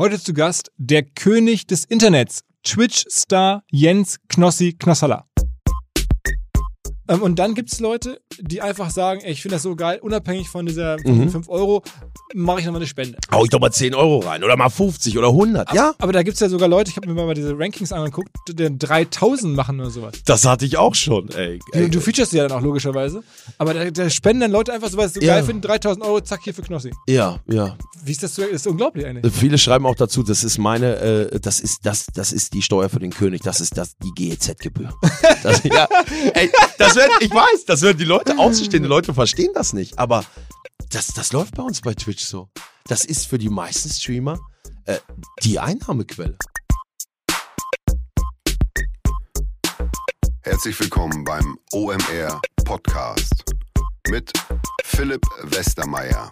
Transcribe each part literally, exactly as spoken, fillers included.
Heute zu Gast der König des Internets, Twitch-Star Jens Knossi Knossalla. Ähm, und dann gibt es Leute, die einfach sagen, ey, ich finde das so geil, unabhängig von dieser mhm. fünf Euro, mache ich nochmal eine Spende. Hau ich doch mal zehn Euro rein oder mal fünfzig oder hundert, aber, ja? Aber da gibt es ja sogar Leute, ich habe mir mal diese Rankings angeguckt, die dreitausend machen oder sowas. Das hatte ich auch schon, ey. ey. Du, du featurest ja dann auch logischerweise, aber da, da spenden dann Leute einfach so, was sie so ja. geil finden, dreitausend Euro, zack, hier für Knossi. Ja, ja. Wie ist das so? Das ist unglaublich eigentlich. Viele schreiben auch dazu, das ist meine, äh, das ist das, das ist die Steuer für den König, das ist das, die G E Z-Gebühr. Das, ja, ey, das wird, ich weiß, das werden die Leute außenstehende Leute verstehen das nicht, aber das, das läuft bei uns bei Twitch so. Das ist für die meisten Streamer äh, die Einnahmequelle. Herzlich willkommen beim O M R Podcast mit Philipp Westermeier.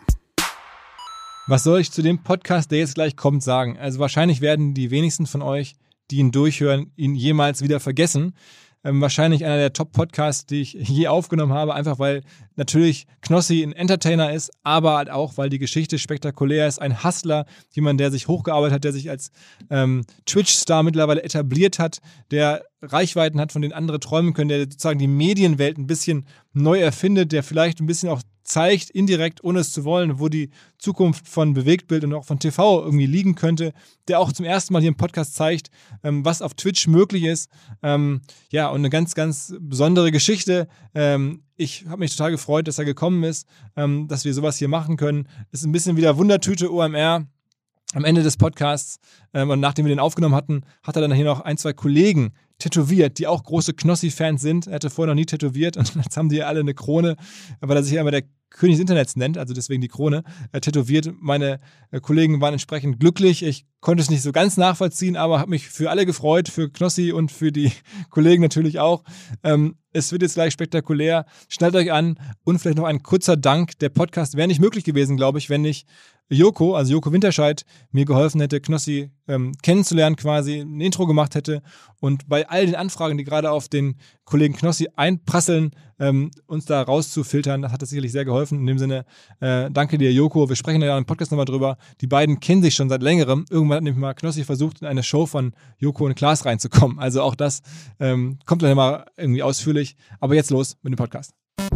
Was soll ich zu dem Podcast, der jetzt gleich kommt, sagen? Also wahrscheinlich werden die wenigsten von euch, die ihn durchhören, ihn jemals wieder vergessen. Ähm, wahrscheinlich einer der Top-Podcasts, die ich je aufgenommen habe, einfach weil natürlich Knossi ein Entertainer ist, aber halt auch, weil die Geschichte spektakulär ist. Ein Hustler, jemand, der sich hochgearbeitet hat, der sich als ähm, Twitch-Star mittlerweile etabliert hat, der Reichweiten hat, von denen andere träumen können, der sozusagen die Medienwelt ein bisschen neu erfindet, der vielleicht ein bisschen auch zeigt, indirekt, ohne es zu wollen, wo die Zukunft von Bewegtbild und auch von T V irgendwie liegen könnte, der auch zum ersten Mal hier im Podcast zeigt, ähm, was auf Twitch möglich ist. Ähm, ja, und eine ganz, ganz besondere Geschichte. Ähm, ich habe mich total gefreut, dass er gekommen ist, ähm, dass wir sowas hier machen können. Ist ein bisschen wieder Wundertüte O M R. Am Ende des Podcasts ähm, und nachdem wir den aufgenommen hatten, hat er dann hier noch ein, zwei Kollegen tätowiert, die auch große Knossi-Fans sind. Er hatte vorher noch nie tätowiert und jetzt haben die alle eine Krone, weil er sich ja immer der König des Internets nennt, also deswegen die Krone, äh, tätowiert. Meine äh, Kollegen waren entsprechend glücklich. Ich konnte es nicht so ganz nachvollziehen, aber habe mich für alle gefreut, für Knossi und für die Kollegen natürlich auch. Ähm, es wird jetzt gleich spektakulär. Schnallt euch an und vielleicht noch ein kurzer Dank. Der Podcast wäre nicht möglich gewesen, glaube ich, wenn nicht Joko, also Joko Winterscheid, mir geholfen hätte, Knossi ähm, kennenzulernen, quasi ein Intro gemacht hätte und bei all den Anfragen, die gerade auf den Kollegen Knossi einprasseln, ähm, uns da rauszufiltern, das hat das sicherlich sehr geholfen. In dem Sinne, äh, danke dir, Joko. Wir sprechen ja im Podcast nochmal drüber. Die beiden kennen sich schon seit längerem. Irgendwann hat nämlich mal Knossi versucht, in eine Show von Joko und Klaas reinzukommen. Also auch das ähm, kommt dann mal irgendwie ausführlich. Aber jetzt los mit dem Podcast.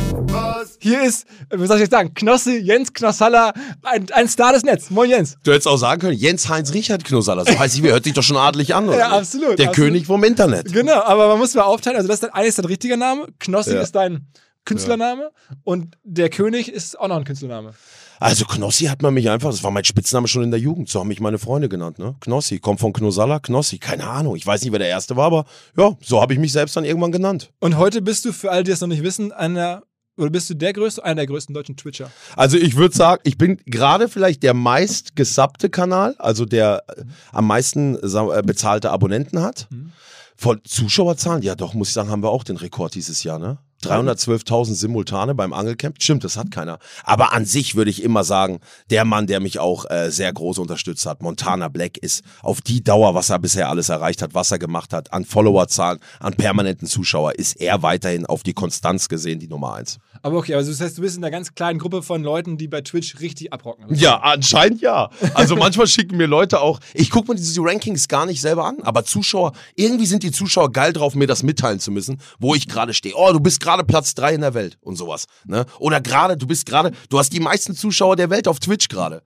Was? Hier ist, was soll ich jetzt sagen, Knossi, Jens Knossalla, ein, ein Star des Netz. Moin Jens. Du hättest auch sagen können, Jens Heinz Richard Knossalla. So heißt ich, hört sich doch schon adelig an, oder? Ja, absolut. Der absolut. König vom Internet. Genau, aber man muss mal aufteilen, also das ist dein, eines dein richtiger Name, Knossi ja. ist dein Künstlername ja. und der König ist auch noch ein Künstlername. Also Knossi hat man mich einfach, das war mein Spitzname schon in der Jugend, so haben mich meine Freunde genannt, ne? Knossi, kommt von Knossalla, Knossi, keine Ahnung, ich weiß nicht, wer der Erste war, aber ja, so habe ich mich selbst dann irgendwann genannt. Und heute bist du, für alle, die das noch nicht wissen, einer, oder bist du der größte, einer der größten deutschen Twitcher? Also ich würde sagen, ich bin gerade vielleicht der meist gesubbte Kanal, also der mhm. am meisten äh, bezahlte Abonnenten hat. Mhm. Von Zuschauerzahlen, ja doch, muss ich sagen, haben wir auch den Rekord dieses Jahr, ne? dreihundertzwölftausend Simultane beim Angelcamp. Stimmt, das hat keiner. Aber an sich würde ich immer sagen, der Mann, der mich auch äh, sehr groß unterstützt hat, Montana Black, ist auf die Dauer, was er bisher alles erreicht hat, was er gemacht hat, an Followerzahlen, an permanenten Zuschauer, ist er weiterhin auf die Konstanz gesehen die Nummer eins. Aber okay, also das heißt, du bist in einer ganz kleinen Gruppe von Leuten, die bei Twitch richtig abrocken. Also ja, anscheinend ja. Also manchmal schicken mir Leute auch, ich gucke mir diese Rankings gar nicht selber an, aber Zuschauer, irgendwie sind die Zuschauer geil drauf, mir das mitteilen zu müssen, wo ich gerade stehe. Oh, du bist gerade Platz drei in der Welt und sowas. Ne? Oder gerade, du bist gerade, du hast die meisten Zuschauer der Welt auf Twitch gerade.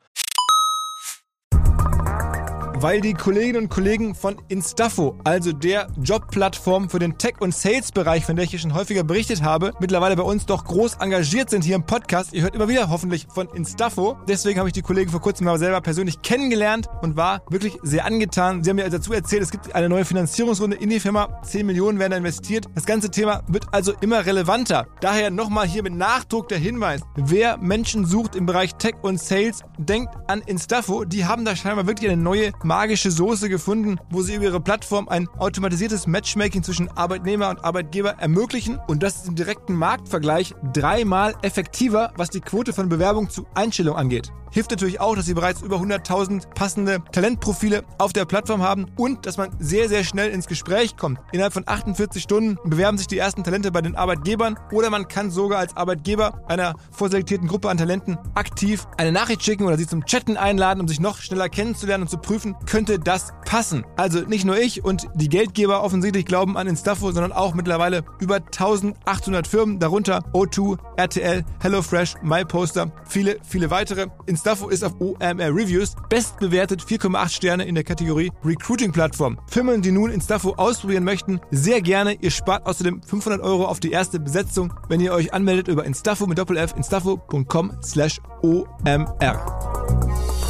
Weil die Kolleginnen und Kollegen von Instafo, also der Jobplattform für den Tech- und Sales-Bereich, von der ich hier schon häufiger berichtet habe, mittlerweile bei uns doch groß engagiert sind hier im Podcast. Ihr hört immer wieder hoffentlich von Instafo. Deswegen habe ich die Kollegen vor kurzem mal selber persönlich kennengelernt und war wirklich sehr angetan. Sie haben mir dazu erzählt, es gibt eine neue Finanzierungsrunde in die Firma. zehn Millionen werden da investiert. Das ganze Thema wird also immer relevanter. Daher nochmal hier mit Nachdruck der Hinweis. Wer Menschen sucht im Bereich Tech und Sales, denkt an Instafo. Die haben da scheinbar wirklich eine neue magische Soße gefunden, wo sie über ihre Plattform ein automatisiertes Matchmaking zwischen Arbeitnehmer und Arbeitgeber ermöglichen und das ist im direkten Marktvergleich dreimal effektiver, was die Quote von Bewerbung zu Einstellung angeht. Hilft natürlich auch, dass sie bereits über hunderttausend passende Talentprofile auf der Plattform haben und dass man sehr, sehr schnell ins Gespräch kommt. Innerhalb von achtundvierzig Stunden bewerben sich die ersten Talente bei den Arbeitgebern oder man kann sogar als Arbeitgeber einer vorselektierten Gruppe an Talenten aktiv eine Nachricht schicken oder sie zum Chatten einladen, um sich noch schneller kennenzulernen und zu prüfen, könnte das passen. Also nicht nur ich und die Geldgeber offensichtlich glauben an Instafo, sondern auch mittlerweile über eintausendachthundert Firmen, darunter O zwei, R T L, HelloFresh, MyPoster, viele, viele weitere. Instafo ist auf O M R Reviews bestbewertet, vier Komma acht Sterne in der Kategorie Recruiting-Plattform. Firmen, die nun Instafo ausprobieren möchten, sehr gerne. Ihr spart außerdem fünfhundert Euro auf die erste Besetzung, wenn ihr euch anmeldet über Instafo mit Doppel-F, instafo punkt com slash O M R.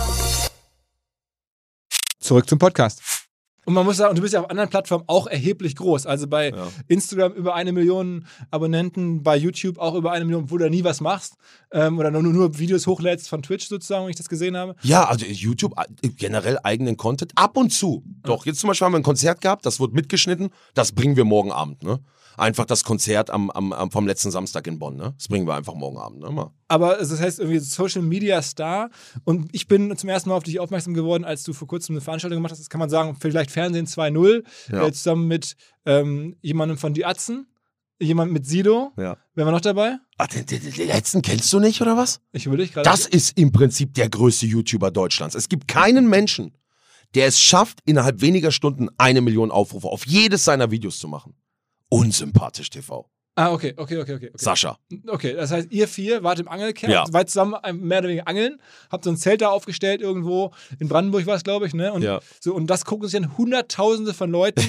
Zurück zum Podcast. Und man muss sagen, du bist ja auf anderen Plattformen auch erheblich groß. Also bei ja. Instagram über eine Million Abonnenten, bei YouTube auch über eine Million, wo du nie was machst. Ähm, oder nur, nur Videos hochlädst von Twitch sozusagen, wenn ich das gesehen habe. Ja, also YouTube, generell eigenen Content, ab und zu. Doch, jetzt zum Beispiel haben wir ein Konzert gehabt, das wird mitgeschnitten, das bringen wir morgen Abend, ne? Einfach das Konzert am, am, am, vom letzten Samstag in Bonn, ne? Das bringen wir einfach morgen Abend, ne? Mal. Aber das heißt irgendwie Social Media Star, und ich bin zum ersten Mal auf dich aufmerksam geworden, als du vor kurzem eine Veranstaltung gemacht hast, das kann man sagen, vielleicht Fernsehen zwei null, ja. äh, zusammen mit ähm, jemandem von Die Atzen, jemand mit Sido. Ja. Wer war noch dabei? Ach, den, den, den letzten kennst du nicht, oder was? Ich überlege gerade. Das ist im Prinzip der größte YouTuber Deutschlands. Es gibt keinen Menschen, der es schafft, innerhalb weniger Stunden eine Million Aufrufe auf jedes seiner Videos zu machen. Unsympathisch T V. Ah, okay, okay, okay, okay. Sascha. Okay, das heißt, ihr vier wart im Angelcamp, ja. wart zusammen mehr oder weniger angeln, habt so ein Zelt da aufgestellt irgendwo, in Brandenburg war es, glaube ich, ne? Und, ja. so, und das gucken sich dann Hunderttausende von Leuten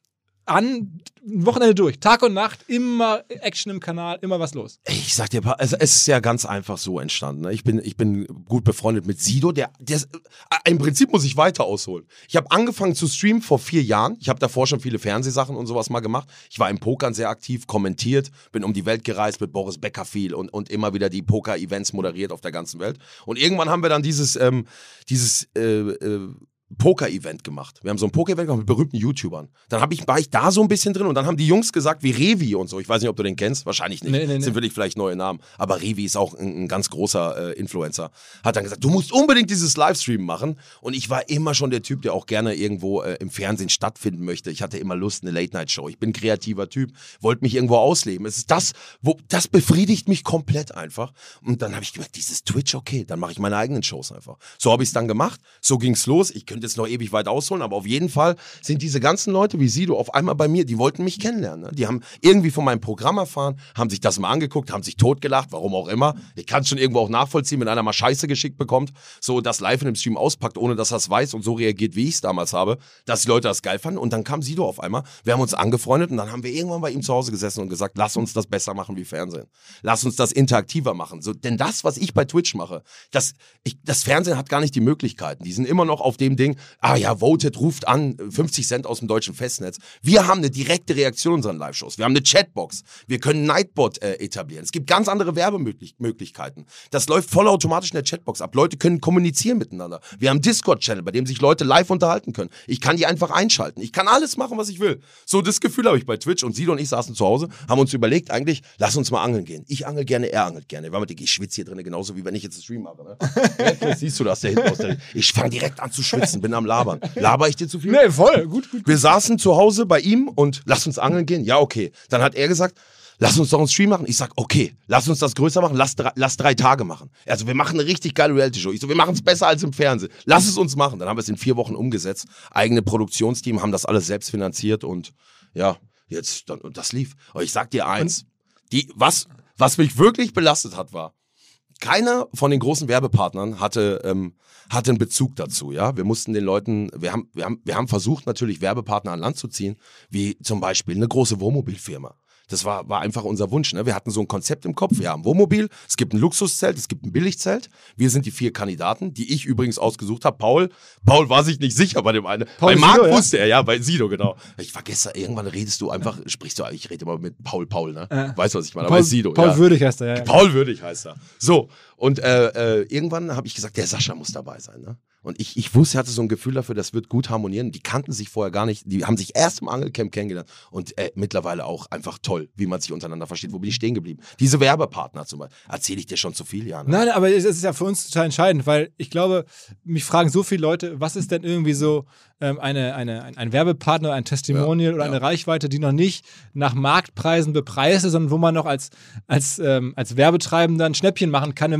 an, ein Wochenende durch, Tag und Nacht, immer Action im Kanal, immer was los. Ich sag dir, also es ist ja ganz einfach so entstanden. Ne? Ich bin, ich bin gut befreundet mit Sido, der, der äh, im Prinzip muss ich weiter ausholen. Ich habe angefangen zu streamen vor vier Jahren. Ich habe davor schon viele Fernsehsachen und sowas mal gemacht. Ich war im Pokern sehr aktiv, kommentiert, bin um die Welt gereist mit Boris Becker viel und, und immer wieder die Poker-Events moderiert auf der ganzen Welt. Und irgendwann haben wir dann dieses, ähm, dieses äh, äh, Poker-Event gemacht. Wir haben so ein Poker-Event gemacht mit berühmten YouTubern. Dann hab ich, war ich da so ein bisschen drin und dann haben die Jungs gesagt, wie Revi und so. Ich weiß nicht, ob du den kennst. Wahrscheinlich nicht. Nee, nee, das sind nee. wirklich vielleicht neue Namen. Aber Revi ist auch ein, ein ganz großer äh, Influencer. Hat dann gesagt, du musst unbedingt dieses Livestream machen. Und ich war immer schon der Typ, der auch gerne irgendwo äh, im Fernsehen stattfinden möchte. Ich hatte immer Lust, eine Late-Night-Show. Ich bin ein kreativer Typ, wollte mich irgendwo ausleben. Es ist das, wo, das befriedigt mich komplett einfach. Und dann habe ich gemerkt, dieses Twitch, okay, dann mache ich meine eigenen Shows einfach. So habe ich es dann gemacht. So ging's los. Ich könnte jetzt noch ewig weit ausholen, aber auf jeden Fall sind diese ganzen Leute wie Sido auf einmal bei mir, die wollten mich kennenlernen. Ne? Die haben irgendwie von meinem Programm erfahren, haben sich das mal angeguckt, haben sich totgelacht, warum auch immer. Ich kann es schon irgendwo auch nachvollziehen, wenn einer mal Scheiße geschickt bekommt, so das live in dem Stream auspackt, ohne dass er es weiß und so reagiert, wie ich es damals habe, dass die Leute das geil fanden. Und dann kam Sido auf einmal. Wir haben uns angefreundet und dann haben wir irgendwann bei ihm zu Hause gesessen und gesagt, lass uns das besser machen wie Fernsehen. Lass uns das interaktiver machen. So, denn das, was ich bei Twitch mache, das, ich, das Fernsehen hat gar nicht die Möglichkeiten. Die sind immer noch auf dem Ding, ah ja, Voted ruft an, fünfzig Cent aus dem deutschen Festnetz. Wir haben eine direkte Reaktion in unseren Live-Shows. Wir haben eine Chatbox. Wir können Nightbot äh, etablieren. Es gibt ganz andere Werbemöglichkeiten. Das läuft vollautomatisch in der Chatbox ab. Leute können kommunizieren miteinander. Wir haben Discord-Channel, bei dem sich Leute live unterhalten können. Ich kann die einfach einschalten. Ich kann alles machen, was ich will. So, das Gefühl habe ich bei Twitch. Und Sido und ich saßen zu Hause, haben uns überlegt, eigentlich, lass uns mal angeln gehen. Ich angel gerne, er angelt gerne. Weil ich schwitze hier drin genauso, wie wenn ich jetzt einen Stream mache. Ne? Ja, siehst du das da hinten aus der... Ich fange direkt an zu schwitzen, bin am Labern. Laber ich dir zu viel? Nee, voll. Gut, gut, gut. Wir saßen zu Hause bei ihm und lass uns angeln gehen. Ja, okay. Dann hat er gesagt, lass uns doch einen Stream machen. Ich sag, okay, lass uns das größer machen, lass drei, lass drei Tage machen. Also wir machen eine richtig geile Reality-Show. Ich so, wir machen es besser als im Fernsehen. Lass es uns machen. Dann haben wir es in vier Wochen umgesetzt. Eigene Produktionsteam, haben das alles selbst finanziert und ja, jetzt, dann, und das lief. Aber ich sag dir eins, die, was, was mich wirklich belastet hat, war, keiner von den großen Werbepartnern hatte, ähm, hatte einen Bezug dazu, ja. Wir mussten den Leuten, wir haben, wir haben, wir haben versucht, natürlich Werbepartner an Land zu ziehen, wie zum Beispiel eine große Wohnmobilfirma. Das war, war einfach unser Wunsch, ne? Wir hatten so ein Konzept im Kopf. Wir haben ein Wohnmobil, es gibt ein Luxuszelt, es gibt ein Billigzelt. Wir sind die vier Kandidaten, die ich übrigens ausgesucht habe. Paul, Paul war sich nicht sicher bei dem einen. Paul bei Marc Sido, wusste ja? er, ja, bei Sido, genau. Ich vergesse, irgendwann redest du einfach, sprichst du, ich rede immer mit Paul, Paul, ne? Äh, weißt du, was ich meine? Paul, Aber Sido, Paul ja. Würdig heißt er, ja. Paul Würdig heißt er. So, und äh, äh, irgendwann habe ich gesagt, der Sascha muss dabei sein, ne? Und ich, ich wusste, er hatte so ein Gefühl dafür, das wird gut harmonieren. Die kannten sich vorher gar nicht, die haben sich erst im Angelcamp kennengelernt und äh, mittlerweile auch einfach toll, wie man sich untereinander versteht. Wo bin ich stehen geblieben? Diese Werbepartner zum Beispiel. Erzähle ich dir schon zu viel, Jan? Nein, aber es ist ja für uns total entscheidend, weil ich glaube, mich fragen so viele Leute, was ist denn irgendwie so ähm, eine, eine, ein, ein Werbepartner, ein Testimonial ja, oder ja. eine Reichweite, die noch nicht nach Marktpreisen bepreist ist, sondern wo man noch als, als, ähm, als Werbetreibender ein Schnäppchen machen kann, wenn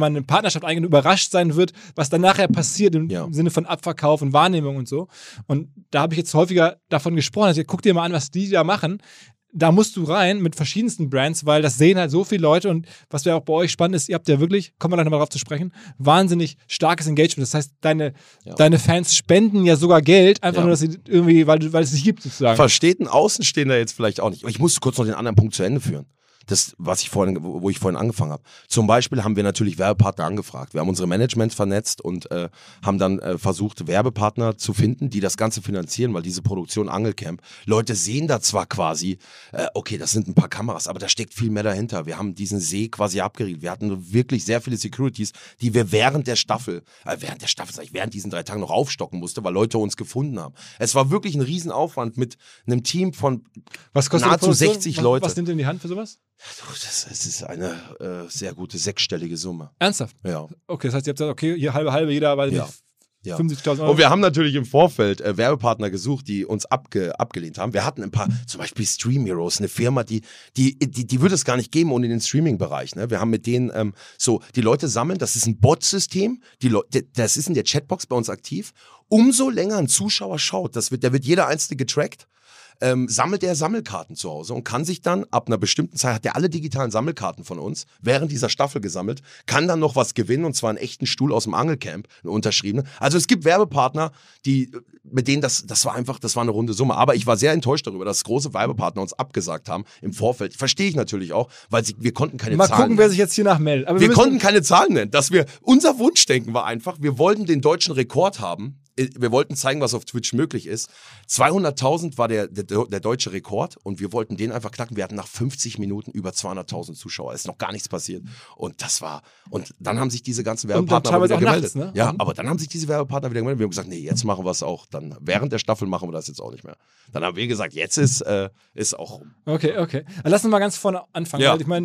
man eine Partnerschaft eigentlich überrascht sein wird, was dann nachher passiert im Ja. Sinne von Abverkauf und Wahrnehmung und so. Und da habe ich jetzt häufiger davon gesprochen, also guck dir mal an, was die da machen. Da musst du rein mit verschiedensten Brands, weil das sehen halt so viele Leute und was ja auch bei euch spannend ist, ihr habt ja wirklich, kommen wir gleich nochmal drauf zu sprechen, wahnsinnig starkes Engagement. Das heißt, deine, Ja. deine Fans spenden ja sogar Geld, einfach Ja. nur, dass sie irgendwie, weil, weil es sich gibt sozusagen. Versteht ein Außenstehender jetzt vielleicht auch nicht. Aber ich muss kurz noch den anderen Punkt zu Ende führen. Das, was ich vorhin, wo ich vorhin angefangen habe. Zum Beispiel haben wir natürlich Werbepartner angefragt. Wir haben unsere Management vernetzt und äh, haben dann äh, versucht, Werbepartner zu finden, die das Ganze finanzieren, weil diese Produktion Angelcamp, Leute sehen da zwar quasi, äh, okay, das sind ein paar Kameras, aber da steckt viel mehr dahinter. Wir haben diesen See quasi abgeriegelt. Wir hatten wirklich sehr viele Securities, die wir während der Staffel, äh, während der Staffel, sag ich, während diesen drei Tagen noch aufstocken musste, weil Leute uns gefunden haben. Es war wirklich ein Riesenaufwand mit einem Team von Was kostet die nahezu Produktion? sechzig was, Leute. Was nimmt denn die Hand für sowas? Das, das ist eine äh, sehr gute sechsstellige Summe. Ernsthaft? Ja. Okay, das heißt, ihr habt gesagt, okay, hier halbe, halbe, jeder, weil Ja. Ja. fünfundsiebzigtausend Euro. Und wir haben natürlich im Vorfeld äh, Werbepartner gesucht, die uns abge abgelehnt haben. Wir hatten ein paar, zum Beispiel Stream Heroes, eine Firma, die, die, die, die würde es gar nicht geben ohne den Streaming-Bereich. Ne? Wir haben mit denen ähm, so, die Leute sammeln, das ist ein Bot-System, die Leute, das ist in der Chatbox bei uns aktiv. Umso länger ein Zuschauer schaut, das wird, da wird jeder Einzelne getrackt. Ähm, sammelt er Sammelkarten zu Hause und kann sich dann, ab einer bestimmten Zeit, hat er alle digitalen Sammelkarten von uns während dieser Staffel gesammelt, kann dann noch was gewinnen und zwar einen echten Stuhl aus dem Angelcamp, einen unterschriebenen. Also es gibt Werbepartner, die, mit denen das, das war einfach, das war eine runde Summe. Aber ich war sehr enttäuscht darüber, dass große Werbepartner uns abgesagt haben im Vorfeld. Verstehe ich natürlich auch, weil sie, wir konnten keine Mal Zahlen gucken, wer sich jetzt hier nachmeldet. Aber wir müssen- konnten keine Zahlen nennen. Dass wir, unser Wunschdenken war einfach, wir wollten den deutschen Rekord haben. Wir wollten zeigen, was auf Twitch möglich ist. zweihunderttausend war der, der, der deutsche Rekord und wir wollten den einfach knacken. Wir hatten nach fünfzig Minuten über zweihunderttausend Zuschauer. Es ist noch gar nichts passiert. Und das war, und dann haben sich diese ganzen Werbepartner aber teilweise wieder auch gemeldet. nachts, ne? Ja, Mhm. aber dann haben sich diese Werbepartner wieder gemeldet. Wir haben gesagt, nee, jetzt machen wir es auch. Dann, während der Staffel machen wir das jetzt auch nicht mehr. Dann haben wir gesagt, jetzt ist, äh, ist auch rum. Okay, okay. Dann lass uns mal ganz vorne anfangen. Ja. Weil ich meine,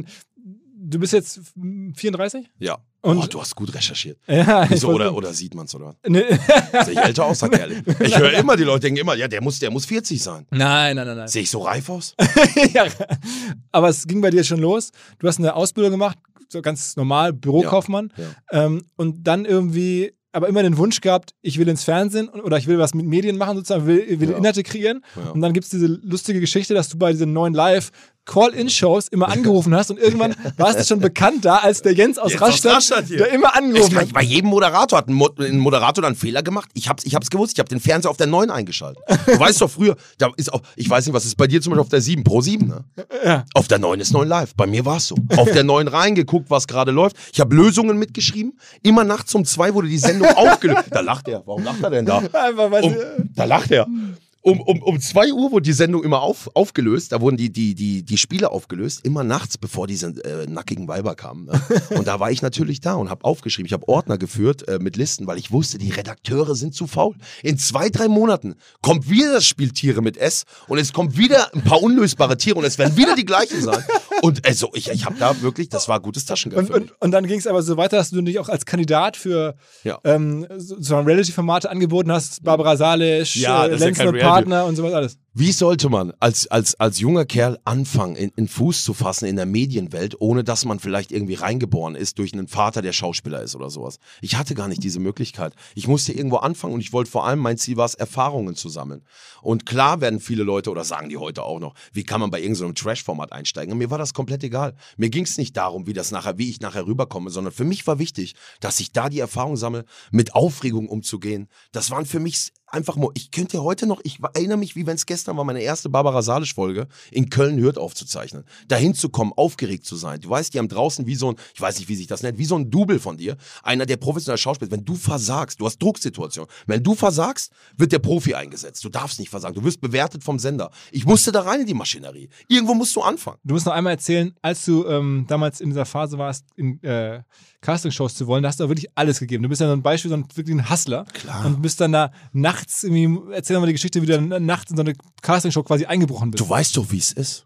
du bist jetzt vierunddreißig? Ja. Und- oh, du hast gut recherchiert. Ja, ich Wieso, weiß oder, nicht. oder sieht man es, oder? Ne. Sehe ich älter aus, sagt er ehrlich. Ich höre immer, die Leute denken immer, ja, der muss, der muss vierzig sein. Nein, nein, nein, nein. Sehe ich so reif aus? Ja, aber es ging bei dir schon los. Du hast eine Ausbildung gemacht, so ganz normal, Bürokaufmann. Ja, Ähm, und dann irgendwie, aber immer den Wunsch gehabt, ich will ins Fernsehen oder ich will was mit Medien machen, sozusagen, will, will Ja. Inhalte kreieren. Ja. Und dann gibt es diese lustige Geschichte, dass du bei diesen neuen Live Call-In-Shows immer angerufen hast und irgendwann warst du schon bekannt da als der Jens aus Jens aus Rastatt, Rastatt hier. der immer Es angerufen kann, hat. bei jedem Moderator hat ein, Mo ein Moderator dann einen Fehler gemacht. Ich hab's, ich hab's gewusst. Ich habe den Fernseher auf der neun eingeschaltet. Du weißt doch früher, da ist auch, ich weiß nicht, was ist bei dir zum Beispiel auf der sieben, Pro sieben, ne? Ja. Auf der neun ist neun live. Bei mir war es so. Auf der neun reingeguckt, was gerade läuft. Ich habe Lösungen mitgeschrieben. Immer nachts um zwei wurde die Sendung aufgelöst. Da lacht er. Warum lacht er denn da? Einfach, weil Um, sie- da lacht er. Um, um, um zwei Uhr wurde die Sendung immer auf, aufgelöst, da wurden die, die, die, die Spiele aufgelöst, immer nachts, bevor diese äh, nackigen Weiber kamen. Ne? Und da war ich natürlich da und habe aufgeschrieben, ich habe Ordner geführt äh, mit Listen, weil ich wusste, die Redakteure sind zu faul. In zwei, drei Monaten kommt wieder das Spiel Tiere mit S und es kommt wieder ein paar unlösbare Tiere und es werden wieder die gleichen sein. Und also ich, ich habe da wirklich, das war gutes Taschengeld Und, für mich. und, und dann ging es aber so weiter, dass du dich auch als Kandidat für Ja. ähm, so, so Reality-Formate angeboten hast, Barbara Salisch, Ja, äh, das ist ja Lenzen kein und Reality. Partner und sowas alles. Wie sollte man als, als, als junger Kerl anfangen, in, in Fuß zu fassen in der Medienwelt, ohne dass man vielleicht irgendwie reingeboren ist durch einen Vater, der Schauspieler ist oder sowas? Ich hatte gar nicht diese Möglichkeit. Ich musste irgendwo anfangen und ich wollte vor allem, mein Ziel war es, Erfahrungen zu sammeln. Und klar werden viele Leute, oder sagen die heute auch noch, wie kann man bei irgendeinem Trash-Format einsteigen? Und mir war das komplett egal. Mir ging es nicht darum, wie das nachher, wie ich nachher rüberkomme, sondern für mich war wichtig, dass ich da die Erfahrung sammle, mit Aufregung umzugehen. Das waren für mich einfach mal, ich könnte ja heute noch, ich erinnere mich, wie wenn es gestern war, meine erste Barbara Salisch-Folge in Köln-Hürth aufzuzeichnen. Dahin zu kommen, aufgeregt zu sein. Du weißt, die haben draußen wie so ein, ich weiß nicht, wie sich das nennt, wie so ein Double von dir, einer, der professionell Schauspieler, wenn du versagst, du hast Drucksituation, wenn du versagst, wird der Profi eingesetzt. Du darfst nicht versagen, du wirst bewertet vom Sender. Ich musste da rein in die Maschinerie. Irgendwo musst du anfangen. Du musst noch einmal erzählen, als du ähm, damals in dieser Phase warst, in äh, Castingshows zu wollen, da hast du auch wirklich alles gegeben. Du bist ja so ein Beispiel, so ein, wirklich ein Hustler. Klar. Und bist dann da nachts, irgendwie, erzähl doch mal die Geschichte, wie du dann nachts in so eine Castingshow quasi eingebrochen bist. Du weißt doch, wie es ist.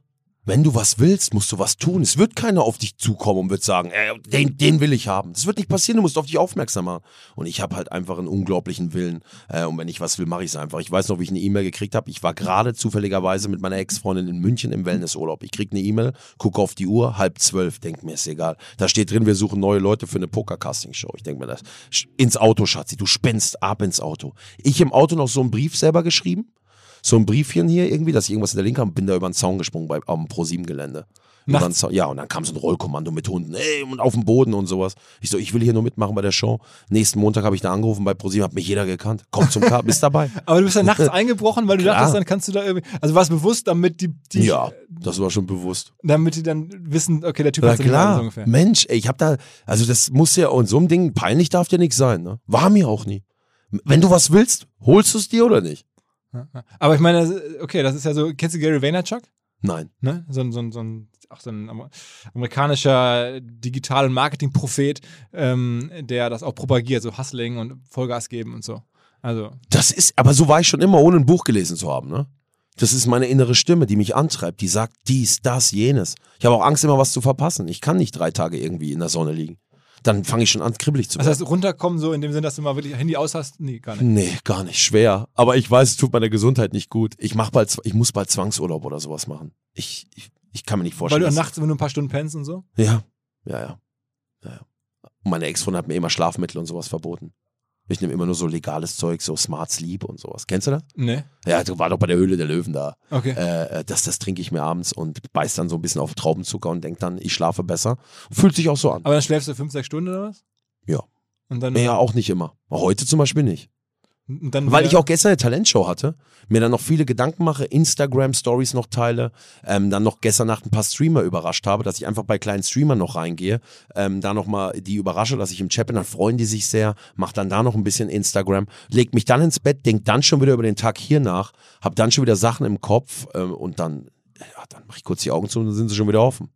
Wenn du was willst, musst du was tun. Es wird keiner auf dich zukommen und wird sagen, ey, den, den will ich haben. Das wird nicht passieren, du musst auf dich aufmerksam machen. Und ich habe halt einfach einen unglaublichen Willen. Äh, und wenn ich was will, mache ich es einfach. Ich weiß noch, wie ich eine E-Mail gekriegt habe. Ich war gerade zufälligerweise mit meiner Ex-Freundin in München im Wellnessurlaub. Ich krieg eine E-Mail, gucke auf die Uhr, halb zwölf, denk mir, ist egal. Da steht drin, wir suchen neue Leute für eine Poker-Casting-Show. Ich denk mir das, ins Auto, Schatzi, du spinnst, ab ins Auto. Ich im Auto noch so einen Brief selber geschrieben. So ein Briefchen hier irgendwie, dass ich irgendwas in der Linke habe, bin da über den Zaun gesprungen bei, am Pro sieben Gelände. Ja, und dann kam so ein Rollkommando mit Hunden, ey, und auf dem Boden und sowas. Ich so, ich will hier nur mitmachen bei der Show. Nächsten Montag habe ich da angerufen bei Pro sieben, hat mich jeder gekannt. Komm zum K, bist dabei. Aber du bist ja nachts eingebrochen, weil du dachtest, dann kannst du da irgendwie, also war es bewusst, damit die, die ja, das war schon bewusst. Damit die dann wissen, okay, der Typ ja, hat klar. so ungefähr. Mensch, ey, ich hab da, also das muss ja, und so ein Ding, peinlich darf dir nichts sein, ne? War mir auch nie. Wenn du was willst, holst du es dir oder nicht? Aber ich meine, okay, das ist ja so, kennst du Gary Vaynerchuk? Nein. Ne? So, ein- so, ein- so, ein, auch so ein amerikanischer Digital- und Marketing-Prophet, ähm, der das auch propagiert, so Hustling und Vollgas geben und so. Also, Das ist, aber so war ich schon immer, ohne ein Buch gelesen zu haben, ne? Das ist meine innere Stimme, die mich antreibt, die sagt dies, das, jenes. Ich habe auch Angst, immer was zu verpassen. Ich kann nicht drei Tage irgendwie in der Sonne liegen. Dann fange ich schon an, kribbelig zu das werden. heißt, runterkommen so in dem Sinn, dass du mal wirklich Handy aus hast? Nee, gar nicht. Nee, gar nicht. Schwer. Aber ich weiß, es tut meiner Gesundheit nicht gut. Ich mach bald, ich muss bald Zwangsurlaub oder sowas machen. Ich, ich, ich kann mir nicht Weil vorstellen. du dann dass- nachts, wenn du ein paar Stunden pennst und so? Ja, ja, ja. ja, ja. Und meine Ex-Freundin hat mir immer Schlafmittel und sowas verboten. Ich nehme immer nur so legales Zeug, so Smart Sleep und sowas. Kennst du das? Nee. Ja, du war doch bei der Höhle der Löwen da. Okay. Äh, das, das trinke ich mir abends und beiß dann so ein bisschen auf Traubenzucker und denk dann, ich schlafe besser. Fühlt sich auch so an. Aber dann schläfst du fünf, sechs Stunden oder was? Ja. Und dann, Ja, auch nicht immer. Heute zum Beispiel nicht. und dann Weil wieder- ich auch gestern eine Talentshow hatte, mir dann noch viele Gedanken mache, Instagram-Stories noch teile, ähm, dann noch gestern Nacht ein paar Streamer überrascht habe, dass ich einfach bei kleinen Streamern noch reingehe, ähm, da nochmal die überrasche, dass ich im Chat bin, dann freuen die sich sehr, mach dann da noch ein bisschen Instagram, leg mich dann ins Bett, denk dann schon wieder über den Tag hier nach, hab dann schon wieder Sachen im Kopf ähm, und dann, ja, dann mach ich kurz die Augen zu und dann sind sie schon wieder offen.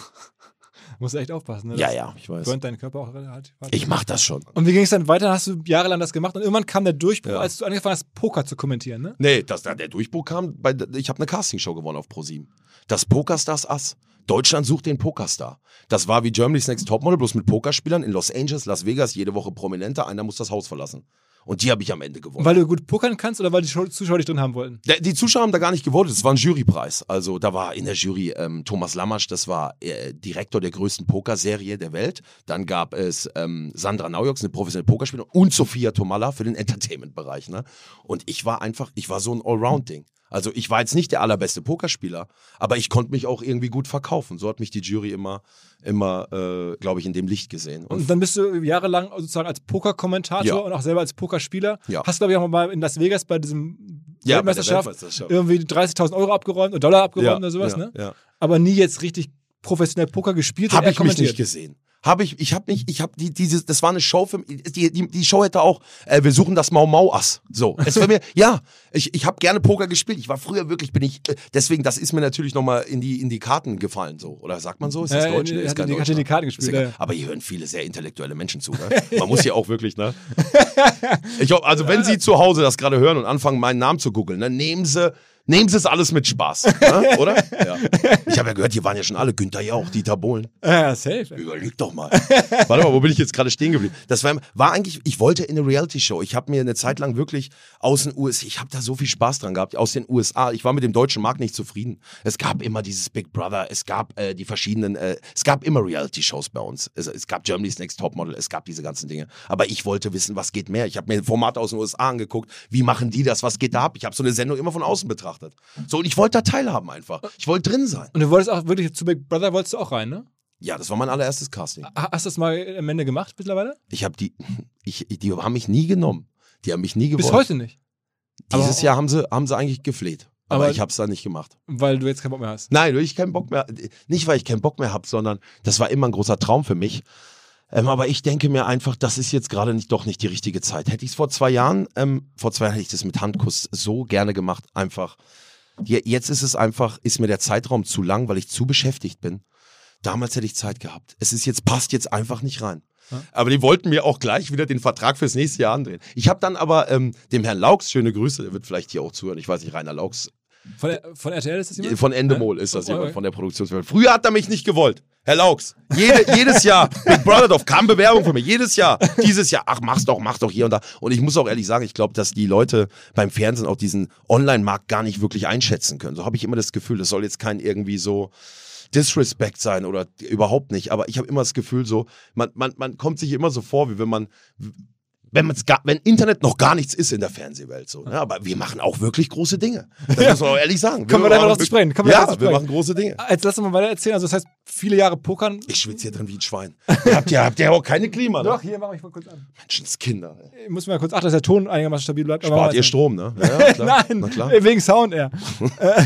Musst du echt aufpassen, ne? Ja, Das ja, ich weiß. burnt deinen Körper auch relativ hart. Ich mach das schon. Und wie ging es dann weiter? Hast du jahrelang das gemacht und irgendwann kam der Durchbruch, Ja. als du angefangen hast, Poker zu kommentieren, ne? Nee, das, der Durchbruch kam, bei, ich habe eine Castingshow gewonnen auf Pro sieben. Das Pokerstars Ass. Deutschland sucht den Pokerstar. Das war wie Germany's Next Topmodel, bloß mit Pokerspielern in Los Angeles, Las Vegas, jede Woche Prominente, einer muss das Haus verlassen. Und die habe ich am Ende gewonnen. Weil du gut pokern kannst oder weil die Show- Zuschauer dich drin haben wollten? Der, die Zuschauer haben da gar nicht gewotet, es war ein Jurypreis. Also da war in der Jury ähm, Thomas Lammasch, das war äh, Direktor der größten Pokerserie der Welt. Dann gab es ähm, Sandra Naujoks, eine professionelle Pokerspielerin, und Sophia Tomalla für den Entertainment-Bereich. Ne? Und ich war einfach, ich war so ein Allround-Ding. Also ich war jetzt nicht der allerbeste Pokerspieler, aber ich konnte mich auch irgendwie gut verkaufen. So hat mich die Jury immer, immer, äh, glaube ich, in dem Licht gesehen. Und Und dann bist du jahrelang sozusagen als Pokerkommentator Ja. und auch selber als Pokerspieler. Ja. Hast, glaube ich, auch mal in Las Vegas bei diesem Ja, bei der Weltmeisterschaft Weltmeisterschaft. irgendwie dreißigtausend Euro abgeräumt und Dollar abgeräumt ja, oder sowas, ja, ne? Ja. Aber nie jetzt richtig professionell Poker gespielt und Habe er ich mich kommentiert. nicht gesehen. Habe ich, ich habe nicht, ich habe die, dieses, das war eine Show für die, die, die Show hätte auch, äh, wir suchen das Mau Mau Ass. So, es war mir, ja, ich, ich habe gerne Poker gespielt. Ich war früher wirklich, bin ich, äh, deswegen, das ist mir natürlich nochmal in die, in die Karten gefallen, so. Oder sagt man so? Ist das Ja, Deutsch? ja, Nee, ist hat kein die- Deutsch, hat die ne? Karten Ist gespielt, egal. ja. Aber hier hören viele sehr intellektuelle Menschen zu, ne? Man muss hier auch wirklich, ne? Ich hoffe, also wenn Sie zu Hause das gerade hören und anfangen, meinen Namen zu googeln, ne, nehmen Sie, nehmen Sie es alles mit Spaß, ne? Oder? Ja. Ich habe ja gehört, hier waren ja schon alle, Günther Jauch, Dieter Bohlen. Ja, safe. Überleg doch mal. Warte mal, wo bin ich jetzt gerade stehen geblieben? Das war, war eigentlich, ich wollte in eine Reality-Show. Ich habe mir eine Zeit lang wirklich aus den U S A, ich habe da so viel Spaß dran gehabt, aus den U S A. Ich war mit dem deutschen Markt nicht zufrieden. Es gab immer dieses Big Brother, es gab äh, die verschiedenen, äh, es gab immer Reality-Shows bei uns. Es, es gab Germany's Next Topmodel, es gab diese ganzen Dinge. Aber ich wollte wissen, was geht mehr. Ich habe mir Formate aus den U S A angeguckt. Wie machen die das? Was geht da ab? Ich habe so eine Sendung immer von außen betrachtet. So, und ich wollte da teilhaben einfach. Ich wollte drin sein. Und du wolltest auch wirklich zu Big Brother wolltest du auch rein, ne? Ja, das war mein allererstes Casting. Ha- Hast du das mal am Ende gemacht mittlerweile? Ich habe die, ich, die haben mich nie genommen. Die haben mich nie gewollt. Bis heute nicht. Dieses Aber- Jahr haben sie, haben sie eigentlich gefleht. Aber, Aber- ich habe es dann nicht gemacht. Weil du jetzt keinen Bock mehr hast. Nein, weil ich keinen Bock mehr, nicht weil ich keinen Bock mehr habe, sondern das war immer ein großer Traum für mich. Ähm, aber ich denke mir einfach, das ist jetzt gerade nicht, doch nicht die richtige Zeit. Hätte ich es vor zwei Jahren, ähm, vor zwei Jahren hätte ich das mit Handkuss so gerne gemacht, einfach. Je- Jetzt ist es einfach, ist mir der Zeitraum zu lang, weil ich zu beschäftigt bin. Damals hätte ich Zeit gehabt. Es ist jetzt, passt jetzt einfach nicht rein. Ja. Aber die wollten mir auch gleich wieder den Vertrag fürs nächste Jahr andrehen. Ich habe dann aber ähm, dem Herrn Laux, schöne Grüße, der wird vielleicht hier auch zuhören, ich weiß nicht, Rainer Laux, Von, von R T L ist das jemand? Von Endemol ist das Oh, jemand, okay. von der Produktionsfirma. Früher hat er mich nicht gewollt. Herr Laux, jede, jedes Jahr, Big Brother Dorf, kam Bewerbung von mir, jedes Jahr, dieses Jahr, ach, mach's doch, mach doch hier und da. Und ich muss auch ehrlich sagen, ich glaube, dass die Leute beim Fernsehen auch diesen Online-Markt gar nicht wirklich einschätzen können. So habe ich immer das Gefühl, das soll jetzt kein irgendwie so Disrespect sein oder überhaupt nicht, aber ich habe immer das Gefühl so, man, man, man kommt sich immer so vor, wie wenn man... Wenn, man's gar, wenn Internet noch gar nichts ist in der Fernsehwelt. So, ne? Aber wir machen auch wirklich große Dinge. Das Ja. muss man auch ehrlich sagen. Können wir da mal draus sprechen? Können wir Ja, da draus wir sprechen? machen große Dinge. Jetzt lass uns mal weiter erzählen. Also das heißt, viele Jahre Pokern. Ich schwitze hier drin wie ein Schwein. habt ihr habt ihr auch keine Klima, ne? Doch, hier mache ich mal kurz an. Menschenskinder. Ey. Ich muss mal kurz achten, dass der Ton einigermaßen stabil bleibt. aber Spart mal- ihr Strom, ne? Ja, ja, klar. Nein, Na klar. äh, wegen Sound eher. Äh,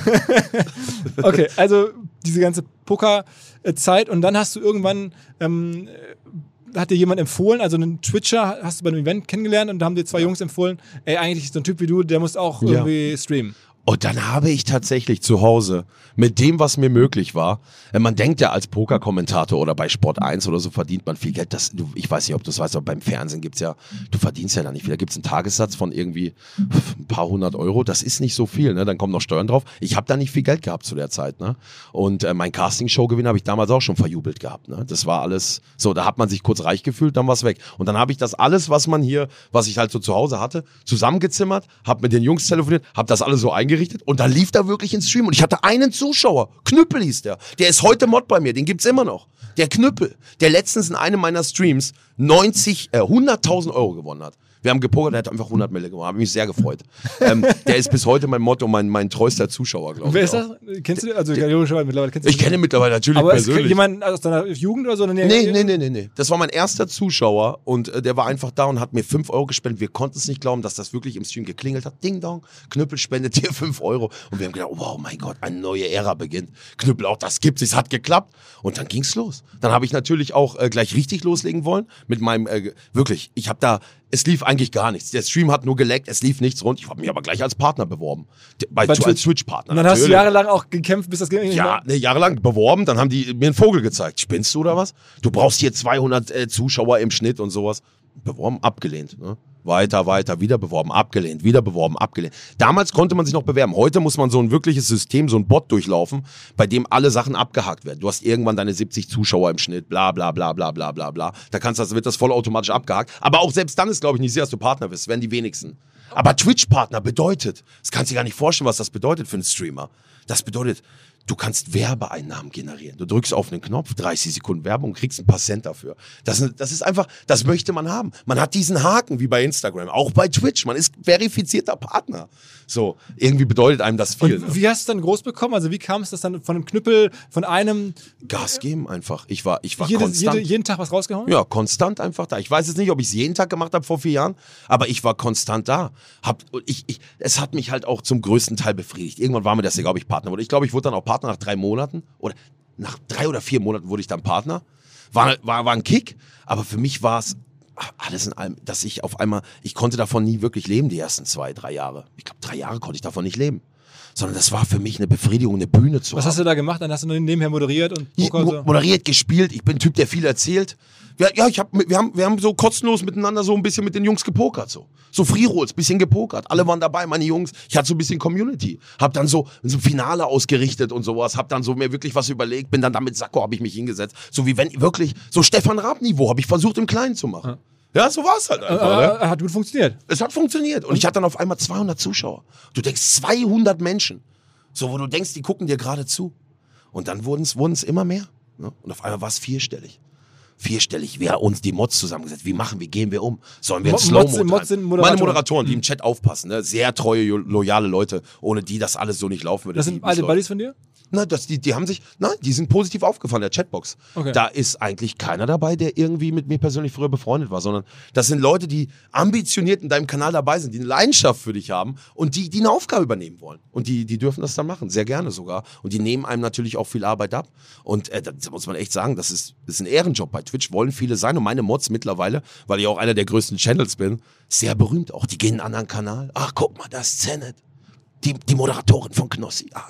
okay, also diese ganze Poker-Zeit und dann hast du irgendwann, ähm, hat dir jemand empfohlen, also einen Twitcher hast du bei einem Event kennengelernt und da haben dir zwei Jungs empfohlen, ey, eigentlich so ein Typ wie du, der muss auch Ja. irgendwie streamen. Und dann habe ich tatsächlich zu Hause mit dem, was mir möglich war, äh, man denkt ja als Pokerkommentator oder bei Sport eins oder so verdient man viel Geld. Das, du, ich weiß nicht, ob du das weißt, aber beim Fernsehen gibt's ja, du verdienst ja da nicht viel. Da gibt's einen Tagessatz von irgendwie ein paar hundert Euro. Das ist nicht so viel, ne? Dann kommen noch Steuern drauf. Ich habe da nicht viel Geld gehabt zu der Zeit, ne? Und äh, mein Castingshow-Gewinn habe ich damals auch schon verjubelt gehabt, ne? Das war alles so, da hat man sich kurz reich gefühlt, dann war's weg. Und dann habe ich das alles, was man hier, was ich halt so zu Hause hatte, zusammengezimmert, habe mit den Jungs telefoniert, habe das alles so eingerichtet und dann lief da wirklich ein Stream und ich hatte einen Zuschauer, Knüppel hieß der, der ist heute Mod bei mir, den gibt's immer noch. Der Knüppel, der letztens in einem meiner Streams neunzig, äh, hunderttausend Euro gewonnen hat. Wir haben gepokert, der hat einfach hundert Mille gewonnen, habe mich sehr gefreut. ähm, der ist bis heute mein Motto, mein, mein treuster Zuschauer, glaube ich. Wer ist auch. das? Kennst du den? Also logischerweise mittlerweile kennst du Ich den. kenne ihn mittlerweile natürlich Aber ist persönlich. jemand aus deiner Jugend oder so? Nee, nee, nee, nee, nee. Das war mein erster Zuschauer und äh, der war einfach da und hat mir fünf Euro gespendet. Wir konnten es nicht glauben, dass das wirklich im Stream geklingelt hat. Ding dong, Knüppel spendet dir fünf Euro. Und wir haben gedacht, wow, mein Gott, eine neue Ära beginnt. Knüppel, auch das gibt's, es hat geklappt. Und dann ging's los. Dann habe ich natürlich auch äh, gleich richtig loslegen wollen mit meinem, äh, wirklich, ich habe da, es lief eigentlich gar nichts. Der Stream hat nur geleckt, es lief nichts rund. Ich habe mich aber gleich als Partner beworben. Bei, Bei als Twitch. Twitch-Partner. Und dann hast du natürlich. jahrelang auch gekämpft, bis das ging. Ja, ne, jahrelang beworben, dann haben die mir einen Vogel gezeigt. Spinnst du oder was? Du brauchst hier zweihundert äh, Zuschauer im Schnitt und sowas. Beworben, abgelehnt. Ne? Weiter, weiter, wieder beworben, abgelehnt, wieder beworben, abgelehnt. Damals konnte man sich noch bewerben. Heute muss man so ein wirkliches System, so ein Bot durchlaufen, bei dem alle Sachen abgehakt werden. Du hast irgendwann deine siebzig Zuschauer im Schnitt, bla bla bla bla bla bla bla. Da kannst du, wird das vollautomatisch abgehakt. Aber auch selbst dann ist, glaube ich, nicht sicher, dass du Partner bist. Das werden die wenigsten. Aber Twitch-Partner bedeutet, das kannst du dir gar nicht vorstellen, was das bedeutet für einen Streamer. Das bedeutet, du kannst Werbeeinnahmen generieren. Du drückst auf einen Knopf, dreißig Sekunden Werbung und kriegst ein paar Cent dafür. Das, das ist einfach, das möchte man haben. Man hat diesen Haken wie bei Instagram, auch bei Twitch. Man ist verifizierter Partner. So, irgendwie bedeutet einem das viel. Und Ne? wie hast du es dann groß bekommen? Also wie kam es, dass dann von einem Knüppel, von einem Gas geben einfach. Ich war, ich war jede, konstant. jede, jeden Tag was rausgehauen? Ja, konstant einfach da. Ich weiß jetzt nicht, ob ich es jeden Tag gemacht habe vor vier Jahren, aber ich war konstant da. Hab, ich, ich, es hat mich halt auch zum größten Teil befriedigt. Irgendwann war mir das egal, ob ich Partner wurde. Ich glaube, ich wurde dann auch Partner nach drei Monaten oder nach drei oder vier Monaten wurde ich dann Partner. War, war, war ein Kick, aber für mich war es alles in allem, dass ich auf einmal, ich konnte davon nie wirklich leben, die ersten zwei, drei Jahre. Ich glaube, drei Jahre konnte ich davon nicht leben. Sondern das war für mich eine Befriedigung, eine Bühne zu Was haben. hast du da gemacht? Dann hast du nur nebenher moderiert und Poker Mo- so. moderiert, gespielt. Ich bin ein Typ, der viel erzählt. Ja, ja ich hab, wir, haben, wir haben so kostenlos miteinander so ein bisschen mit den Jungs gepokert. So, so Free-Rolls, bisschen gepokert. Alle waren dabei, meine Jungs. Ich hatte so ein bisschen Community. Hab dann so so Finale ausgerichtet und sowas. Hab dann so mir wirklich was überlegt. Bin dann da mit Sakko, habe ich mich hingesetzt. So wie wenn wirklich, so Stefan Raab-Niveau habe ich versucht im Kleinen zu machen. Ja, so war es halt einfach. Äh, ne? äh, hat gut funktioniert. Es hat funktioniert. Und ich hatte dann auf einmal zweihundert Zuschauer. Du denkst, zweihundert Menschen. So, wo du denkst, die gucken dir gerade zu. Und dann wurden es immer mehr. Ne? Und auf einmal war es vierstellig. Vierstellig. Wir haben uns die Mods zusammengesetzt. Wie machen wir? Gehen wir um? Sollen wir Mo- ein Slow-Mo Mods sind- Mods sind treiben? Moderatoren. Meine Moderatoren, die im Chat aufpassen. Ne? Sehr treue, jo- loyale Leute, ohne die das alles so nicht laufen würde. Das wie- sind wie's alte läuft. Buddies von dir? Na, das, die, die haben sich, nein, die sind positiv aufgefallen, der Chatbox. Okay. Da ist eigentlich keiner dabei, der irgendwie mit mir persönlich früher befreundet war, sondern das sind Leute, die ambitioniert in deinem Kanal dabei sind, die eine Leidenschaft für dich haben und die, die eine Aufgabe übernehmen wollen. Und die, die dürfen das dann machen, sehr gerne sogar. Und die nehmen einem natürlich auch viel Arbeit ab. Und äh, da muss man echt sagen, das ist, das ist ein Ehrenjob. Bei Twitch wollen viele sein und meine Mods mittlerweile, weil ich auch einer der größten Channels bin, sehr berühmt auch. Die gehen in einen anderen Kanal. Ach, guck mal, das ist Zenet. Die, die Moderatorin von Knossi. Ah ja.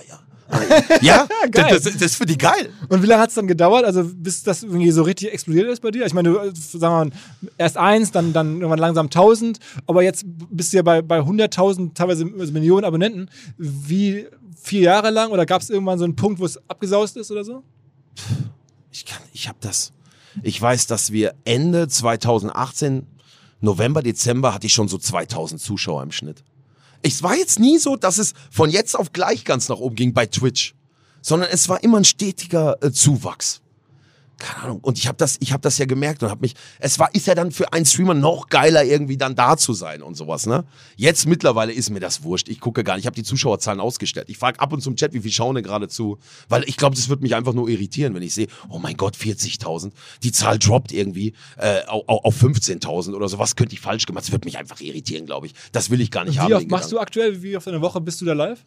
Ja, Geil. das, das, das ist für die geil. Und wie lange hat es dann gedauert, also bis das irgendwie so richtig explodiert ist bei dir? Ich meine, du, sagen wir mal, erst eins, dann, dann irgendwann langsam tausend, aber jetzt bist du ja bei, bei hunderttausend, teilweise Millionen Abonnenten. Wie vier Jahre lang oder gab es irgendwann so einen Punkt, wo es abgesaust ist oder so? Ich kann, ich habe das, ich weiß, dass wir Ende zweitausendachtzehn, November, Dezember hatte ich schon so zweitausend Zuschauer im Schnitt. Es war jetzt nie so, dass es von jetzt auf gleich ganz nach oben ging bei Twitch, sondern es war immer ein stetiger äh, Zuwachs. Keine Ahnung. Und ich habe das, ich habe das ja gemerkt und habe mich, es war, ist ja dann für einen Streamer noch geiler irgendwie dann da zu sein und sowas, ne? Jetzt mittlerweile ist mir das wurscht. Ich gucke gar nicht, ich habe die Zuschauerzahlen ausgestellt. Ich frage ab und zu im Chat, wie viel schauen denn gerade zu, weil ich glaube, das wird mich einfach nur irritieren, wenn ich sehe, oh mein Gott, vierzigtausend, die Zahl droppt irgendwie äh, auf, auf fünfzehntausend oder so. Was könnte ich falsch gemacht? Das wird mich einfach irritieren, glaube ich. Das will ich gar nicht wie haben. Wie oft machst du aktuell, wie oft in der Woche bist du da live?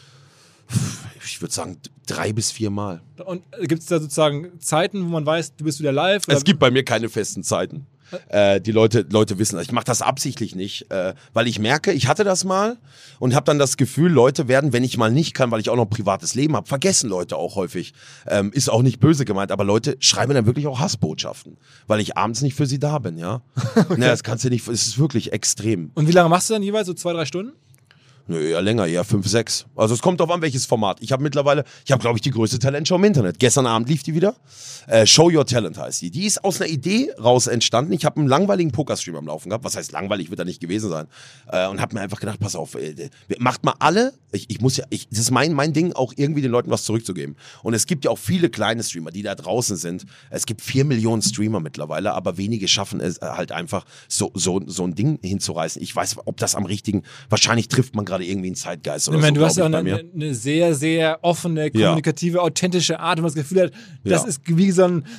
Ich würde sagen, drei bis vier Mal. Und gibt es da sozusagen Zeiten, wo man weiß, du bist wieder live? Es gibt bei mir keine festen Zeiten. Äh, die Leute, Leute wissen, ich mache das absichtlich nicht, äh, weil ich merke, ich hatte das mal und habe dann das Gefühl, Leute werden, wenn ich mal nicht kann, weil ich auch noch ein privates Leben habe, vergessen Leute auch häufig. Ähm, ist auch nicht böse gemeint, aber Leute schreiben dann wirklich auch Hassbotschaften, weil ich abends nicht für sie da bin, ja. Okay. Na, das kannst du nicht, es ist wirklich extrem. Und wie lange machst du dann jeweils? So zwei, drei Stunden? Nö, eher länger, eher fünf, sechs. Also es kommt drauf an, welches Format. Ich habe mittlerweile, ich habe glaube ich die größte Talentshow im Internet. Gestern Abend lief die wieder. Äh, Show Your Talent heißt die. Die ist aus einer Idee raus entstanden. Ich habe einen langweiligen Pokerstream am Laufen gehabt. Was heißt langweilig, wird da nicht gewesen sein. Äh, und habe mir einfach gedacht, pass auf, äh, macht mal alle, ich, ich muss ja, ich, das ist mein, mein Ding, auch irgendwie den Leuten was zurückzugeben. Und es gibt ja auch viele kleine Streamer, die da draußen sind. Es gibt vier Millionen Streamer mittlerweile, aber wenige schaffen es halt einfach, so, so, so ein Ding hinzureißen. Ich weiß, ob das am richtigen, wahrscheinlich trifft man gerade irgendwie einen Zeitgeist. Oder ich meine, so, du hast ja ich, eine, eine sehr, sehr offene, kommunikative, ja. authentische Art, wo man das Gefühl hat, das ja. ist wie so ein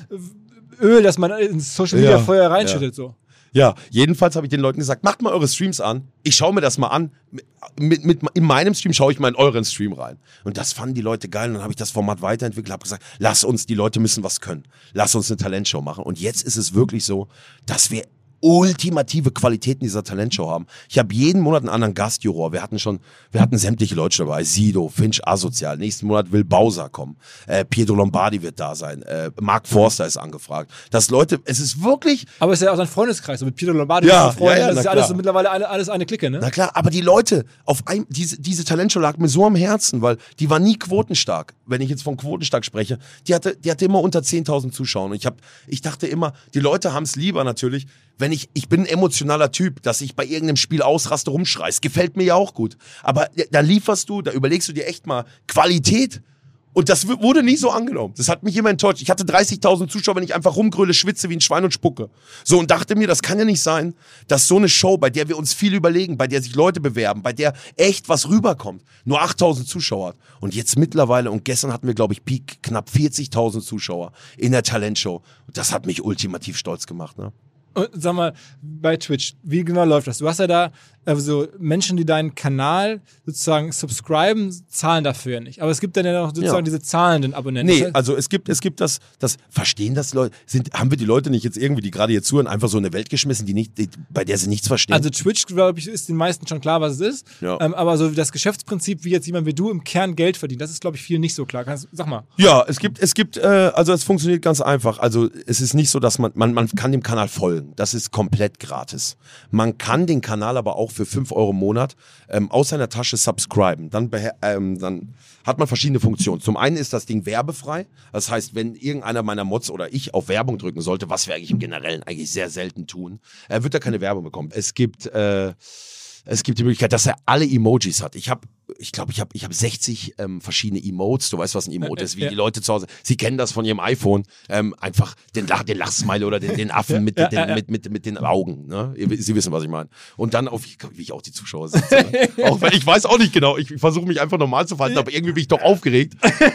Öl, das man ins Social Media ja. Feuer reinschüttet. Ja. So. Ja, jedenfalls habe ich den Leuten gesagt, macht mal eure Streams an. Ich schaue mir das mal an. Mit, mit, in meinem Stream schaue ich mal in euren Stream rein. Und das fanden die Leute geil. Und dann habe ich das Format weiterentwickelt, habe gesagt, lass uns, die Leute müssen was können. Lass uns eine Talentshow machen. Und jetzt ist es wirklich so, dass wir ultimative Qualitäten dieser Talentshow haben. Ich habe jeden Monat einen anderen Gastjuror. Wir hatten schon, wir hatten sämtliche Leute dabei. Sido, Finch Asozial. Nächsten Monat will Bowser kommen. Äh, Pietro Lombardi wird da sein. Äh, Mark Forster ist angefragt. Das Leute, es ist wirklich... Aber es ist ja auch dein Freundeskreis. So mit Pietro Lombardi, ja, Freunde, ja, ja, das ist ja alles so mittlerweile eine, alles eine Clique, ne? Na klar, aber die Leute, auf ein, diese, diese Talentshow lag mir so am Herzen, weil die war nie quotenstark. Wenn ich jetzt von quotenstark spreche, die hatte, die hatte immer unter zehntausend Zuschauer. Und ich, hab, ich dachte immer, die Leute haben es lieber natürlich, wenn ich, ich bin ein emotionaler Typ, dass ich bei irgendeinem Spiel ausraste, rumschreist, gefällt mir ja auch gut. Aber da lieferst du, da überlegst du dir echt mal Qualität. Und das wurde nie so angenommen. Das hat mich immer enttäuscht. Ich hatte dreißigtausend Zuschauer, wenn ich einfach rumgröle, schwitze wie ein Schwein und spucke. So, und dachte mir, das kann ja nicht sein, dass so eine Show, bei der wir uns viel überlegen, bei der sich Leute bewerben, bei der echt was rüberkommt, nur achttausend Zuschauer hat. Und jetzt mittlerweile, und gestern hatten wir, glaube ich, Peak knapp vierzigtausend Zuschauer in der Talentshow. Und das hat mich ultimativ stolz gemacht, ne? Und sag mal, bei Twitch, wie genau läuft das? Du hast ja da also Menschen, die deinen Kanal sozusagen subscriben, zahlen dafür ja nicht. Aber es gibt dann ja noch sozusagen ja. diese zahlenden Abonnenten. Nee, also es gibt, es gibt das, das, verstehen das Leute, sind, haben wir die Leute nicht jetzt irgendwie, die gerade hier zuhören, einfach so in eine Welt geschmissen, die nicht, die, bei der sie nichts verstehen? Also Twitch, glaube ich, ist den meisten schon klar, was es ist. Ja. Ähm, aber so das Geschäftsprinzip, wie jetzt jemand wie du im Kern Geld verdient, das ist, glaube ich, vielen nicht so klar. Kannst, sag mal. Ja, es gibt, es gibt, äh, also es funktioniert ganz einfach. Also es ist nicht so, dass man, man, man kann dem Kanal folgen. Das ist komplett gratis. Man kann den Kanal aber auch für fünf Euro im Monat ähm, aus seiner Tasche subscriben. Dann, ähm, dann hat man verschiedene Funktionen. Zum einen ist das Ding werbefrei. Das heißt, wenn irgendeiner meiner Mods oder ich auf Werbung drücken sollte, was wir eigentlich im Generellen eigentlich sehr selten tun, äh, wird er keine Werbung bekommen. Es gibt, äh, es gibt die Möglichkeit, dass er alle Emojis hat. Ich habe Ich glaube, ich habe ich hab sechzig ähm, verschiedene Emotes. Du weißt, was ein Emote ist, wie ja. die Leute zu Hause. Sie kennen das von ihrem iPhone. Ähm, einfach den, den Lachsmiley oder den, den Affen mit, ja, den, ja, ja. Mit, mit, mit den Augen. Ne? Sie wissen, was ich meine. Und dann auf, wie ich auch die Zuschauer sitze. Ne? Auch wenn ich weiß auch nicht genau. Ich versuche mich einfach normal zu verhalten, aber irgendwie bin ich doch aufgeregt.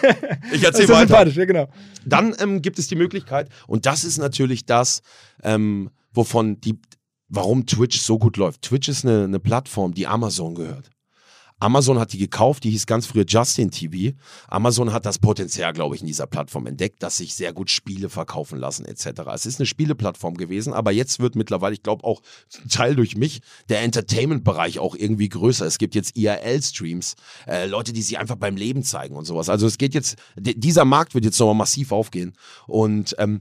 Ich erzähle weiter. Sympathisch, ja, genau. Dann ähm, gibt es die Möglichkeit, und das ist natürlich das, ähm, wovon die, warum Twitch so gut läuft. Twitch ist eine, eine Plattform, die Amazon gehört. Amazon hat die gekauft, die hieß ganz früher Justin T V. Amazon hat das Potenzial, glaube ich, in dieser Plattform entdeckt, dass sich sehr gut Spiele verkaufen lassen et cetera. Es ist eine Spieleplattform gewesen, aber jetzt wird mittlerweile, ich glaube auch zum Teil durch mich, der Entertainment-Bereich auch irgendwie größer. Es gibt jetzt I R L-Streams, äh, Leute, die sich einfach beim Leben zeigen und sowas. Also es geht jetzt, d- dieser Markt wird jetzt nochmal massiv aufgehen und ähm,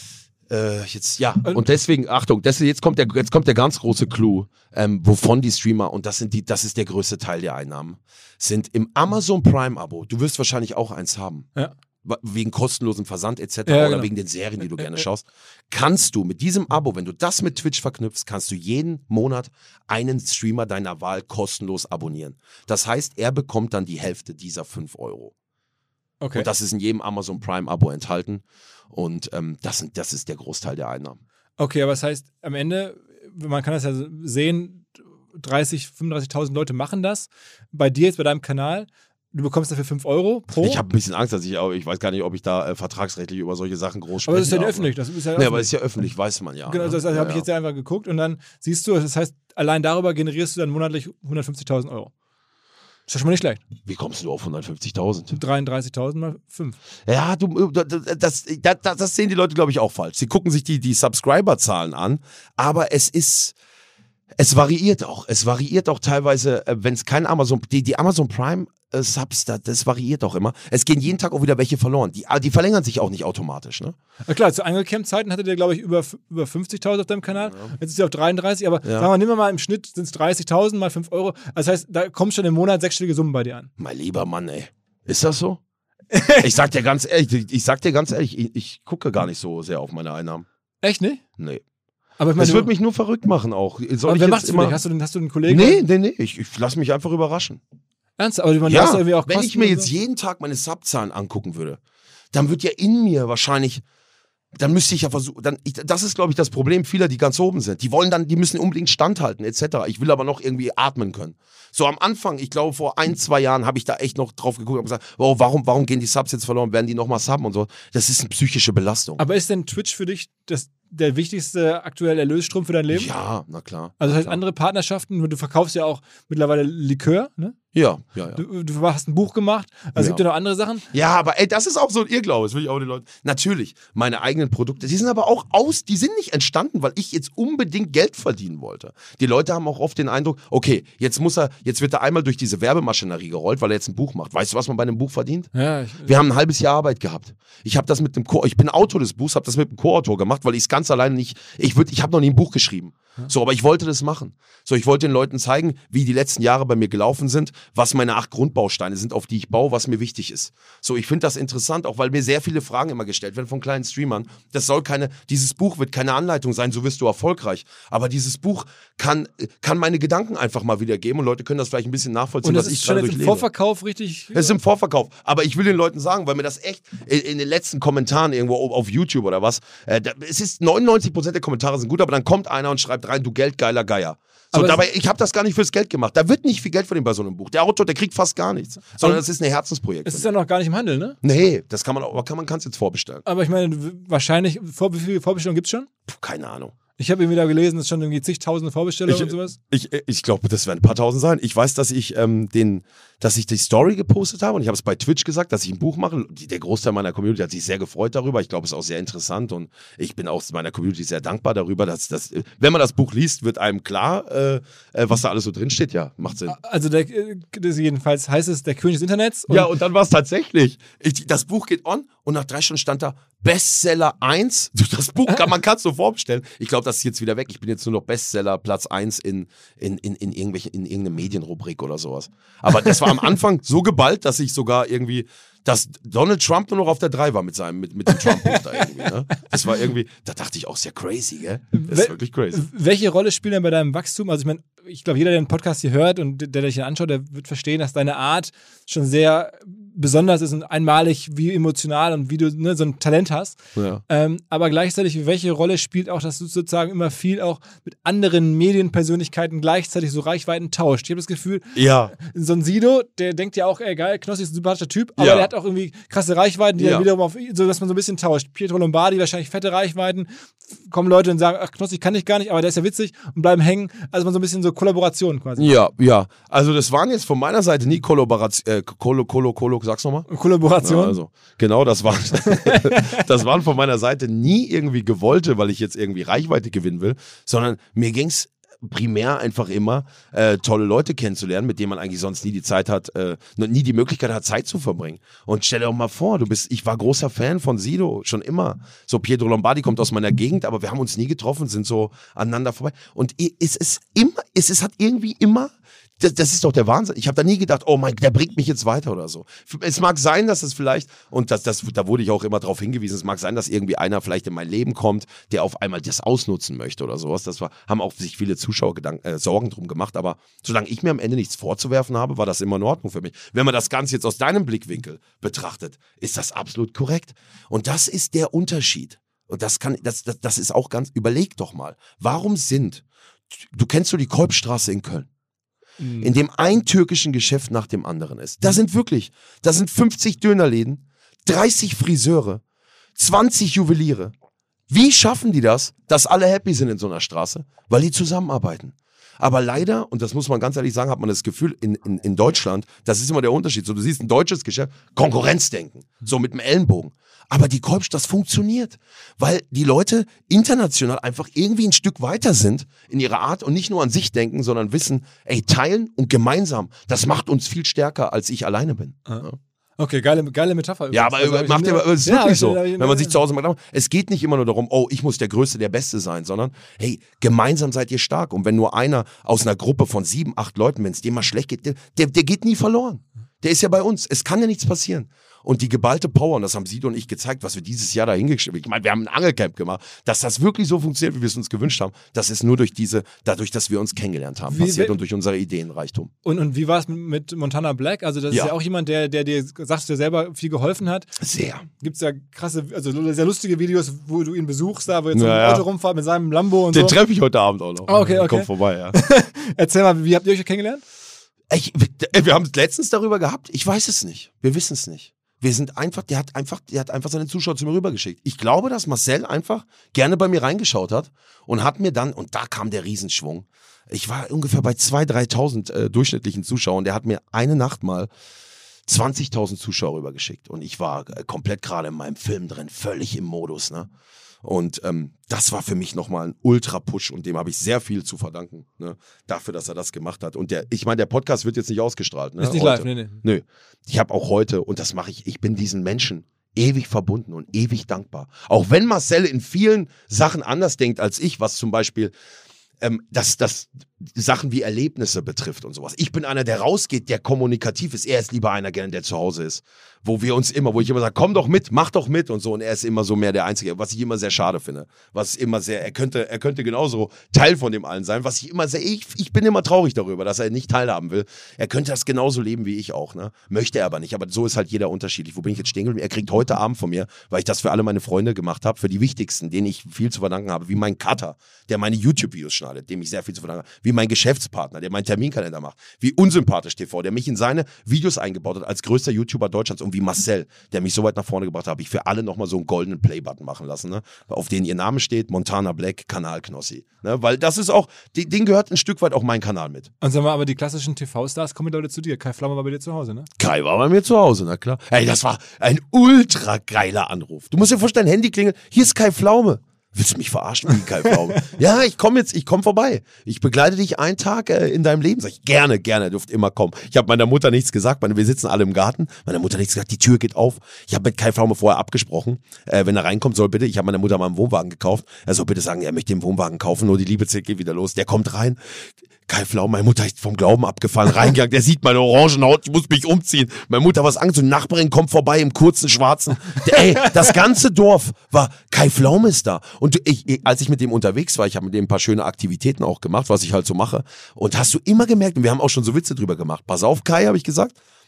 Äh, jetzt, ja, und deswegen, Achtung, deswegen, jetzt kommt der, jetzt kommt der ganz große Clou, ähm, wovon die Streamer, und das sind die, das ist der größte Teil der Einnahmen, sind im Amazon Prime-Abo, du wirst wahrscheinlich auch eins haben. Ja. Wegen kostenlosem Versand et cetera. Ja, oder genau. wegen den Serien, die du gerne schaust, kannst du mit diesem Abo, wenn du das mit Twitch verknüpfst, kannst du jeden Monat einen Streamer deiner Wahl kostenlos abonnieren. Das heißt, er bekommt dann die Hälfte dieser fünf Euro. Okay. Und das ist in jedem Amazon Prime-Abo enthalten. Und ähm, das, sind, das ist der Großteil der Einnahmen. Okay, aber das heißt, am Ende, man kann das ja sehen, dreißig, fünfunddreißigtausend Leute machen das. Bei dir jetzt, bei deinem Kanal, du bekommst dafür fünf Euro pro. Ich habe ein bisschen Angst, dass ich, ich weiß gar nicht, ob ich da äh, vertragsrechtlich über solche Sachen groß spreche. Aber das ist ja darf, öffentlich. Das ist ja Ne, öffentlich. aber es ist ja öffentlich, weiß man ja. Genau, das, das ja, habe ich ja. jetzt ja einfach geguckt und dann siehst du, das heißt, allein darüber generierst du dann monatlich hundertfünfzigtausend Euro. Ist ja schon mal nicht schlecht. Wie kommst du auf hundertfünfzigtausend? dreiunddreißigtausend mal fünf. Ja, du, das, das, das sehen die Leute, glaube ich, auch falsch. Sie gucken sich die, die Subscriber-Zahlen an, aber es ist, es variiert auch. Es variiert auch teilweise, wenn es kein Amazon, die, die Amazon Prime äh, Subs, das, das variiert auch immer. Es gehen jeden Tag auch wieder welche verloren. Die, die verlängern sich auch nicht automatisch, ne? Na klar, zu Angelcamp-Zeiten hattet ihr, glaube ich, über, über fünfzigtausend auf deinem Kanal. Ja. Jetzt ist sie auf dreiunddreißig, aber Ja. sagen wir, nehmen wir mal im Schnitt sind es dreißigtausend mal fünf Euro. Das heißt, da kommt schon im Monat sechsstellige Summen bei dir an. Mein lieber Mann, ey. Ist das so? Ich sag dir ganz ehrlich, ich, ich sag dir ganz ehrlich, ich, ich gucke gar nicht so sehr auf meine Einnahmen. Echt, nicht? Nee. Aber ich meine, Das du- würde mich nur verrückt machen auch. Soll aber ich wer jetzt macht's für immer... dich? Hast du, den, hast du einen Kollegen? Nee, nee, nee. Ich, ich lasse mich einfach überraschen. Ernst? Aber man Ja, hast irgendwie auch wenn Kosten ich mir und jetzt so? jeden Tag meine Subzahlen angucken würde, dann wird ja in mir wahrscheinlich, dann müsste ich ja versuchen, dann, ich, das ist, glaube ich, das Problem vieler, die ganz oben sind. Die wollen dann, die müssen unbedingt standhalten, et cetera. Ich will aber noch irgendwie atmen können. So am Anfang, ich glaube, vor ein, zwei Jahren habe ich da echt noch drauf geguckt und gesagt, oh, warum, warum gehen die Subs jetzt verloren, werden die nochmal subben und so. Das ist eine psychische Belastung. Aber ist denn Twitch für dich das, der wichtigste aktuelle Erlösstrom für dein Leben? Ja, na klar. Also das heißt, klar. andere Partnerschaften, du verkaufst ja auch mittlerweile Likör, ne? Ja, ja, ja. Du, du hast ein Buch gemacht, also es Ja. gibt ja noch andere Sachen. Ja, aber ey, das ist auch so ein Irrglaube, das will ich auch den Leuten. Natürlich, meine eigenen Produkte, die sind aber auch aus, die sind nicht entstanden, weil ich jetzt unbedingt Geld verdienen wollte. Die Leute haben auch oft den Eindruck, okay, jetzt muss er, jetzt wird er einmal durch diese Werbemaschinerie gerollt, weil er jetzt ein Buch macht. Weißt du, was man bei einem Buch verdient? Ja, ich, Wir haben ein halbes Jahr Arbeit gehabt. Ich habe das mit dem Co ich bin Autor des Buchs, habe das mit dem Co-Autor gemacht, weil ich es ganz alleine nicht, ich würde, ich habe noch nie ein Buch geschrieben. So, aber ich wollte das machen. So, ich wollte den Leuten zeigen, wie die letzten Jahre bei mir gelaufen sind, was meine acht Grundbausteine sind, auf die ich baue, was mir wichtig ist. So, ich finde das interessant, auch weil mir sehr viele Fragen immer gestellt werden von kleinen Streamern. Das soll keine, dieses Buch wird keine Anleitung sein, so wirst du erfolgreich. Aber dieses Buch kann, kann meine Gedanken einfach mal wiedergeben und Leute können das vielleicht ein bisschen nachvollziehen, und das was ich ist schon gerade jetzt im durchlebe. Vorverkauf richtig. Es ist im Vorverkauf. Aber ich will den Leuten sagen, weil mir das echt in, in den letzten Kommentaren irgendwo auf YouTube oder was, äh, da, es ist neunundneunzig Prozent der Kommentare sind gut, aber dann kommt einer und schreibt rein, du geldgeiler Geier. So, Aber dabei, ich habe das gar nicht fürs Geld gemacht. Da wird nicht viel Geld verdient bei so einem Buch. Der Autor, der kriegt fast gar nichts. Sondern das ist ein Herzensprojekt. Es ist ja noch gar nicht im Handel, ne? Nee, das kann man auch, aber kann man kann es jetzt vorbestellen. Aber ich meine, w- wahrscheinlich, vor, wie viele Vorbestellungen gibt es schon? Puh, keine Ahnung. Ich habe irgendwie da gelesen, es schon irgendwie zigtausende Vorbestellungen Ich- und sowas. Ich, ich glaube, das werden ein paar tausend sein. Ich weiß, dass ich ähm, den, dass ich die Story gepostet habe und ich habe es bei Twitch gesagt, dass ich ein Buch mache. Die, der Großteil meiner Community hat sich sehr gefreut darüber. Ich glaube, es ist auch sehr interessant und ich bin auch meiner Community sehr dankbar darüber, dass das, wenn man das Buch liest, wird einem klar, äh, äh, was da alles so drin steht. Ja, macht Sinn. Also der, äh, das jedenfalls heißt es der König des Internets. Und Ja, und dann war es tatsächlich. Ich, das Buch geht on und nach drei Stunden stand da Bestseller eins. Das Buch kann man kann es so vorbestellen. Ich glaube, das ist jetzt wieder weg. Ich bin jetzt nur noch Bestseller Platz eins in, in, in, in, irgendwelchen, in irgendeiner Medienrubrik oder sowas. Aber das war am Anfang so geballt, dass ich sogar irgendwie, dass Donald Trump nur noch auf der drei war mit seinem, mit, mit dem Trump-Buch da irgendwie. Ne? Das war irgendwie, da dachte ich auch, ist ja crazy, gell? Das ist Wel- wirklich crazy. Welche Rolle spielt denn bei deinem Wachstum? Also ich meine, ich glaube, jeder, der den Podcast hier hört und der, der dich hier anschaut, der wird verstehen, dass deine Art schon sehr besonders ist und einmalig, wie emotional und wie du ne, so ein Talent hast. Ja. Ähm, aber gleichzeitig, welche Rolle spielt auch, dass du sozusagen immer viel auch mit anderen Medienpersönlichkeiten gleichzeitig so Reichweiten tauscht? Ich habe das Gefühl, Ja. so ein Sido, der denkt ja auch, ey geil, Knossi ist ein sympathischer Typ, aber Ja. der hat auch irgendwie krasse Reichweiten, die Ja. dann wiederum auf, so dass man so ein bisschen tauscht. Pietro Lombardi, wahrscheinlich fette Reichweiten, kommen Leute und sagen, ach Knossi kann ich gar nicht, aber der ist ja witzig und bleiben hängen. Also man so ein bisschen so Kollaboration quasi. Ja, ja. Also das waren jetzt von meiner Seite nie Kollaboration, äh, Kolo, Kolo, Kolo, sag's nochmal. Kollaboration. Ja, also, genau, das waren, das waren von meiner Seite nie irgendwie gewollte, weil ich jetzt irgendwie Reichweite gewinnen will, sondern mir ging's primär einfach immer, äh, tolle Leute kennenzulernen, mit denen man eigentlich sonst nie die Zeit hat, äh, nie die Möglichkeit hat, Zeit zu verbringen. Und stell dir doch mal vor, du bist, ich war großer Fan von Sido, schon immer. So, Pietro Lombardi kommt aus meiner Gegend, aber wir haben uns nie getroffen, sind so aneinander vorbei. Und es ist immer, es ist, hat irgendwie immer, das, das ist doch der Wahnsinn. Ich habe da nie gedacht, oh mein, der bringt mich jetzt weiter oder so. Es mag sein, dass es vielleicht, und das, das, da wurde ich auch immer darauf hingewiesen, es mag sein, dass irgendwie einer vielleicht in mein Leben kommt, der auf einmal das ausnutzen möchte oder sowas. Das war, haben auch sich viele Zuschauer Gedanken, äh, Sorgen drum gemacht, aber solange ich mir am Ende nichts vorzuwerfen habe, war das immer in Ordnung für mich. Wenn man das Ganze jetzt aus deinem Blickwinkel betrachtet, ist das absolut korrekt. Und das ist der Unterschied. Und das kann, das, das, das ist auch ganz, überleg doch mal, warum sind, du kennst du die Kolbstraße in Köln? In dem ein türkischen Geschäft nach dem anderen ist. Da sind wirklich, da sind fünfzig Dönerläden, dreißig Friseure, zwanzig Juweliere. Wie schaffen die das, dass alle happy sind in so einer Straße? Weil die zusammenarbeiten. Aber leider, und das muss man ganz ehrlich sagen, hat man das Gefühl, in, in, in Deutschland, das ist immer der Unterschied. So, du siehst ein deutsches Geschäft, Konkurrenzdenken, so mit dem Ellenbogen. Aber die Kolbstraße, das funktioniert, weil die Leute international einfach irgendwie ein Stück weiter sind in ihrer Art und nicht nur an sich denken, sondern wissen, ey, teilen und gemeinsam, das macht uns viel stärker, als ich alleine bin. Ah. Okay, geile, geile Metapher. Ja, aber also, macht ihr, es ist ja, wirklich so. ich, Wenn man sich zu Hause mal, es geht nicht immer nur darum, oh, ich muss der Größte, der Beste sein, sondern, hey, gemeinsam seid ihr stark. Und wenn nur einer aus einer Gruppe von sieben, acht Leuten, wenn es dem mal schlecht geht, der, der, der geht nie verloren. Der ist ja bei uns. Es kann ja nichts passieren. Und die geballte Power, und das haben Sido und ich gezeigt, was wir dieses Jahr da hingeschrieben haben. Ich meine, wir haben ein Angelcamp gemacht, dass das wirklich so funktioniert, wie wir es uns gewünscht haben. Das ist nur durch diese, dadurch, dass wir uns kennengelernt haben, Wie, passiert we- und durch unser Ideenreichtum. Und, und wie war es mit Montana Black? Also das Ja. ist ja auch jemand, der, der dir, sagst du, selber viel geholfen hat. Sehr. Gibt es ja krasse, also sehr lustige Videos, wo du ihn besuchst, da wo jetzt so ein Naja. Auto rumfährt mit seinem Lambo und Den so. treffe ich heute Abend auch noch. Ah, okay, okay. Kommt vorbei, ja. Erzähl mal, wie habt ihr euch kennengelernt? Ich, wir haben es letztens darüber gehabt. Ich weiß es nicht. Wir wissen es nicht. Wir sind einfach, der hat einfach, der hat einfach seine Zuschauer zu mir rübergeschickt. Ich glaube, dass Marcel einfach gerne bei mir reingeschaut hat und hat mir dann, und da kam der Riesenschwung. Ich war ungefähr bei zweitausend, dreitausend äh, durchschnittlichen Zuschauern. Der hat mir eine Nacht mal zwanzigtausend Zuschauer rübergeschickt. Und ich war äh, komplett gerade in meinem Film drin, völlig im Modus, ne? Und ähm, das war für mich nochmal ein Ultra-Push und dem habe ich sehr viel zu verdanken, ne? Dafür, dass er das gemacht hat. Und der, ich meine, der Podcast wird jetzt nicht ausgestrahlt. Ne? Ist nicht Heute. live, nee, nee. Nö. Ich habe auch heute, und das mache ich, ich bin diesen Menschen ewig verbunden und ewig dankbar. Auch wenn Marcel in vielen Sachen anders denkt als ich, was zum Beispiel ähm, das, das Sachen wie Erlebnisse betrifft und sowas. Ich bin einer, der rausgeht, der kommunikativ ist. Er ist lieber einer gerne, der zu Hause ist. Wo wir uns immer, wo ich immer sage, komm doch mit, mach doch mit und so. Und er ist immer so mehr der Einzige, was ich immer sehr schade finde. Was immer sehr, er könnte, er könnte genauso Teil von dem allen sein. Was ich immer sehr, ich, ich bin immer traurig darüber, dass er nicht teilhaben will. Er könnte das genauso leben wie ich auch, ne? Möchte er aber nicht. Aber so ist halt jeder unterschiedlich. Wo bin ich jetzt stehen geblieben? Er kriegt heute Abend von mir, weil ich das für alle meine Freunde gemacht habe, für die wichtigsten, denen ich viel zu verdanken habe, wie mein Cutter, der meine YouTube-Videos schneidet, dem ich sehr viel zu verdanken habe, wie mein Geschäftspartner, der meinen Terminkalender macht, wie Unsympathisch T V, der mich in seine Videos eingebaut hat als größter YouTuber Deutschlands und wie Marcel, der mich so weit nach vorne gebracht hat, habe ich für alle nochmal so einen goldenen Play-Button machen lassen, ne? Auf den ihr Name steht, Montana Black, Kanal Knossi. Ne? Weil das ist auch, den gehört ein Stück weit auch mein Kanal mit. Und sag mal, aber die klassischen T V-Stars kommen Leute zu dir. Kai Pflaume war bei dir zu Hause, ne? Kai war bei mir zu Hause, na klar. Ey, das war ein ultra geiler Anruf. Du musst dir vorstellen, Handy klingelt, hier ist Kai Pflaume. Willst du mich verarschen, wie Kai Pflaume? Ja, ich komme jetzt, ich komme vorbei. Ich begleite dich einen Tag äh, in deinem Leben. Sag ich, gerne, gerne, dürft immer kommen. Ich habe meiner Mutter nichts gesagt, meine, wir sitzen alle im Garten. Meiner Mutter nichts gesagt, die Tür geht auf. Ich habe mit Kai Pflaume vorher abgesprochen, äh, wenn er reinkommt, soll bitte, ich habe meiner Mutter mal einen Wohnwagen gekauft, er soll bitte sagen, er möchte den Wohnwagen kaufen, nur die Liebeszeit geht wieder los. Der kommt rein. Kai Pflaume, meine Mutter ist vom Glauben abgefallen, reingegangen, der sieht meine Orangenhaut, ich muss mich umziehen. Meine Mutter was Angst, so eine Nachbarin kommt vorbei im kurzen Schwarzen. Der, ey, das ganze Dorf war, Kai Pflaume ist da. Und ich, ich, als ich mit dem unterwegs war, ich habe mit dem ein paar schöne Aktivitäten auch gemacht, was ich halt so mache. Und hast du immer gemerkt, und wir haben auch schon so Witze drüber gemacht, pass auf Kai, habe ich gesagt,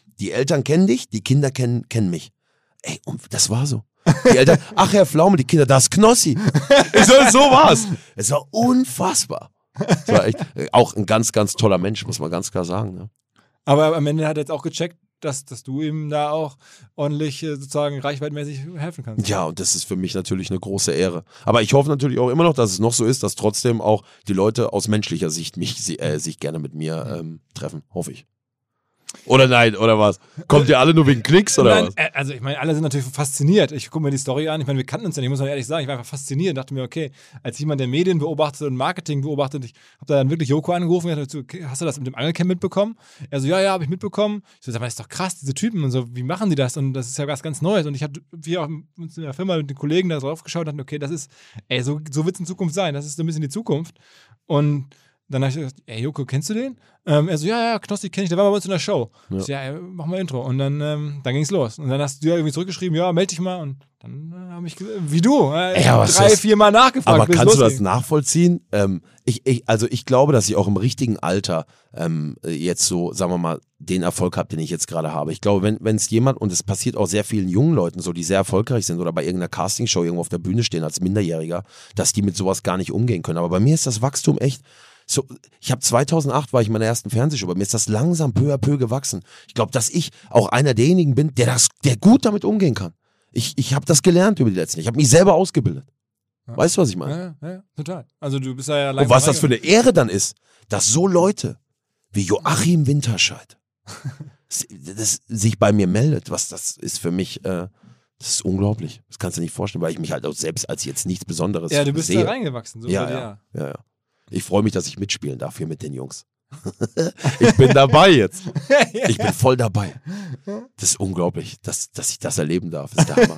die Eltern kennen dich, die Kinder kennen, kennen mich. Ey, und das war so. Die Eltern, ach Herr Pflaume, die Kinder, das ist Knossi. So, so war's. Es war unfassbar. Es war echt auch ein ganz, ganz toller Mensch, muss man ganz klar sagen. Ne? Aber am Ende hat er jetzt auch gecheckt, dass, dass du ihm da auch ordentlich sozusagen reichweitmäßig helfen kannst. Ja, und das ist für mich natürlich eine große Ehre. Aber ich hoffe natürlich auch immer noch, dass es noch so ist, dass trotzdem auch die Leute aus menschlicher Sicht mich, äh, sich gerne mit mir ähm, treffen. Hoffe ich. Oder nein, oder was? Kommt ihr alle nur wegen Klicks oder Nein, was? äh, also ich meine, alle sind natürlich fasziniert. Ich gucke mir die Story an. Ich meine, wir kannten uns ja nicht, muss man ehrlich sagen. Ich war einfach fasziniert und dachte mir, okay, als jemand, der Medien beobachtet und Marketing beobachtet, ich habe da dann wirklich Joko angerufen und gesagt, okay, hast du das mit dem Angelcamp mitbekommen? Er so, ja, ja, habe ich mitbekommen. Ich so, sag mal, das ist doch krass, diese Typen und so, wie machen die das? Und das ist ja was ganz Neues. Und ich habe, wir auch uns in der Firma mit den Kollegen da drauf geschaut und dachten, okay, das ist, ey, so, so wird es in Zukunft sein. Das ist so ein bisschen die Zukunft. Und dann habe ich gesagt, ey Joko, kennst du den? Ähm, er so, ja, ja, Knossi kenn ich, der war bei uns in der Show. Ja. Ich so, ja, ey, mach mal Intro. Und dann, ähm, dann ging's los. Und dann hast du ja irgendwie zurückgeschrieben, ja, melde dich mal. Und dann äh, habe ich, wie du, äh, ey, drei, das, vier Mal nachgefragt. Aber kannst du das nachvollziehen? Ähm, ich, ich, also ich glaube, dass ich auch im richtigen Alter ähm, jetzt so, sagen wir mal, den Erfolg habe, den ich jetzt gerade habe. Ich glaube, wenn wenn es jemand, und es passiert auch sehr vielen jungen Leuten so, die sehr erfolgreich sind oder bei irgendeiner Castingshow irgendwo auf der Bühne stehen als Minderjähriger, dass die mit sowas gar nicht umgehen können. Aber bei mir ist das Wachstum echt so, ich habe zweitausendacht war ich in meiner ersten Fernsehshow, bei mir ist das langsam peu à peu gewachsen. Ich glaube, dass ich auch einer derjenigen bin, der das, der gut damit umgehen kann. Ich, ich habe das gelernt über die letzten Jahre. Ich habe mich selber ausgebildet. Ja. Weißt du, was ich meine? Ja, ja, total. Also du bist ja, ja langsam. Und was das für eine Ehre dann ist, dass so Leute wie Joachim Winterscheid das sich bei mir meldet, was das ist für mich, äh, das ist unglaublich. Das kannst du dir nicht vorstellen, weil ich mich halt auch selbst als jetzt nichts Besonderes sehe. Ja, du bist sehe. da reingewachsen. So ja, ja, ja, ja. Ich freue mich, dass ich mitspielen darf hier mit den Jungs. Ich bin dabei jetzt. Ich bin voll dabei. Das ist unglaublich, dass, dass ich das erleben darf. Das ist der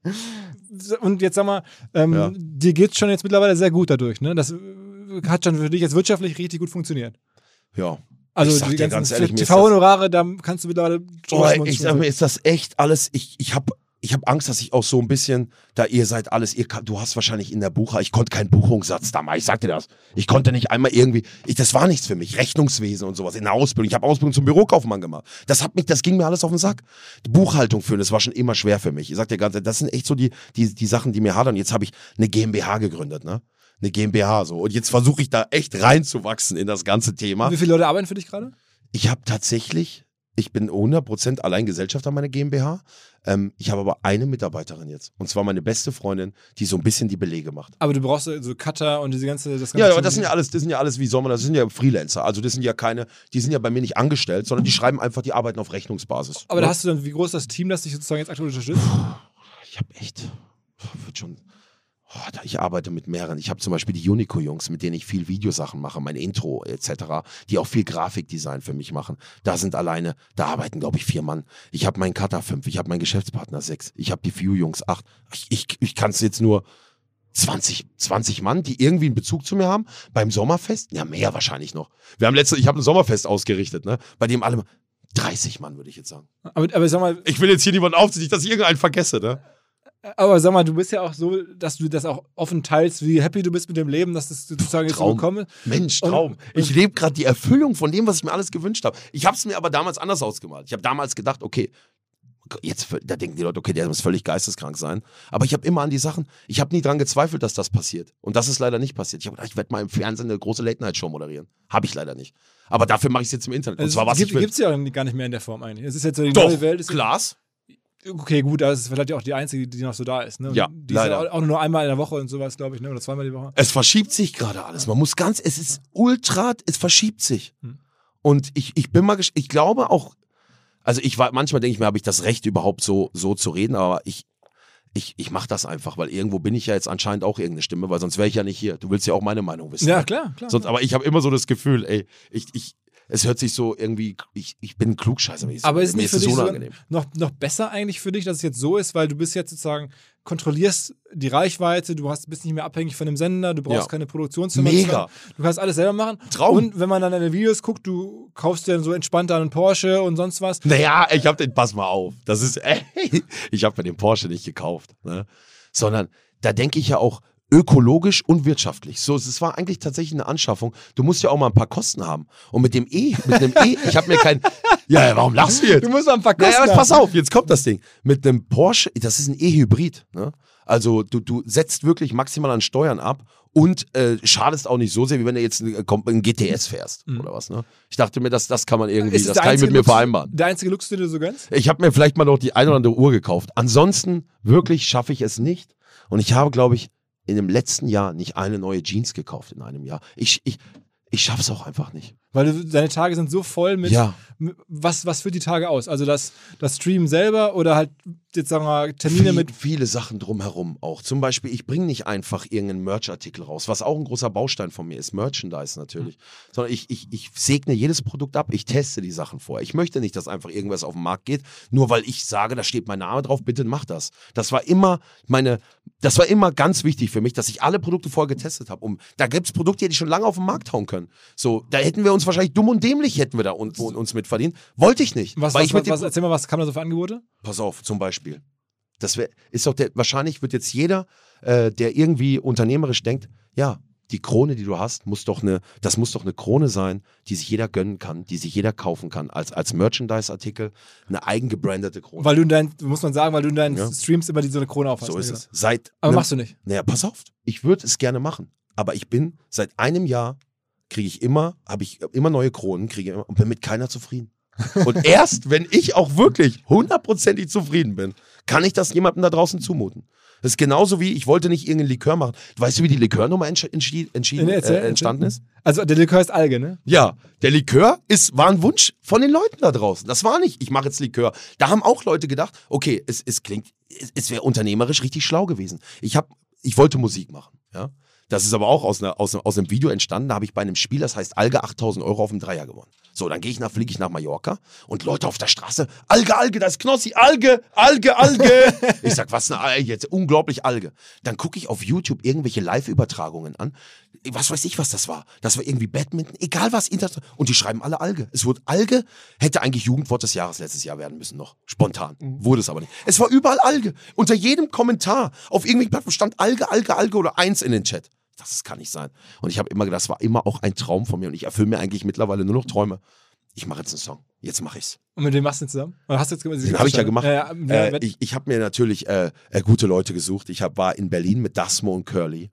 Hammer. Und jetzt sag mal, ähm, ja. dir geht es schon jetzt mittlerweile sehr gut dadurch, ne? Das hat schon für dich jetzt wirtschaftlich richtig gut funktioniert. Ja. Also die ganzen T V-Honorare, da kannst du mittlerweile... Oh, ich sag mir, ist das echt alles... Ich, ich habe ich hab Angst, dass ich auch so ein bisschen, da ihr seid alles, ihr, du hast wahrscheinlich in der Bucher, ich konnte keinen Buchungssatz damals, ich sag dir das. Ich konnte nicht einmal irgendwie, ich, das war nichts für mich, Rechnungswesen und sowas, in der Ausbildung. Ich habe Ausbildung zum Bürokaufmann gemacht. Das hat mich, das ging mir alles auf den Sack. Die Buchhaltung führen, das war schon immer schwer für mich. Ich sag dir ganz, das sind echt so die, die, die Sachen, die mir hadern. Jetzt habe ich eine GmbH gegründet, ne? Eine GmbH so. Und jetzt versuche ich da echt reinzuwachsen in das ganze Thema. Wie viele Leute arbeiten für dich gerade? Ich habe tatsächlich, ich bin hundert Prozent allein Gesellschafter meiner GmbH. Ähm, ich habe aber eine Mitarbeiterin jetzt. Und zwar meine beste Freundin, die so ein bisschen die Belege macht. Aber du brauchst so Cutter und diese ganze... Das ganze ja, aber das sind ja alles, das sind ja alles, wie soll man das, das sind ja Freelancer. Also das sind ja keine, die sind ja bei mir nicht angestellt, sondern die schreiben einfach, die arbeiten auf Rechnungsbasis. Aber ne? da hast du dann, wie groß ist das Team, das dich sozusagen jetzt aktuell unterstützt? Ich habe echt, wird schon... Oh, ich arbeite mit mehreren. Ich habe zum Beispiel die Unico-Jungs, mit denen ich viel Videosachen mache, mein Intro et cetera, die auch viel Grafikdesign für mich machen. Da sind alleine, da arbeiten, glaube ich, vier Mann. Ich habe meinen Cutter fünf, ich habe meinen Geschäftspartner sechs, ich habe die View-Jungs acht. Ich, ich, ich kann es jetzt nur zwanzig, zwanzig Mann, die irgendwie einen Bezug zu mir haben. Beim Sommerfest, ja mehr wahrscheinlich noch. Wir haben letzte, ich habe ein Sommerfest ausgerichtet, ne, bei dem alle, dreißig Mann würde ich jetzt sagen. Aber, aber sag mal, ich will jetzt hier niemanden aufziehen, nicht, dass ich irgendeinen vergesse, ne? Aber sag mal, du bist ja auch so, dass du das auch offen teilst, wie happy du bist mit dem Leben, dass das sozusagen jetzt so gekommen ist. Mensch, Traum. Und, ich lebe gerade die Erfüllung von dem, was ich mir alles gewünscht habe. Ich habe es mir aber damals anders ausgemalt. Ich habe damals gedacht, okay, jetzt, da denken die Leute, okay, der muss völlig geisteskrank sein. Aber ich habe immer an die Sachen, ich habe nie dran gezweifelt, dass das passiert. Und das ist leider nicht passiert. Ich habe gedacht, ich werde mal im Fernsehen eine große Late-Night-Show moderieren. Habe ich leider nicht. Aber dafür mache ich es jetzt im Internet. Und also zwar, was gibt, ich will. Gibt es ja gar nicht mehr in der Form eigentlich. Es ist jetzt so die Doch, neue Welt. Ist Klaas. Okay, gut, das ist vielleicht auch die einzige, die noch so da ist. Ne? Ja, die leider. ist ja auch nur einmal in der Woche und sowas, glaube ich, ne? Oder zweimal die Woche. Es verschiebt sich gerade alles. Man muss ganz, es ist ultra, es verschiebt sich. Hm. Und ich, ich bin mal, ich glaube auch, also ich war, manchmal denke ich mir, habe ich das Recht überhaupt so, so zu reden, aber ich, ich, ich mache das einfach, weil irgendwo bin ich ja jetzt anscheinend auch irgendeine Stimme, weil sonst wäre ich ja nicht hier. Du willst ja auch meine Meinung wissen. Ja, ne? klar, klar. Sonst, klar. Aber ich habe immer so das Gefühl, ey, ich, ich, es hört sich so irgendwie, ich, ich bin ein Klugscheißer. Ich aber so, ist es nicht für dich so unangenehm. noch, noch besser eigentlich für dich, dass es jetzt so ist, weil du bist jetzt sozusagen, kontrollierst die Reichweite, du hast, bist nicht mehr abhängig von dem Sender, du brauchst ja. keine Produktionsfirma. Mega. Du kannst alles selber machen. Traum. Und wenn man dann deine Videos guckt, du kaufst dir dann so entspannt einen Porsche und sonst was. Naja, ich hab den, pass mal auf, das ist, ey, ich habe mir den Porsche nicht gekauft, ne? Sondern da denke ich ja auch, ökologisch und wirtschaftlich. So, es war eigentlich tatsächlich eine Anschaffung. Du musst ja auch mal ein paar Kosten haben. Und mit dem E, mit einem E, ich habe mir kein, ja, warum lachst du jetzt? Du musst mal ein paar Kosten naja, aber haben. pass auf, jetzt kommt das Ding. Mit einem Porsche, das ist ein E-Hybrid, ne? Also du, du setzt wirklich maximal an Steuern ab und äh, schadest auch nicht so sehr, wie wenn du jetzt äh, ein G T S fährst mhm. oder was. Ne? Ich dachte mir, das, das kann man irgendwie, das kann ich mit mir Luxus, vereinbaren. Der einzige Luxus, den du so gönnst? Ich habe mir vielleicht mal noch die eine oder andere Uhr gekauft. Ansonsten wirklich schaffe ich es nicht. Und ich habe, glaube ich, in dem letzten Jahr nicht eine neue Jeans gekauft in einem Jahr. Ich, ich, ich schaffe es auch einfach nicht. Weil du, deine Tage sind so voll mit, ja. mit was, was führt die Tage aus? Also das, das Stream selber oder halt jetzt sagen wir Termine Viel, mit... Viele Sachen drumherum auch. Zum Beispiel, ich bringe nicht einfach irgendeinen Merch-Artikel raus, was auch ein großer Baustein von mir ist, Merchandise natürlich. Mhm. Sondern ich, ich, ich segne jedes Produkt ab, ich teste die Sachen vorher. Ich möchte nicht, dass einfach irgendwas auf den Markt geht, nur weil ich sage, da steht mein Name drauf, bitte mach das. Das war immer meine, das war immer ganz wichtig für mich, dass ich alle Produkte vorher getestet habe. Um, da gibt es Produkte, die hätte ich schon lange auf den Markt hauen können. So, da hätten wir uns wahrscheinlich dumm und dämlich hätten wir da un, un, uns mit verdient. Wollte ich nicht. Was, weil was, ich mit was, erzähl mal, was kam da so für Angebote? Pass auf, zum Beispiel. Das wär, ist doch der, wahrscheinlich wird jetzt jeder, äh, der irgendwie unternehmerisch denkt, ja, die Krone, die du hast, muss doch eine, das muss doch eine Krone sein, die sich jeder gönnen kann, die sich jeder kaufen kann, als, als Merchandise-Artikel, eine eigengebrandete Krone. Weil du in deinen, muss man sagen, weil du in deinen ja. Streams immer die, so eine Krone aufhast. So ist es. Seit aber ne, machst du nicht. Naja, pass auf, ich würde es gerne machen, aber ich bin seit einem Jahr, kriege ich immer, habe ich immer neue Kronen, kriege immer und bin mit keiner zufrieden. Und erst, wenn ich auch wirklich hundertprozentig zufrieden bin, kann ich das jemandem da draußen zumuten. Das ist genauso wie, ich wollte nicht irgendeinen Likör machen. Weißt du, wie die Likörnummer entsch entschieden, entschieden, nee, erzähl, äh, entstanden ist? Also der Likör ist Alge, ne? Ja, der Likör ist, war ein Wunsch von den Leuten da draußen. Das war nicht, ich mache jetzt Likör. Da haben auch Leute gedacht, okay, es, es klingt, es, es wäre unternehmerisch richtig schlau gewesen. Ich, hab, ich wollte Musik machen, ja. Das ist aber auch aus, einer, aus, aus einem Video entstanden. Da habe ich bei einem Spiel, das heißt Alge, achttausend Euro auf dem Dreier gewonnen. So, dann gehe ich nach, fliege ich nach Mallorca und Leute auf der Straße, Alge, Alge, das ist Knossi, Alge, Alge, Alge. Ich sag, was eine Alge jetzt? Unglaublich Alge. Dann gucke ich auf YouTube irgendwelche Live-Übertragungen an. Was weiß ich, was das war. Das war irgendwie Badminton, egal was. Und die schreiben alle Alge. Es wurde Alge, hätte eigentlich Jugendwort des Jahres letztes Jahr werden müssen noch. Spontan. Mhm. Wurde es aber nicht. Es war überall Alge. Unter jedem Kommentar auf irgendwelchen Plattformen stand Alge, Alge, Alge oder eins in den Chat. Das kann nicht sein. Und ich habe immer gedacht, das war immer auch ein Traum von mir. Und ich erfülle mir eigentlich mittlerweile nur noch Träume. Ich mache jetzt einen Song. Jetzt mache ich's. Und mit wem machst du denn zusammen? Oder hast du jetzt Den habe ich ja gemacht. Ja, ja, äh, ich ich habe mir natürlich äh, äh, gute Leute gesucht. Ich hab, war in Berlin mit Dasmo und Curly.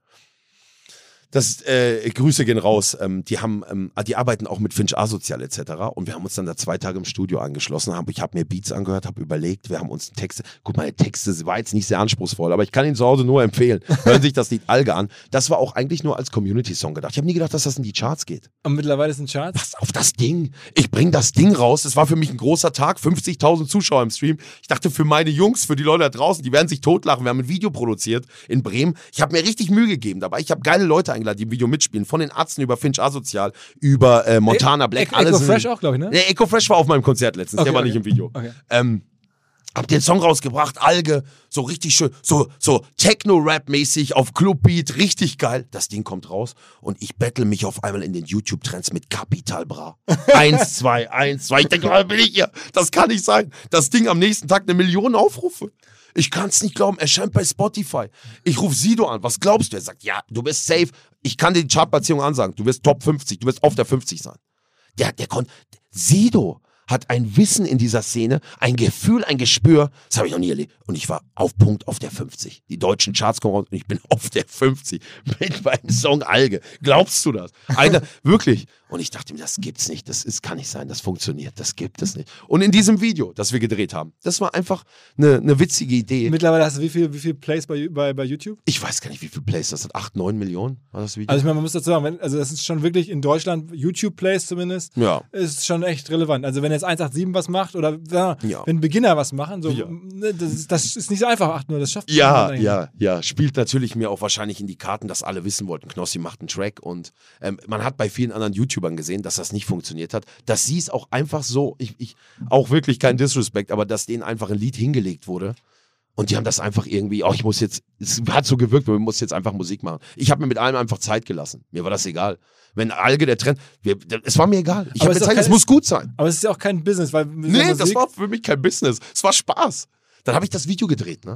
Das, äh, Grüße gehen raus. Ähm, die haben, ähm, die arbeiten auch mit Finch Asozial et cetera. Und wir haben uns dann da zwei Tage im Studio angeschlossen. Hab, ich habe mir Beats angehört, habe überlegt. Wir haben uns Texte. Guck mal, die Texte war jetzt nicht sehr anspruchsvoll, aber ich kann ihn zu Hause nur empfehlen. Hören sich das Lied Alge an. Das war auch eigentlich nur als Community-Song gedacht. Ich habe nie gedacht, dass das in die Charts geht. Und mittlerweile ist ein Charts? Pass auf das Ding. Ich bring das Ding raus. Das war für mich ein großer Tag. fünfzigtausend Zuschauer im Stream. Ich dachte, für meine Jungs, für die Leute da draußen, die werden sich totlachen. Wir haben ein Video produziert in Bremen. Ich habe mir richtig Mühe gegeben dabei. Ich habe geile Leute eingeladen, die im Video mitspielen. Von den Ärzten über Finch Asozial, über äh, Montana Black. E alles Eco Fresh auch, glaube ich, ne? Der Eco Fresh war auf meinem Konzert letztens. Okay, der war okay. nicht im Video. Okay. Ähm, hab den Song rausgebracht, Alge, so richtig schön, so, so Techno-Rap-mäßig auf Clubbeat, richtig geil. Das Ding kommt raus und ich battle mich auf einmal in den YouTube-Trends mit Capital Bra. eins, zwei, eins, zwei. Ich denke, was bin ich hier? Das kann nicht sein. Das Ding am nächsten Tag eine Million Aufrufe. Ich kann es nicht glauben, er scheint bei Spotify. Ich rufe Sido an, was glaubst du? Er sagt, ja, du bist safe. Ich kann dir die Chartplatzierung ansagen. Du wirst Top fünfzig, du wirst auf der fünfzig sein. Der, der konnte, Sido hat ein Wissen in dieser Szene, ein Gefühl, ein Gespür, das habe ich noch nie erlebt. Und ich war auf Punkt auf der fünfzig. Die deutschen Charts kommen raus und ich bin auf der fünfzig mit meinem Song Alge. Glaubst du das? Einer, wirklich. Und ich dachte mir, das gibt's nicht, das ist, kann nicht sein, das funktioniert, das gibt es nicht. Und in diesem Video, das wir gedreht haben, das war einfach eine, eine witzige Idee. Mittlerweile hast du wie viel, wie viel Plays bei, bei, bei YouTube? Ich weiß gar nicht, wie viel Plays das hat. acht, neun Millionen war das Video? Also ich meine, man muss dazu sagen, wenn, also das ist schon wirklich in Deutschland, YouTube-Plays zumindest, ja. ist schon echt relevant. Also wenn jetzt eins acht sieben was macht oder ja, ja. wenn Beginner was machen, so, ja. das, ist, das ist nicht so einfach, acht null, das schafft Ja, man ja, ja. Spielt natürlich mir auch wahrscheinlich in die Karten, dass alle wissen wollten, Knossi macht einen Track und ähm, man hat bei vielen anderen YouTubern gesehen, dass das nicht funktioniert hat, dass sie es auch einfach so, ich, ich auch wirklich kein Disrespect, aber dass denen einfach ein Lied hingelegt wurde und die haben das einfach irgendwie, oh, ich muss jetzt, es hat so gewirkt, man muss jetzt einfach Musik machen. Ich habe mir mit allem einfach Zeit gelassen. Mir war das egal. Wenn Alge der Trend, wir, es war mir egal. Ich habe mir Zeit, es muss gut sein. Aber es ist ja auch kein Business, weil nee, das war für mich kein Business. Es war Spaß. Dann habe ich das Video gedreht, ne?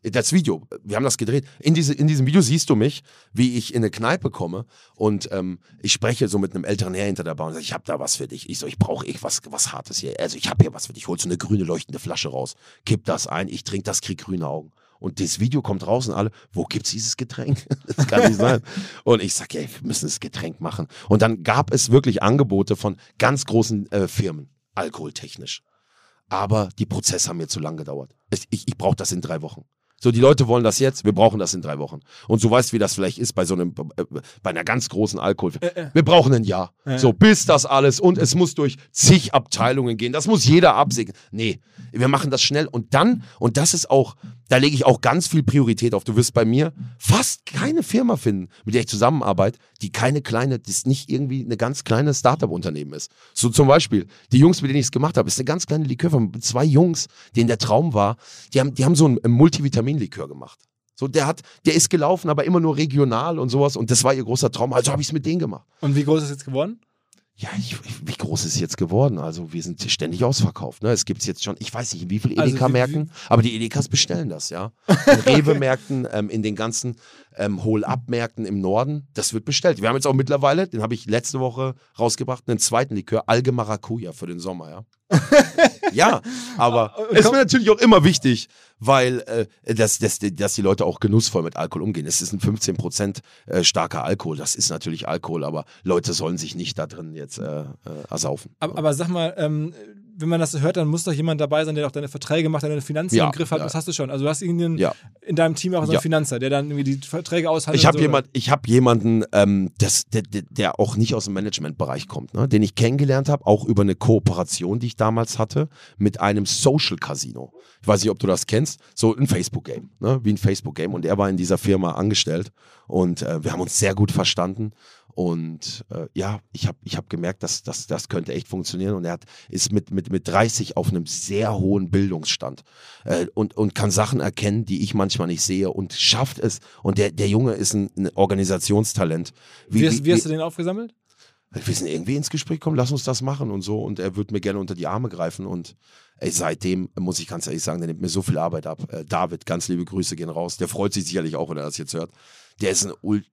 Das Video, wir haben das gedreht. In, diese, in diesem Video siehst du mich, wie ich in eine Kneipe komme und ähm, ich spreche so mit einem älteren Herr hinter der Bar und sage, ich habe da was für dich. Ich so, ich brauche ich was, was Hartes hier. Also ich habe hier was für dich. Holst du eine grüne leuchtende Flasche raus, kipp das ein, ich trinke das, krieg grüne Augen. Und das Video kommt raus und alle, wo gibt's dieses Getränk? Das kann nicht sein. Und ich sage, ey, wir müssen das Getränk machen. Und dann gab es wirklich Angebote von ganz großen äh, Firmen, alkoholtechnisch. Aber die Prozesse haben mir zu lang gedauert. Ich, ich, ich brauche das in drei Wochen. So, die Leute wollen das jetzt, wir brauchen das in drei Wochen. Und so weißt, wie das vielleicht ist bei so einem, äh, bei einer ganz großen Alkohol. Äh, äh. Wir brauchen ein Jahr. Äh. So, bis das alles und es muss durch zig Abteilungen gehen. Das muss jeder absegnen. Nee, wir machen das schnell und dann, und das ist auch, da lege ich auch ganz viel Priorität auf. Du wirst bei mir fast keine Firma finden, mit der ich zusammenarbeite, die keine kleine, das nicht irgendwie eine ganz kleine Startup-Unternehmen ist. So zum Beispiel, die Jungs, mit denen ich es gemacht habe, ist eine ganz kleine Likörfirma mit zwei Jungs, denen der Traum war, die haben, die haben so ein Multivitamin-Likör gemacht. So, der hat, der ist gelaufen, aber immer nur regional und sowas und das war ihr großer Traum, also habe ich es mit denen gemacht. Und wie groß ist es jetzt geworden? Ja, ich, wie groß ist es jetzt geworden? Also wir sind ständig ausverkauft. Ne? Es gibt es jetzt schon, ich weiß nicht, in wie vielen Edeka-Märkten, also aber die Edekas bestellen das, ja. In Rewe-Märkten, ähm, in den ganzen ähm, Hol-Up-Märkten im Norden, das wird bestellt. Wir haben jetzt auch mittlerweile, den habe ich letzte Woche rausgebracht, einen zweiten Likör, Alge Maracuja für den Sommer, ja. Ja, aber es ist mir natürlich auch immer wichtig, weil äh, dass, dass, dass die Leute auch genussvoll mit Alkohol umgehen. Es ist ein fünfzehn Prozent äh, starker Alkohol, das ist natürlich Alkohol, aber Leute sollen sich nicht da drin jetzt äh, äh, ersaufen. Aber, aber sag mal, ähm, wenn man das so hört, dann muss doch jemand dabei sein, der auch deine Verträge macht, der deine Finanzen ja, im Griff hat. Ja. Das hast du schon. Also du hast irgendeinen ja. in deinem Team auch so einen ja. Finanzer, der dann irgendwie die Verträge aushandelt. Ich habe so, jemand, ich hab jemanden, ähm, das, der, der auch nicht aus dem Managementbereich kommt, ne? Den ich kennengelernt habe, auch über eine Kooperation, die ich damals hatte, mit einem Social Casino. Ich weiß nicht, ob du das kennst, so ein Facebook-Game, ne? Wie ein Facebook-Game. Und er war in dieser Firma angestellt und äh, wir haben uns sehr gut verstanden. Und äh, ja, ich habe ich hab gemerkt, dass, dass das könnte echt funktionieren. Und er hat, ist mit, mit, mit dreißig auf einem sehr hohen Bildungsstand äh, und, und kann Sachen erkennen, die ich manchmal nicht sehe und schafft es. Und der, der Junge ist ein, ein Organisationstalent. Wie, wie, hast, wie hast du den aufgesammelt? Wir sind irgendwie ins Gespräch gekommen, lass uns das machen und so. Und er würde mir gerne unter die Arme greifen. Und ey, seitdem, muss ich ganz ehrlich sagen, der nimmt mir so viel Arbeit ab. Äh, David, ganz liebe Grüße gehen raus. Der freut sich sicherlich auch, wenn er das jetzt hört. Der ist ein Ul...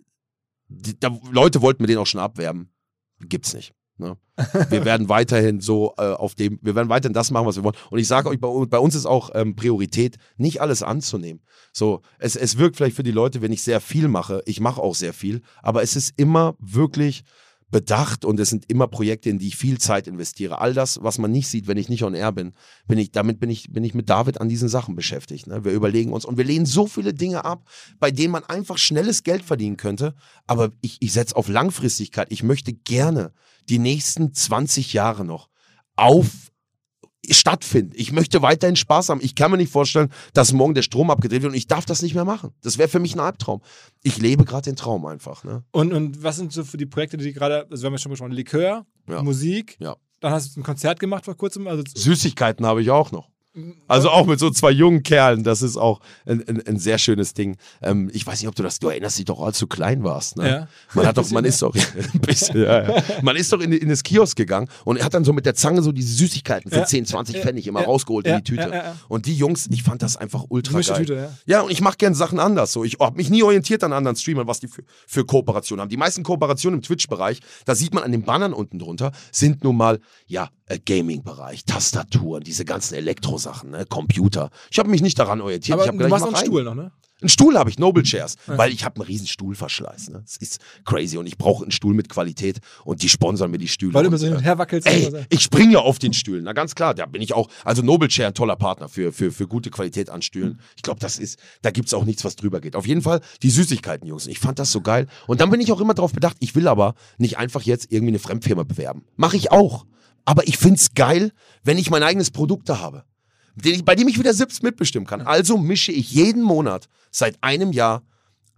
Die, da, Leute wollten mir den auch schon abwerben. Gibt's nicht. Ne? Wir werden weiterhin so äh, auf dem, wir werden weiterhin das machen, was wir wollen. Und ich sage euch, bei, bei uns ist auch ähm, Priorität, nicht alles anzunehmen. So, es, es wirkt vielleicht für die Leute, wenn ich sehr viel mache. Ich mache auch sehr viel, aber es ist immer wirklich bedacht und es sind immer Projekte, in die ich viel Zeit investiere. All das, was man nicht sieht, wenn ich nicht on air bin, bin ich, damit bin ich, bin ich mit David an diesen Sachen beschäftigt. Ne? Wir überlegen uns und wir lehnen so viele Dinge ab, bei denen man einfach schnelles Geld verdienen könnte. Aber ich, ich setze auf Langfristigkeit. Ich möchte gerne die nächsten zwanzig Jahre noch auf stattfinden. Ich möchte weiterhin Spaß haben. Ich kann mir nicht vorstellen, dass morgen der Strom abgedreht wird und ich darf das nicht mehr machen. Das wäre für mich ein Albtraum. Ich lebe gerade den Traum einfach. Ne? Und, und was sind so für die Projekte, die gerade, also wir haben ja schon besprochen, Likör, ja. Musik, ja. Dann hast du ein Konzert gemacht vor kurzem. Also Süßigkeiten habe ich auch noch. Also auch mit so zwei jungen Kerlen, das ist auch ein, ein, ein sehr schönes Ding. Ähm, ich weiß nicht, ob du das, du erinnerst dich doch, als du klein warst. Ne? Ja. Man hat doch, man ist doch, ein bisschen, ja, ja. Man ist doch in, in das Kiosk gegangen und er hat dann so mit der Zange so diese Süßigkeiten für ja. zehn, zwanzig Pfennig immer ja. rausgeholt ja. in die Tüte. Ja, ja, ja. Und die Jungs, ich fand das einfach ultra geil. Tüte, ja. ja, und ich mache gern Sachen anders. So, ich habe mich nie orientiert an anderen Streamern, was die für, für Kooperationen haben. Die meisten Kooperationen im Twitch-Bereich, da sieht man an den Bannern unten drunter, sind nun mal, ja, Gaming-Bereich, Tastaturen, diese ganzen Elektrosachen, ne? Computer. Ich habe mich nicht daran orientiert. Aber ich hab du gedacht, machst einen Stuhl noch, ne? Einen Stuhl habe ich, Noble Chairs, ja. Weil ich habe einen riesen Stuhlverschleiß. Ne? Das ist crazy und ich brauche einen Stuhl mit Qualität und die sponsern mir die Stühle. Weil du immer so hin und her wackelst. Ey, ich springe ja auf den Stühlen, na ganz klar, da bin ich auch, also Noble Chair, ein toller Partner für, für, für gute Qualität an Stühlen. Mhm. Ich glaube, das ist, da gibt es auch nichts, was drüber geht. Auf jeden Fall die Süßigkeiten, Jungs. Ich fand das so geil. Und dann bin ich auch immer darauf bedacht, ich will aber nicht einfach jetzt irgendwie eine Fremdfirma bewerben. Mache ich auch. Aber ich find's geil, wenn ich mein eigenes Produkt da habe, den ich, bei dem ich wieder selbst mitbestimmen kann. Also mische ich jeden Monat seit einem Jahr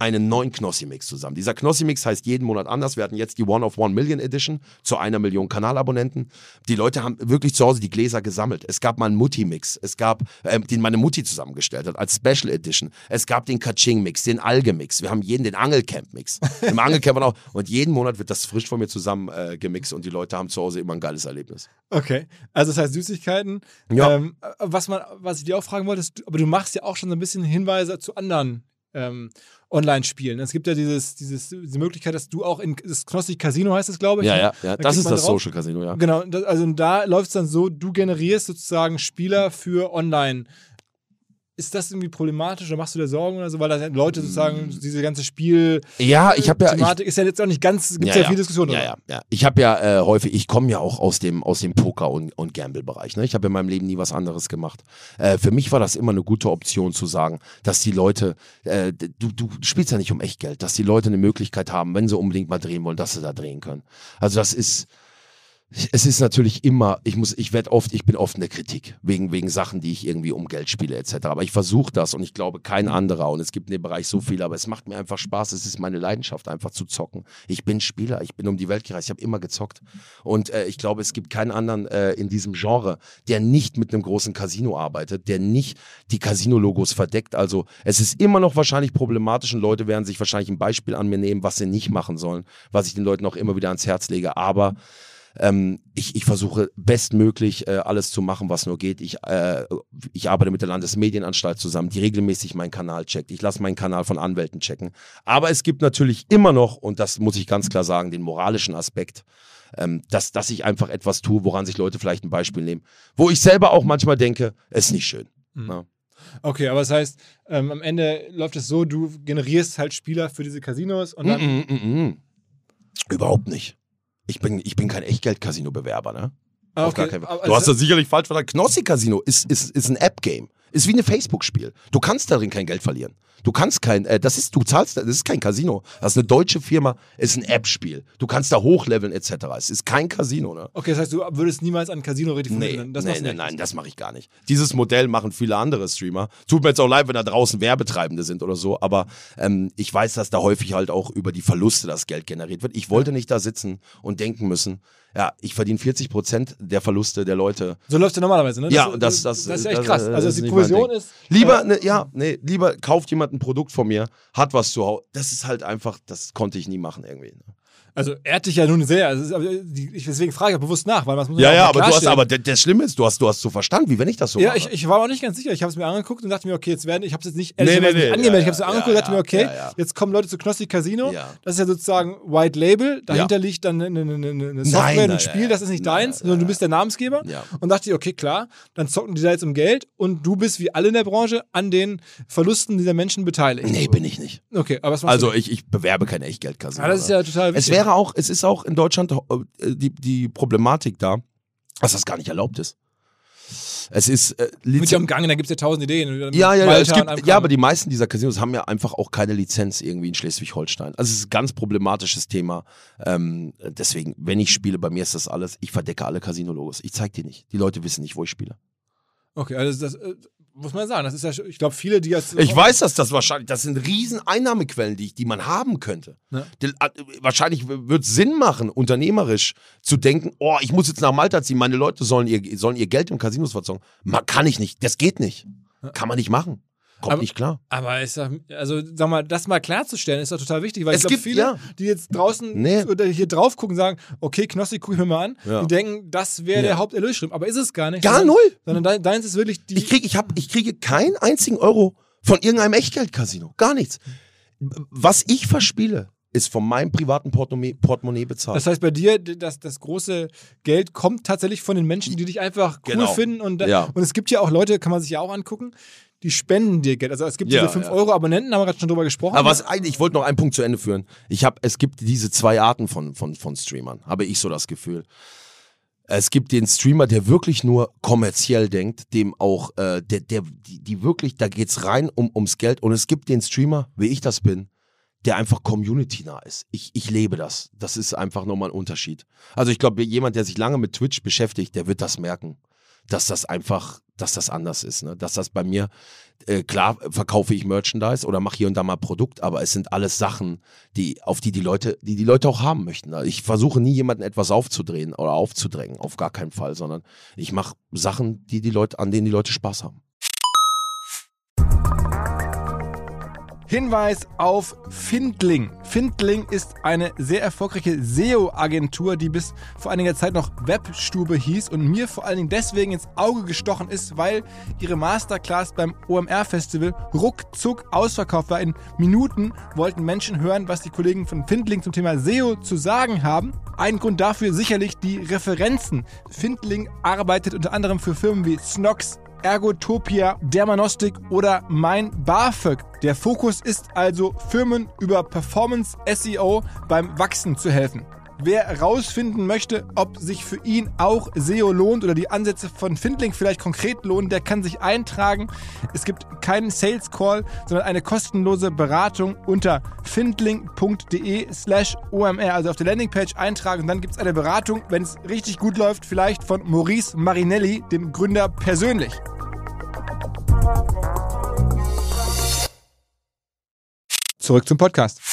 einen neuen Knossi-Mix zusammen. Dieser Knossi-Mix heißt jeden Monat anders. Wir hatten jetzt die One of One Million Edition zu einer Million Kanalabonnenten. Die Leute haben wirklich zu Hause die Gläser gesammelt. Es gab mal einen Mutti-Mix. Es gab, äh, den meine Mutti zusammengestellt hat als Special Edition. Es gab den Kaching-Mix, den Alge-Mix. Wir haben jeden, den Angelcamp-Mix. Im Angelcamp auch. Und jeden Monat wird das frisch von mir zusammen äh, gemixt und die Leute haben zu Hause immer ein geiles Erlebnis. Okay, also das heißt Süßigkeiten. Ja. Ähm, was, man, was ich dir auch fragen wollte, ist, aber du machst ja auch schon so ein bisschen Hinweise zu anderen ähm, Online-Spielen. Es gibt ja dieses, dieses, diese Möglichkeit, dass du auch in das Knossi Casino heißt es, glaube ich. Ja, ne? ja, ja. Da Das klickt ist man das drauf. Social Casino, ja. Genau, das, also da läuft es dann so, du generierst sozusagen Spieler für Online. Ist das irgendwie problematisch oder machst du dir Sorgen oder so? Weil da sind Leute sozusagen, diese ganze Spiel Ja, ich habe ja... Ich, Thematik ist ja jetzt auch nicht ganz, gibt Ja, ja, ja. viel Diskussion Ja, darüber. ja, ja. Ich habe ja äh, häufig, ich komme ja auch aus dem, aus dem Poker- und, und Gamble-Bereich. Ne? Ich habe in meinem Leben nie was anderes gemacht. Äh, für mich war das immer eine gute Option zu sagen, dass die Leute, äh, du, du spielst ja nicht um Echtgeld, dass die Leute eine Möglichkeit haben, wenn sie unbedingt mal drehen wollen, dass sie da drehen können. Also das ist... Es ist natürlich immer, ich muss, ich werde oft, ich bin oft in der Kritik, wegen, wegen Sachen, die ich irgendwie um Geld spiele, et cetera. Aber ich versuche das und ich glaube kein anderer und es gibt in dem Bereich so viel, aber es macht mir einfach Spaß, es ist meine Leidenschaft, einfach zu zocken. Ich bin Spieler, ich bin um die Welt gereist, ich habe immer gezockt. Und äh, ich glaube, es gibt keinen anderen äh, in diesem Genre, der nicht mit einem großen Casino arbeitet, der nicht die Casino-Logos verdeckt. Also es ist immer noch wahrscheinlich problematisch und Leute werden sich wahrscheinlich ein Beispiel an mir nehmen, was sie nicht machen sollen, was ich den Leuten auch immer wieder ans Herz lege. Aber Ähm, ich, ich versuche bestmöglich äh, alles zu machen, was nur geht. Ich, äh, ich arbeite mit der Landesmedienanstalt zusammen, die regelmäßig meinen Kanal checkt. Ich lasse meinen Kanal von Anwälten checken. Aber es gibt natürlich immer noch, und das muss ich ganz klar sagen, den moralischen Aspekt, ähm, dass, dass ich einfach etwas tue, woran sich Leute vielleicht ein Beispiel nehmen. Wo ich selber auch manchmal denke, es ist nicht schön. Mhm. Ja. Okay, aber das heißt, ähm, am Ende läuft es so, du generierst halt Spieler für diese Casinos und dann... Mm, mm, mm, mm. Überhaupt nicht. Ich bin, ich bin kein Echtgeld-Casino-Bewerber, ne? Ah, Auf gar okay. keinen Fall. Aber Du also- hast das sicherlich falsch verstanden. Knossi-Casino ist, ist, ist ein App-Game. Ist wie ein Facebook-Spiel. Du kannst darin kein Geld verlieren. Du kannst kein, äh, das ist, du zahlst, das ist kein Casino. Das ist eine deutsche Firma, ist ein App-Spiel. Du kannst da hochleveln et cetera. Es ist kein Casino, ne? Okay, das heißt, du würdest niemals an ein Casino richtig Nee, vermitteln. Das nee, machst du nee, nicht. nein, das mache ich gar nicht. Dieses Modell machen viele andere Streamer. Tut mir jetzt auch leid, wenn da draußen Werbetreibende sind oder so, aber ähm, ich weiß, dass da häufig halt auch über die Verluste das Geld generiert wird. Ich wollte nicht da sitzen und denken müssen, ja, ich verdiene vierzig Prozent der Verluste der Leute. So läuft es ja normalerweise, ne? Ja, und das, das, das ist ja echt das, krass. das Also ist die nicht mein Provision Ding. ist... Lieber, äh, ne, ja, nee, lieber kauft jemand ein Produkt von mir, hat was zu Hause. Das ist halt einfach, das konnte ich nie machen irgendwie. Ne? Also ehrt dich ja nun sehr. Also, es ist- aber die- ich, deswegen frage ich auch bewusst nach, weil man muss Ja, auch ja, mal aber du hast, klarstellen. aber der, der Schlimme ist, du hast, du hast so verstanden, wie wenn ich das so Ja, mache. ich, ich war auch nicht ganz sicher. Ich habe es mir angeguckt und dachte mir, okay, jetzt werden, ich habe es jetzt nicht Nee, ehrlicherweise nee, nee, nicht angemeldet. ja, ich habe es mir ja, angeguckt und dachte ja, mir, okay, ja, ja. jetzt kommen Leute zu Knossi Casino. Ja. Das ist ja sozusagen White Label. Dahinter Ja. liegt dann eine, eine, eine, eine Software, Nein, ein nein, Spiel. nein, Das ist nicht nein, deins, nein, sondern du nein. bist der Namensgeber. Ja. Und dachte ich, okay, klar, dann zocken die da jetzt um Geld und du bist wie alle in der Branche an den Verlusten dieser Menschen beteiligt. Nee, bin ich nicht. Okay, aber was machst Also du? ich, ich bewerbe kein Echtgeldcasino. Ja, das ist ja total Es wichtig. wäre auch, es ist auch in Deutschland äh, die, die Problematik da, dass das gar nicht erlaubt ist. Es ist äh, Mit Lizen- dem Gang, da gibt es ja tausend Ideen. ja, ja, ja, es Malta und allem gibt, ja, Kram. aber die meisten dieser Casinos haben ja einfach auch keine Lizenz irgendwie in Schleswig-Holstein. Also es ist ein ganz problematisches Thema. Ähm, deswegen, wenn ich spiele, bei mir ist das alles, ich verdecke alle Casino-Logos. Ich zeig die nicht. Die Leute wissen nicht, wo ich spiele. Okay, also das äh, muss man sagen. Das ist ja, ich glaube, viele, die jetzt. Ich weiß, dass das wahrscheinlich, das sind riesen Einnahmequellen, die, ich, die man haben könnte. Ja. Die, äh, wahrscheinlich wird es Sinn machen, unternehmerisch zu denken, oh, ich muss jetzt nach Malta ziehen, meine Leute sollen ihr, sollen ihr Geld im Casinos verzocken. Man, kann ich nicht, das geht nicht. Kann man nicht machen. Kommt Aber- nicht klar. Aber ist doch, also sag mal, das mal klarzustellen, ist doch total wichtig, weil Es ich glaube, gibt- viele, ja. die jetzt draußen Nee. oder hier drauf gucken, sagen, okay, Knossi, guck ich mir mal an, Ja. die denken, das wäre Ja. der Haupterlösstrom, aber ist es gar nicht. Gar sondern, null. Sondern dein, deins ist wirklich die. Ich, krieg, ich, hab, ich kriege keinen einzigen Euro von irgendeinem Echtgeld-Casino. Gar nichts. Was ich verspiele, ist von meinem privaten Portemonnaie, Portemonnaie bezahlt. das heißt, bei dir, das, das große Geld kommt tatsächlich von den Menschen, die dich einfach cool Genau. finden. Und, Ja. und es gibt ja auch Leute, kann man sich ja auch angucken, die spenden dir Geld. Also es gibt Ja, diese fünf ja. Euro Abonnenten, haben wir gerade schon drüber gesprochen. Aber was eigentlich, ich wollte noch einen Punkt zu Ende führen. Ich hab, es gibt diese zwei Arten von, von, von Streamern, habe ich so das Gefühl. Es gibt den Streamer, der wirklich nur kommerziell denkt, dem auch, äh, der, der, die, die wirklich, da geht's rein um, ums Geld. Und es gibt den Streamer, wie ich das bin, der einfach community-nah ist. Ich, ich lebe das. Das ist einfach nochmal ein Unterschied. Also ich glaube, jemand, der sich lange mit Twitch beschäftigt, der wird das merken. Dass das einfach, dass das anders ist. Ne? Dass das bei mir, äh, klar verkaufe ich Merchandise oder mache hier und da mal Produkt, aber es sind alles Sachen, die, auf die die Leute, die die Leute auch haben möchten. Also ich versuche nie jemanden etwas aufzudrehen oder aufzudrängen, auf gar keinen Fall, sondern ich mache Sachen, die die Leute, an denen die Leute Spaß haben. Hinweis auf Findling. Findling ist eine sehr erfolgreiche S E O-Agentur, die bis vor einiger Zeit noch Webstube hieß und mir vor allen Dingen deswegen ins Auge gestochen ist, weil ihre Masterclass beim O M R-Festival ruckzuck ausverkauft war. In Minuten wollten Menschen hören, was die Kollegen von Findling zum Thema S E O zu sagen haben. Ein Grund dafür sicherlich die Referenzen. Findling arbeitet unter anderem für Firmen wie Snox, Ergotopia, Dermanostik oder Mein BAföG. Der Fokus ist also, Firmen über Performance S E O beim Wachsen zu helfen. Wer herausfinden möchte, ob sich für ihn auch S E O lohnt oder die Ansätze von Findling vielleicht konkret lohnen, der kann sich eintragen. Es gibt keinen Sales Call, sondern eine kostenlose Beratung unter findling.de slash OMR. Also auf der Landingpage eintragen und dann gibt es eine Beratung, wenn es richtig gut läuft, vielleicht von Maurice Marinelli, dem Gründer, persönlich. Zurück zum Podcast.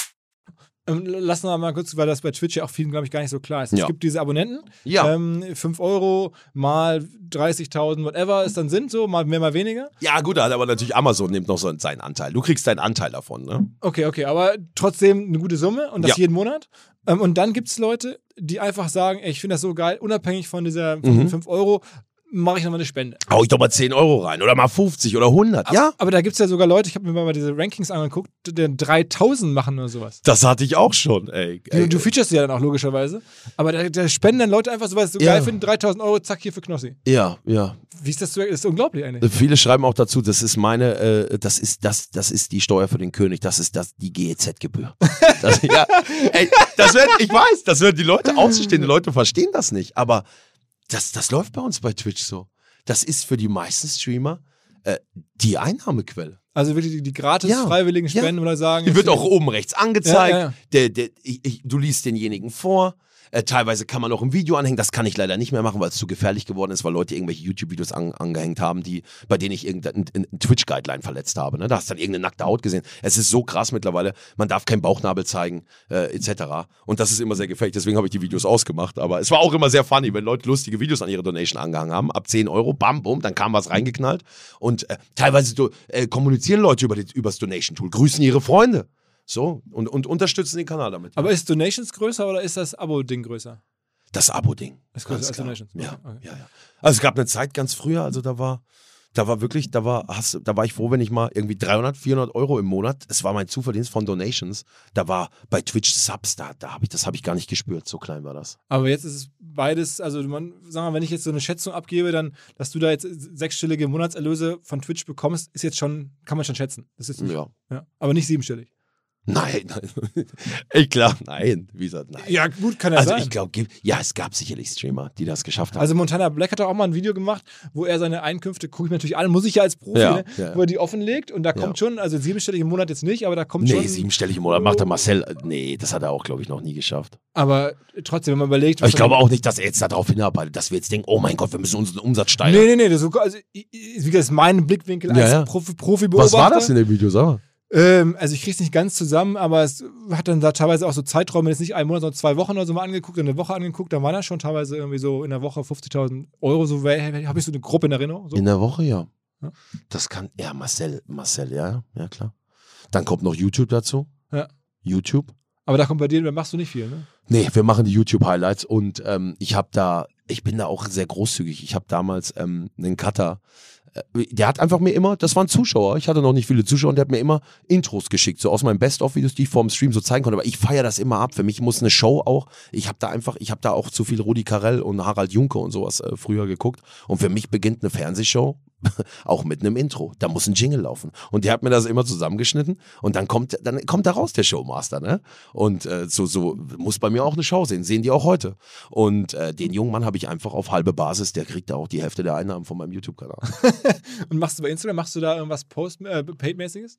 Lassen wir mal kurz, weil das bei Twitch ja auch vielen, glaube ich, gar nicht so klar ist. Ja. Es gibt diese Abonnenten, Ja. ähm, fünf Euro mal dreißigtausend, whatever es dann sind, so, mal mehr, mal weniger. Ja gut, aber natürlich Amazon nimmt noch so seinen Anteil. Du kriegst deinen Anteil davon, ne? Okay, okay, aber trotzdem eine gute Summe und das Ja. jeden Monat. Ähm, und dann gibt es Leute, die einfach sagen, ey, ich finde das so geil, unabhängig von dieser von Mhm. den fünf Euro, mache ich nochmal eine Spende. Hau ich doch mal zehn Euro rein oder mal fünfzig oder hundert, ja? Aber da gibt es ja sogar Leute, ich habe mir mal diese Rankings angeguckt, die dreitausend machen oder sowas. Das hatte ich auch schon, ey. Du, ey. du featurest die ja dann auch logischerweise. Aber da, da spenden dann Leute einfach so, weil sie so Ja. geil finden, dreitausend Euro, zack, hier für Knossi. Ja, ja. Wie ist das zu, das ist unglaublich eigentlich. Viele schreiben auch dazu, das ist meine, äh, das ist das, das ist die Steuer für den König, das ist das die G E Z-Gebühr. Das, ja, ey, das wird, ich weiß, das werden die Leute außenstehende Leute verstehen das nicht, aber das, das läuft bei uns bei Twitch so. Das ist für die meisten Streamer äh, die Einnahmequelle. Also wirklich die, die gratis Ja. freiwilligen Spenden, Ja. oder sagen. Die wird auch oben rechts angezeigt. Ja, ja, ja. Der, der, ich, ich, du liest denjenigen vor. Äh, teilweise kann man auch ein Video anhängen. Das kann ich leider nicht mehr machen, weil es zu gefährlich geworden ist, weil Leute irgendwelche YouTube-Videos an, angehängt haben, die, bei denen ich irgendein ein Twitch-Guideline verletzt habe. Ne? Da hast du dann irgendeine nackte Haut gesehen. Es ist so krass mittlerweile. Man darf keinen Bauchnabel zeigen, äh, et cetera. Und das ist immer sehr gefährlich. Deswegen habe ich die Videos ausgemacht. Aber es war auch immer sehr funny, wenn Leute lustige Videos an ihre Donation angehangen haben. Ab zehn Euro, bam, bum, dann kam was reingeknallt. Und äh, teilweise do, äh, kommunizieren Leute über, die, über das Donation-Tool, grüßen ihre Freunde. So, und, und unterstützen den Kanal damit. Aber ist Donations größer oder ist das Abo-Ding größer? Das Abo-Ding. Das ist größer Ganz als klar. Donations. Ja, Okay, okay. ja, ja. Also es gab eine Zeit ganz früher, also da war, da war wirklich, da war, hast, da war ich froh, wenn ich mal irgendwie dreihundert, vierhundert Euro im Monat, es war mein Zuverdienst von Donations, da war bei Twitch Subs, da, da habe ich, das habe ich gar nicht gespürt, so klein war das. Aber jetzt ist es beides, also man, sagen wir mal, wenn ich jetzt so eine Schätzung abgebe, dann, dass du da jetzt sechsstellige Monatserlöse von Twitch bekommst, ist jetzt schon, kann man schon schätzen. Das ist Ja. ja. Aber nicht siebenstellig. Nein, nein. Ey, klar, nein. Wie gesagt, nein. Ja, gut, kann ja Also sein. ich glaube, ja, es gab sicherlich Streamer, die das geschafft haben. Also Montana Black hat auch mal ein Video gemacht, wo er seine Einkünfte, gucke ich mir natürlich an, muss ich ja als Profi, Ja, ne, ja. wo er die offenlegt und da Ja. kommt schon, also siebenstellig im Monat jetzt nicht, aber da kommt nee, schon. siebenstellig im Monat macht der Marcel, nee, das hat er auch, glaube ich, noch nie geschafft. Aber trotzdem, wenn man überlegt. Aber ich glaube auch nicht, dass er jetzt darauf hinarbeitet, dass wir jetzt denken, oh mein Gott, wir müssen unseren Umsatz steigern. Nee, nee, nee, das ist, also, wie gesagt, das ist mein Blickwinkel als Ja, ja. Profi, Profi-Beobachter. Was war das in dem Video, sag mal? Ähm, also ich krieg's nicht ganz zusammen, aber es hat dann da teilweise auch so Zeiträume, jetzt nicht einen Monat, sondern zwei Wochen oder so mal angeguckt, eine Woche angeguckt, dann waren da schon teilweise irgendwie so in der Woche fünfzigtausend Euro, so habe ich so eine Gruppe in Erinnerung. So. In der Woche, ja. Ja. Das kann, ja, Marcel, Marcel, ja, ja klar. Dann kommt noch YouTube dazu. Ja. YouTube. Aber da kommt bei dir, da machst du nicht viel, ne? Nee, wir machen die YouTube-Highlights und ähm, ich habe da, ich bin da auch sehr großzügig. Ich habe damals ähm, einen Cutter, äh, der hat einfach mir immer, das waren Zuschauer, ich hatte noch nicht viele Zuschauer und der hat mir immer Intros geschickt, so aus meinen Best-of-Videos, die ich vor dem Stream so zeigen konnte. Aber ich feiere das immer ab. Für mich muss eine Show auch, ich habe da einfach, ich habe da auch zu viel Rudi Carrell und Harald Junke und sowas äh, früher geguckt. Und für mich beginnt eine Fernsehshow auch mit einem Intro. Da muss ein Jingle laufen. Und der hat mir das immer zusammengeschnitten und dann kommt, dann kommt da raus der Showmaster, ne? Und äh, so, so muss bei mir auch eine Show sehen. Sehen die auch heute. Und äh, den jungen Mann habe ich einfach auf halbe Basis, der kriegt da auch die Hälfte der Einnahmen von meinem YouTube-Kanal. Und machst du bei Instagram, machst du da irgendwas Post, äh, Paid-mäßiges?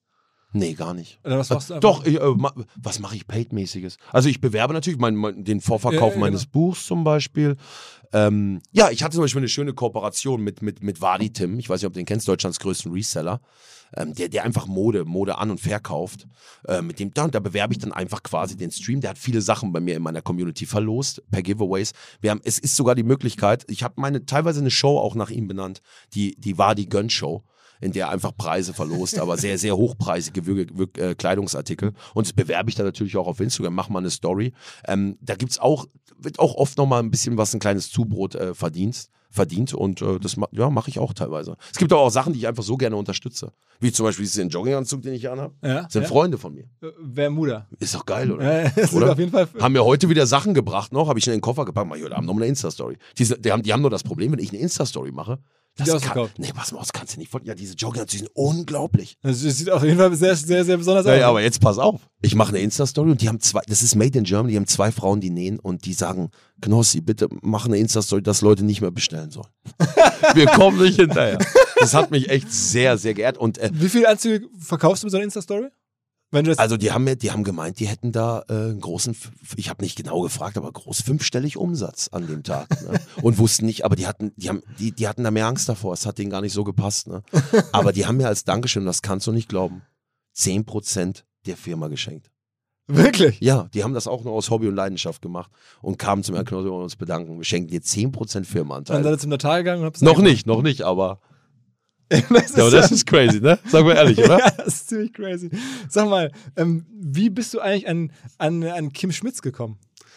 Nee, gar nicht. Oder was machst du äh, einfach? Doch, ich, äh, ma, was mache ich Paid-mäßiges? Also ich bewerbe natürlich mein, mein, den Vorverkauf Ja, ja, meines genau. Buchs zum Beispiel. Ähm, ja, ich hatte zum Beispiel eine schöne Kooperation mit, mit, mit Wadi Tim. Ich weiß nicht, ob du den kennst, Deutschlands größten Reseller. Ähm, der, der einfach Mode, Mode an- und verkauft. Äh, mit dem, da, da bewerbe ich dann einfach quasi den Stream. Der hat viele Sachen bei mir in meiner Community verlost, per Giveaways. Wir haben, es ist sogar die Möglichkeit, ich habe meine, teilweise eine Show auch nach ihm benannt, die, die Wadi Gönn Show, in der er einfach Preise verlost, aber sehr, sehr hochpreisige Wirk- Wirk- äh, Kleidungsartikel. Und das bewerbe ich dann natürlich auch auf Instagram, mach mal eine Story. Ähm, da gibt's auch, wird auch oft nochmal ein bisschen was, ein kleines Zubrot äh, verdient. verdient und äh, das ma ja, mache ich auch teilweise. Es gibt aber auch Sachen, die ich einfach so gerne unterstütze. Wie zum Beispiel diesen Jogginganzug, den ich anhabe. Ja, Das sind ja. Freunde von mir. Äh, Wer Muda? Ist doch geil, oder? Ja, das Oder? ist auf jeden Fall. Haben mir heute wieder Sachen gebracht noch, habe ich in den Koffer gepackt, mach ich heute Abend noch mal eine Insta-Story. Die, die, haben, die haben nur das Problem, wenn ich eine Insta-Story mache, Die das ausverkauft. kann, nee, pass mal, das kannst du nicht von, ja, diese Jogginganzüge sind unglaublich. Das sieht auf jeden Fall sehr, sehr, sehr besonders Ja, aus. ja, aber jetzt pass auf. Ich mache eine Insta-Story und die haben zwei, das ist made in Germany, die haben zwei Frauen, die nähen und die sagen, Knossi, bitte mach eine Insta-Story, dass Leute nicht mehr bestellen sollen. Wir kommen nicht hinterher. Das hat mich echt sehr, sehr geehrt und äh, Wie viele Anzüge verkaufst du mit so einer Insta-Story? Wenn du das also die haben mir, die haben gemeint, die hätten da äh, einen großen, f- ich habe nicht genau gefragt, aber groß fünfstellig Umsatz an dem Tag. Ne? Und wussten nicht, aber die hatten, die haben, die, die hatten da mehr Angst davor. Es hat denen gar nicht so gepasst. Ne? Aber die haben mir als Dankeschön, das kannst du nicht glauben, zehn Prozent der Firma geschenkt. wirklich? Ja, die haben das auch nur aus Hobby und Leidenschaft gemacht und kamen zum Herrn Knossi und uns bedanken. Wir schenken dir zehn Prozent Dann Firmenanteil. seid ihr zum Notar gegangen und hab's Noch nicht, noch nicht, aber, das ist, ja, aber das ist crazy, ne? Sagen wir ehrlich, oder? ja, das ist ziemlich crazy. Sag mal, ähm, wie bist du eigentlich an, an, an Kim Schmitz gekommen?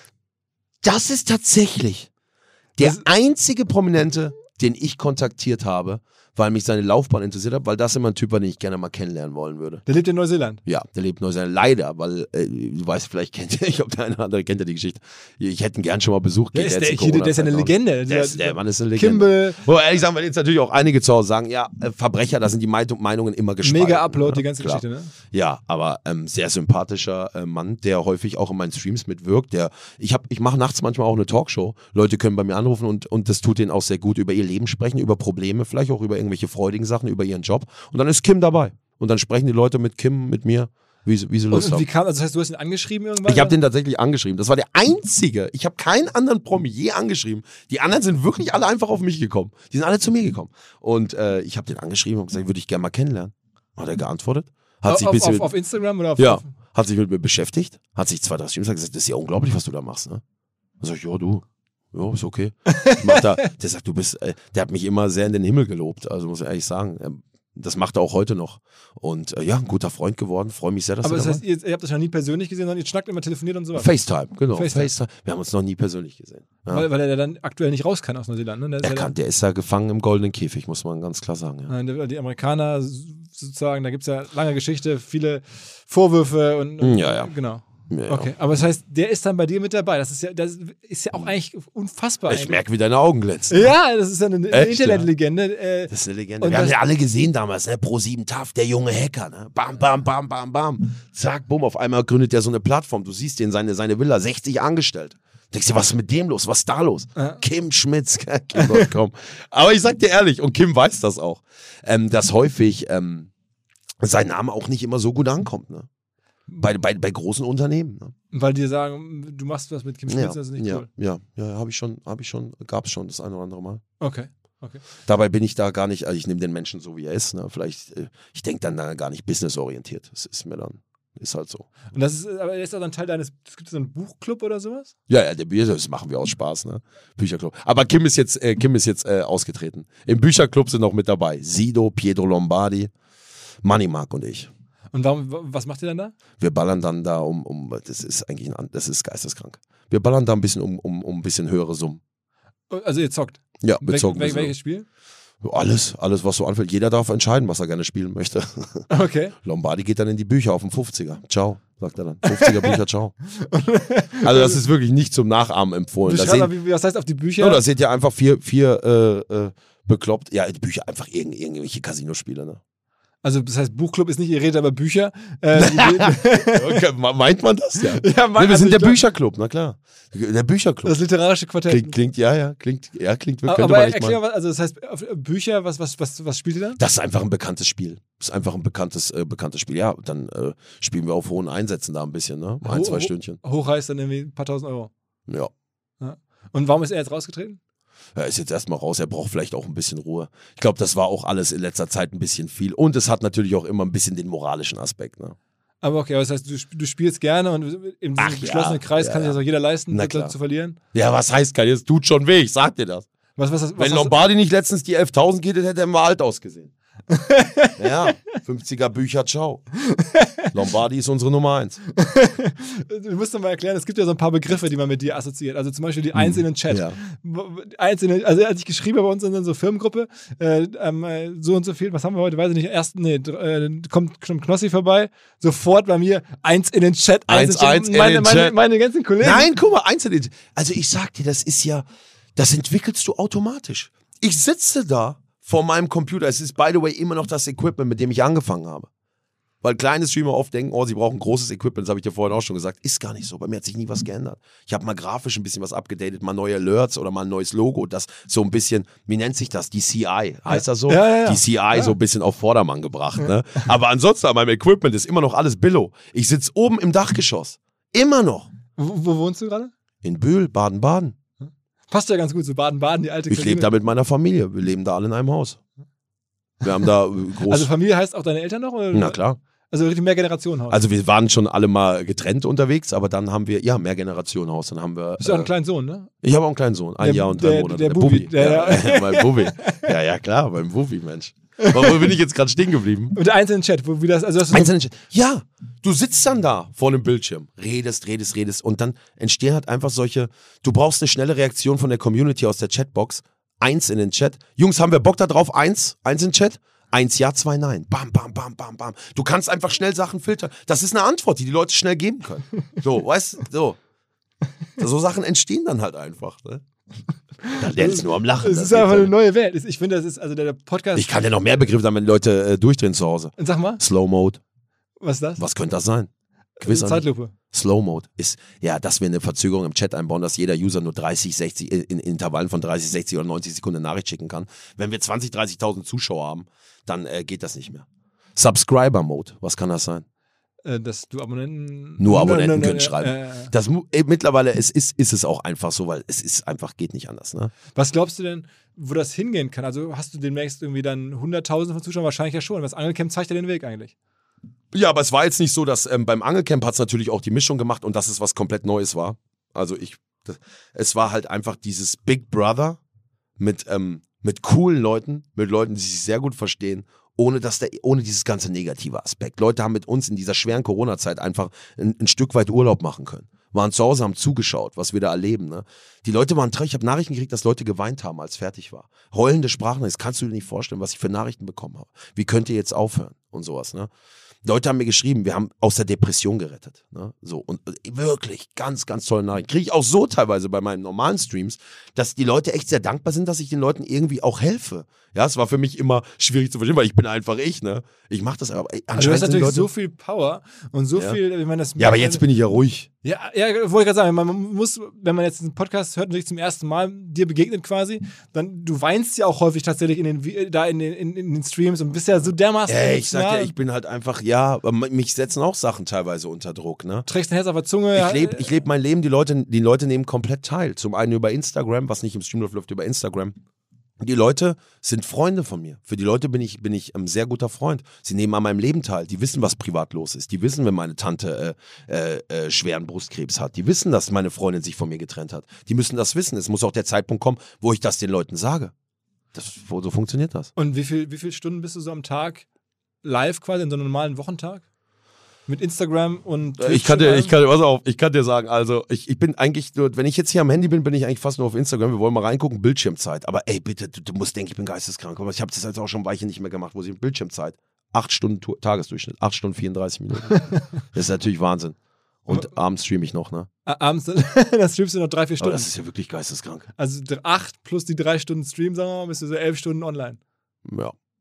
Das ist tatsächlich der Das- einzige Prominente, den ich kontaktiert habe, weil mich seine Laufbahn interessiert hat, weil das immer ein Typ war, den ich gerne mal kennenlernen wollen würde. Der lebt in Neuseeland. Ja, der lebt in Neuseeland. Leider, weil äh, du weißt, vielleicht kennt ihr, ich glaube, der eine oder andere kennt ja die Geschichte. Ich hätte ihn gern schon mal besucht. Der Geht ist, jetzt der, in der, der ist ja eine Corona-Zeit noch. Legende. Der, ist, der Mann ist eine Legende. Kimball, Wo ehrlich sagen, weil jetzt natürlich auch einige zu Hause sagen, ja, äh, Verbrecher, da sind die Meinung- Meinungen immer gespalten. mega Upload, ne? die ganze Klar. Geschichte, ne? Ja, aber ähm, sehr sympathischer äh, Mann, der häufig auch in meinen Streams mitwirkt. Der, ich hab, ich mache nachts manchmal auch eine Talkshow. Leute können bei mir anrufen und, und das tut denen auch sehr gut, über ihr Leben sprechen, über Probleme, vielleicht auch über irgendwelche freudigen Sachen, über ihren Job. Und dann ist Kim dabei. Und dann sprechen die Leute mit Kim, mit mir, wie sie, wie sie Lust Und wie haben. kam, also das heißt, du hast ihn angeschrieben irgendwann? Ich habe den tatsächlich angeschrieben. Das war der einzige. Ich habe keinen anderen Promi je angeschrieben. Die anderen sind wirklich alle einfach auf mich gekommen. Die sind alle zu mir gekommen. Und äh, ich habe den angeschrieben und gesagt, würde ich gerne mal kennenlernen. Hat er geantwortet. Hat auf, sich ein bisschen auf, mit, auf Instagram oder auf, ja, auf hat sich mit mir beschäftigt. Hat sich zwei, drei Streams gesagt, das ist ja unglaublich, was du da machst. Ne? Dann sag ich, ja, du. Ja, ist okay. Ich mach da, der sagt, du bist, äh, der hat mich immer sehr in den Himmel gelobt. Also muss ich ehrlich sagen. Ähm, Das macht er auch heute noch. Und äh, ja, ein guter Freund geworden. Freue mich sehr, dass Aber er das da heißt, ihr, ihr habt das noch nie persönlich gesehen, sondern ihr schnackt immer telefoniert und so war. was. FaceTime, genau. FaceTime. FaceTime. Wir haben uns noch nie persönlich gesehen. Ja. Weil, weil er dann aktuell nicht raus kann aus Neuseeland. Ne? Der ist er ja kann, der ist ja gefangen im goldenen Käfig, muss man ganz klar sagen. Ja. Nein, die- die Amerikaner sozusagen, da gibt es ja lange Geschichte, viele Vorwürfe und, und Ja, ja. genau. Ja, ja. Okay, aber das heißt, der ist dann bei dir mit dabei. Das ist ja, das ist ja auch eigentlich unfassbar. Ich eigentlich. merke, wie deine Augen glänzen. Ja, das ist ja eine, eine Echt, Internetlegende. Äh, Das ist eine Legende. Und Wir haben das- ja alle gesehen damals, ne? Pro sieben T A F, der junge Hacker. Ne? Bam, bam, bam, bam, bam. Zack, bumm, auf einmal gründet der so eine Plattform. Du siehst den, seine, seine Villa, sechzig angestellt. Denkst dir, was ist mit dem los? Was ist da los? Ja. Kim Schmitz, Kim Punkt com. Aber ich sag dir ehrlich, und Kim weiß das auch, ähm, dass häufig ähm, sein Name auch nicht immer so gut ankommt. Ne? Bei, bei, bei großen Unternehmen. Ne? weil die sagen, du machst was mit Kim Schmitz, Ja, das ist nicht ja, cool. ja, ja, habe ich schon, habe ich schon, gab es schon das eine oder andere Mal. Okay, okay. Dabei bin ich da gar nicht, also ich nehme den Menschen so, wie er ist. Ne? Vielleicht, äh, ich denke dann da gar nicht businessorientiert. Das ist mir dann, ist halt so. Und das ist, aber ist das dann Teil deines, es gibt so einen Buchclub oder sowas? Ja, ja, der Bier, das machen wir aus Spaß, ne? Bücherclub. Aber Kim ist jetzt, äh, Kim ist jetzt äh, ausgetreten. Im Bücherclub sind noch mit dabei Sido, Pietro Lombardi, Money Mark und ich. Und warum, was macht ihr dann da? Wir ballern dann da um, um das ist eigentlich ein, das ist geisteskrank. Wir ballern da ein bisschen um, um, um ein bisschen höhere Summen. Also ihr zockt. Ja, Wel, bezogen. wel, welches Spiel? Alles, alles, was so anfällt. Jeder darf entscheiden, was er gerne spielen möchte. Okay. Lombardi geht dann in die Bücher auf den fünfziger. Ciao, sagt er dann. fünfziger Bücher, ciao. Also das ist wirklich nicht zum Nachahmen empfohlen. Da Beschreib mal, sehen, wie, was heißt auf die Bücher? no, da seht ihr einfach vier, vier äh, äh, bekloppt, ja, die Bücher einfach irgend, irgendwelche Casinospiele. Ne? Also das heißt, Buchclub ist nicht, ihr redet aber Bücher. Äh, okay, meint man das ja? ja mein, nee, wir also sind der glaub, Bücherclub, na klar. Der Bücherclub. Das literarische Quartett. Klingt, klingt ja, ja, klingt, ja, klingt wirklich. Aber, aber erklär mal, also das heißt, auf Bücher, was, was, was, was spielt ihr da? Das ist einfach ein bekanntes Spiel. Das ist einfach ein bekanntes, äh, bekanntes Spiel. Ja, dann äh, spielen wir auf hohen Einsätzen da ein bisschen, ne? Ein, Ho- zwei ho- Stündchen. Hoch heißt dann irgendwie ein paar tausend Euro. Ja. Ja. Und warum ist er jetzt rausgetreten? Er ist jetzt erstmal raus, er braucht vielleicht auch ein bisschen Ruhe. Ich glaube, das war auch alles in letzter Zeit ein bisschen viel. Und es hat natürlich auch immer ein bisschen den moralischen Aspekt. Ne? Aber okay, aber das heißt, du, sp- du spielst gerne und in Ach diesem geschlossenen ja, Kreis ja, kann sich ja. das auch jeder leisten, Na zu, klar. zu verlieren. Ja, was heißt kann? Es tut schon weh, ich sag dir das. Was, was, was, was Wenn hast Lombardi nicht letztens die elftausend geht, hätte er mal alt ausgesehen. Ja, fünfziger Bücher, ciao. Lombardi ist unsere Nummer eins. du, du musst doch mal erklären, es gibt ja so ein paar Begriffe, die man mit dir assoziiert. Also zum Beispiel die Eins in den Chat. Ja. Einzelne, also als ich geschrieben habe bei uns in unserer Firmengruppe, äh, ähm, so und so viel, was haben wir heute, weiß ich nicht, erst, nee, äh, kommt schon Knossi vorbei, sofort bei mir, eins in den Chat, eins, Eins, in eins meine, in den meine, Chat. meine ganzen Kollegen. Nein, guck mal, eins in den Also ich sag dir, das ist ja, das entwickelst du automatisch. Ich sitze da vor meinem Computer. Es ist, by the way, immer noch das Equipment, mit dem ich angefangen habe. Weil kleine Streamer oft denken, oh, sie brauchen großes Equipment, das habe ich dir vorhin auch schon gesagt. Ist gar nicht so. Bei mir hat sich nie was geändert. Ich habe mal grafisch ein bisschen was abgedatet, mal neue Alerts oder mal ein neues Logo, das so ein bisschen, wie nennt sich das? Die C I, heißt das so? Ja, ja, ja. Die C I Ja. so ein bisschen auf Vordermann gebracht. Ne? Aber ansonsten an meinem Equipment ist immer noch alles Billo. Ich sitze oben im Dachgeschoss. Immer noch. Wo, wo wohnst du gerade? In Bühl, Baden-Baden. Passt ja ganz gut, so Baden-Baden, die alte Ich lebe da mit meiner Familie. Wir leben da alle in einem Haus. Wir haben da äh, groß. Also Familie heißt auch deine Eltern noch? Oder? Na klar. Also richtig Mehrgenerationenhaus. Also wir waren schon alle mal getrennt unterwegs, aber dann haben wir, ja, Mehrgenerationenhaus. Dann haben wir. Du bist ja auch äh, einen kleinen Sohn, ne? Ich habe auch einen kleinen Sohn. Ein Der- Jahr und drei der- Monate. der Bubi. Der- ja, mein Bubi. Ja, ja, klar, mein Bubi, Mensch. Wo bin ich jetzt gerade stehen geblieben? Und der einzelne Chat, wo wie das, also das ist so, Einzelne, ja, du sitzt dann da vor einem Bildschirm, redest, redest, redest und dann entstehen halt einfach solche, du brauchst eine schnelle Reaktion von der Community aus der Chatbox. Eins in den Chat. Jungs, haben wir Bock da drauf? Eins? Eins in den Chat? Eins ja, zwei nein. Bam, bam, bam, bam, bam. Du kannst einfach schnell Sachen filtern. Das ist eine Antwort, die die Leute schnell geben können. So, weißt du, so. So Sachen entstehen dann halt einfach. Ne? Da lernst du nur am Lachen. es das ist geht einfach dann. eine neue Welt. Ich finde, das ist, also der, der Podcast. Ich kann dir noch mehr Begriffe sagen, wenn die Leute äh, durchdrehen zu Hause. Sag mal, Slow Mode. was ist das? Was könnte das sein? Quiz an- Zeitlupe. Slow Mode ist, ja, dass wir eine Verzögerung im Chat einbauen, dass jeder User nur dreißig, sechzig, in, in Intervallen von dreißig, sechzig oder neunzig Sekunden eine Nachricht schicken kann. Wenn wir zwanzig, dreißigtausend Zuschauer haben, dann äh, geht das nicht mehr. Subscriber Mode, was kann das sein? Äh, dass du Abonnenten. Nur Abonnenten Nein, nein, können nein, schreiben. äh, äh. Das mu- äh, mittlerweile es ist, ist es auch einfach so, weil es ist einfach, geht nicht anders. Ne? Was glaubst du denn, wo das hingehen kann? Also hast du demnächst irgendwie dann hunderttausende von Zuschauern? Wahrscheinlich ja schon. Das Angelcamp zeigt ja den Weg eigentlich. Ja, aber es war jetzt nicht so, dass ähm, beim Angelcamp hat es natürlich auch die Mischung gemacht und dass es was komplett Neues war. Also ich, das, es war halt einfach dieses Big Brother mit, ähm, mit coolen Leuten, mit Leuten, die sich sehr gut verstehen, ohne, dass der, ohne dieses ganze negative Aspekt. Leute haben mit uns in dieser schweren Corona-Zeit einfach ein, ein Stück weit Urlaub machen können. Waren zu Hause, haben zugeschaut, was wir da erleben. Ne? Die Leute waren traurig. Ich habe Nachrichten gekriegt, dass Leute geweint haben, als fertig war. Heulende Sprachen, das kannst du dir nicht vorstellen, was ich für Nachrichten bekommen habe. Wie könnt ihr jetzt aufhören? Und sowas, ne? Leute haben mir geschrieben, wir haben aus der Depression gerettet. Ne? So, und äh, wirklich ganz, ganz tolle Nachrichten. Kriege ich auch so teilweise bei meinen normalen Streams, dass die Leute echt sehr dankbar sind, dass ich den Leuten irgendwie auch helfe. Ja, es war für mich immer schwierig zu verstehen, weil ich bin einfach ich, ne? Ich mache das aber. Ey, Also du anscheinend hast sind natürlich Leute, so viel Power und so Ja. viel, ich meine, das ja, aber jetzt bin ich ja ruhig. Ja, ja, wollte ich gerade sagen, man muss, wenn man jetzt einen Podcast hört und sich zum ersten Mal dir begegnet quasi, dann, du weinst ja auch häufig tatsächlich in den, Vi- da in den, in, in den Streams und bist ja so dermaßen Ey, ich sag emotional. ja, ich bin halt einfach, ja, aber mich setzen auch Sachen teilweise unter Druck, ne? Trägst ein Herz auf der Zunge. Ich lebe ich leb mein Leben, die Leute, die Leute nehmen komplett teil. Zum einen über Instagram, was nicht im Stream läuft, läuft über Instagram. Die Leute sind Freunde von mir. Für die Leute bin ich, bin ich ein sehr guter Freund. Sie nehmen an meinem Leben teil. Die wissen, was privat los ist. Die wissen, wenn meine Tante äh, äh, äh, schweren Brustkrebs hat. Die wissen, dass meine Freundin sich von mir getrennt hat. Die müssen das wissen. Es muss auch der Zeitpunkt kommen, wo ich das den Leuten sage. Das, so funktioniert das. Und wie viel, wie viele Stunden bist du so am Tag live quasi in so einem normalen Wochentag? Mit Instagram und Twitch Ich kann dir, und ich kann, pass auf, ich kann dir sagen, also ich, ich bin eigentlich nur, wenn ich jetzt hier am Handy bin, bin ich eigentlich fast nur auf Instagram. Wir wollen mal reingucken, Bildschirmzeit. Aber ey, bitte, du, du musst denken, ich bin geisteskrank. Aber ich habe das jetzt auch schon ein Weilchen nicht mehr gemacht, wo ich Bildschirmzeit. Acht Stunden Tu- Tagesdurchschnitt, acht Stunden vierunddreißig Minuten. Das ist natürlich Wahnsinn. Und abends streame ich noch, ne? allem. Abends, da streamst du noch drei, vier Aber Stunden. das ist ja wirklich geisteskrank. Also d- acht plus die drei Stunden Stream, sagen wir mal, bist du so elf Stunden online. Ja.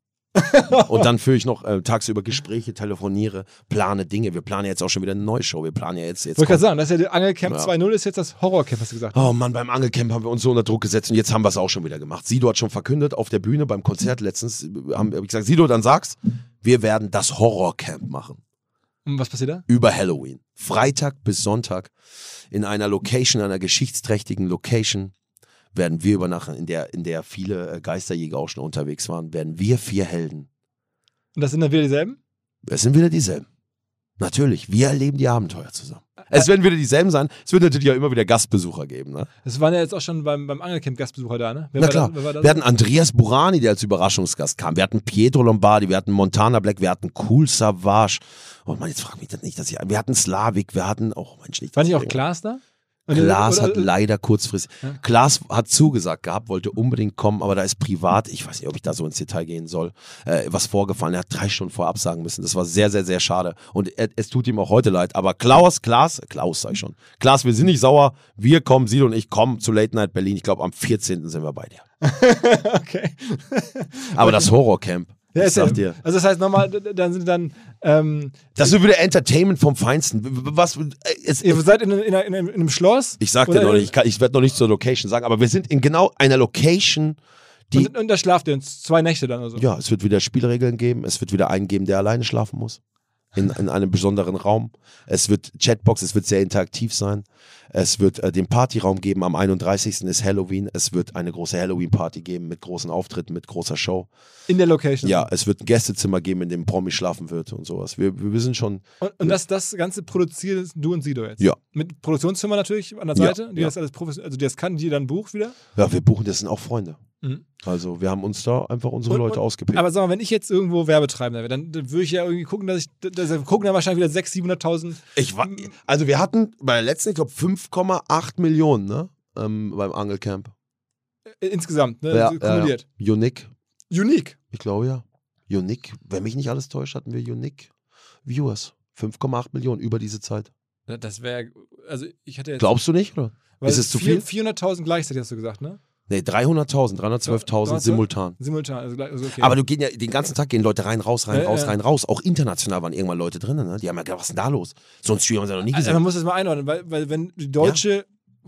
Und dann führe ich noch äh, tagsüber Gespräche, telefoniere, plane Dinge. Wir planen jetzt auch schon wieder eine neue Show. Wir planen ja jetzt. jetzt Wollte gerade sagen, das ist ja die Angelcamp ja. zwei null ist jetzt das Horrorcamp, hast du gesagt. Oh Mann, beim Angelcamp haben wir uns so unter Druck gesetzt und jetzt haben wir es auch schon wieder gemacht. Sido hat schon verkündet auf der Bühne beim Konzert letztens, haben hab ich gesagt, Sido, dann sag's, wir werden das Horrorcamp machen. Und was passiert da? Über Halloween. Freitag bis Sonntag in einer Location, einer geschichtsträchtigen Location werden wir übernachten, in der, in der viele Geisterjäger auch schon unterwegs waren, werden wir vier Helden. Und das sind dann wieder dieselben? Es sind wieder dieselben. Natürlich, wir erleben die Abenteuer zusammen. Es werden wieder dieselben sein. Es wird natürlich auch immer wieder Gastbesucher geben. Ne? Es waren ja jetzt auch schon beim, beim Angelcamp Gastbesucher da, ne? Wer Na war klar. Da, wer war da Wir so? hatten Andreas Burani, der als Überraschungsgast kam. Wir hatten Pietro Lombardi, wir hatten Montana Black, wir hatten Cool Savage. Oh Mann, jetzt frag mich das nicht, dass ich. Wir hatten Slavik, wir hatten. Oh Mensch, nicht. War nicht auch Klaas da? Klaas Oder- hat leider kurzfristig. Ja. Klaas hat zugesagt gehabt, wollte unbedingt kommen, aber da ist privat, ich weiß nicht, ob ich da so ins Detail gehen soll, äh, was vorgefallen. Er hat drei Stunden vorher absagen müssen. Das war sehr, sehr, sehr schade. Und er, es tut ihm auch heute leid. Aber Klaus, Klaas, Klaus sag ich schon. Klaas, wir sind nicht sauer. Wir kommen, Sido und ich kommen zu Late Night Berlin. Ich glaube, am vierzehnten sind wir bei dir. Okay. Aber das Horrorcamp. Ja, ich ist ja, sag dir. also das heißt nochmal, dann sind dann, ähm, Das wird wieder Entertainment vom Feinsten. Was, es, ihr seid in, in, in, in einem Schloss. ich sag dir oder noch in- nicht, ich, kann- ich werde noch nicht zur Location sagen, aber wir sind in genau einer Location, die. Und, und da schlaft ihr zwei Nächte dann oder so. Ja, es wird wieder Spielregeln geben. Es wird wieder einen geben, der alleine schlafen muss. In, in einem besonderen Raum. Es wird Chatbox, es wird sehr interaktiv sein. Es wird äh, den Partyraum geben. Am einunddreißigsten ist Halloween. Es wird eine große Halloween-Party geben mit großen Auftritten, mit großer Show. In der Location. Ja, es wird ein Gästezimmer geben, in dem Promi schlafen wird und sowas. Wir, wir sind schon. Und, und das, das Ganze produzierst du und Sido jetzt? Ja. Mit Produktionsfirma natürlich an der Ja, Seite, die ja. das alles professionell, also die das kann, die dann bucht wieder. Ja, wir buchen, das sind auch Freunde. Mhm. Also wir haben uns da einfach unsere Und- Leute und- ausgepickt. Aber sag mal, wenn ich jetzt irgendwo Werbetreibender wäre, dann, dann würde ich ja irgendwie gucken, dass ich, dass, dann gucken dann wahrscheinlich wieder sechshunderttausend, siebenhunderttausend. Ich war, also wir hatten bei der letzten, ich glaube, fünf Komma acht Millionen, ne? Ähm, beim Angelcamp. äh, insgesamt, ne? Ja, so ja, kumuliert. ja. Unique, Unique. ich glaube ja. Unique, wenn mich nicht alles täuscht, hatten wir Unique Viewers. fünf Komma acht Millionen über diese Zeit. Das wäre, also ich hatte jetzt. Glaubst du nicht, oder? weil ist es zu vier- viel? vierhunderttausend gleichzeitig hast du gesagt, ne? Nee, dreihunderttausend, dreihundertzwölftausend simultan. Simultan, also, gleich- also okay. Aber du gehen ja, den ganzen Tag gehen Leute rein, raus, rein, Ja, raus, ja. rein, raus. Auch international waren irgendwann Leute drin, ne? Die haben ja gedacht, was ist denn da los? So ein Stream haben sie noch nie Also gesehen. man muss das mal einordnen, weil, weil wenn die deutsche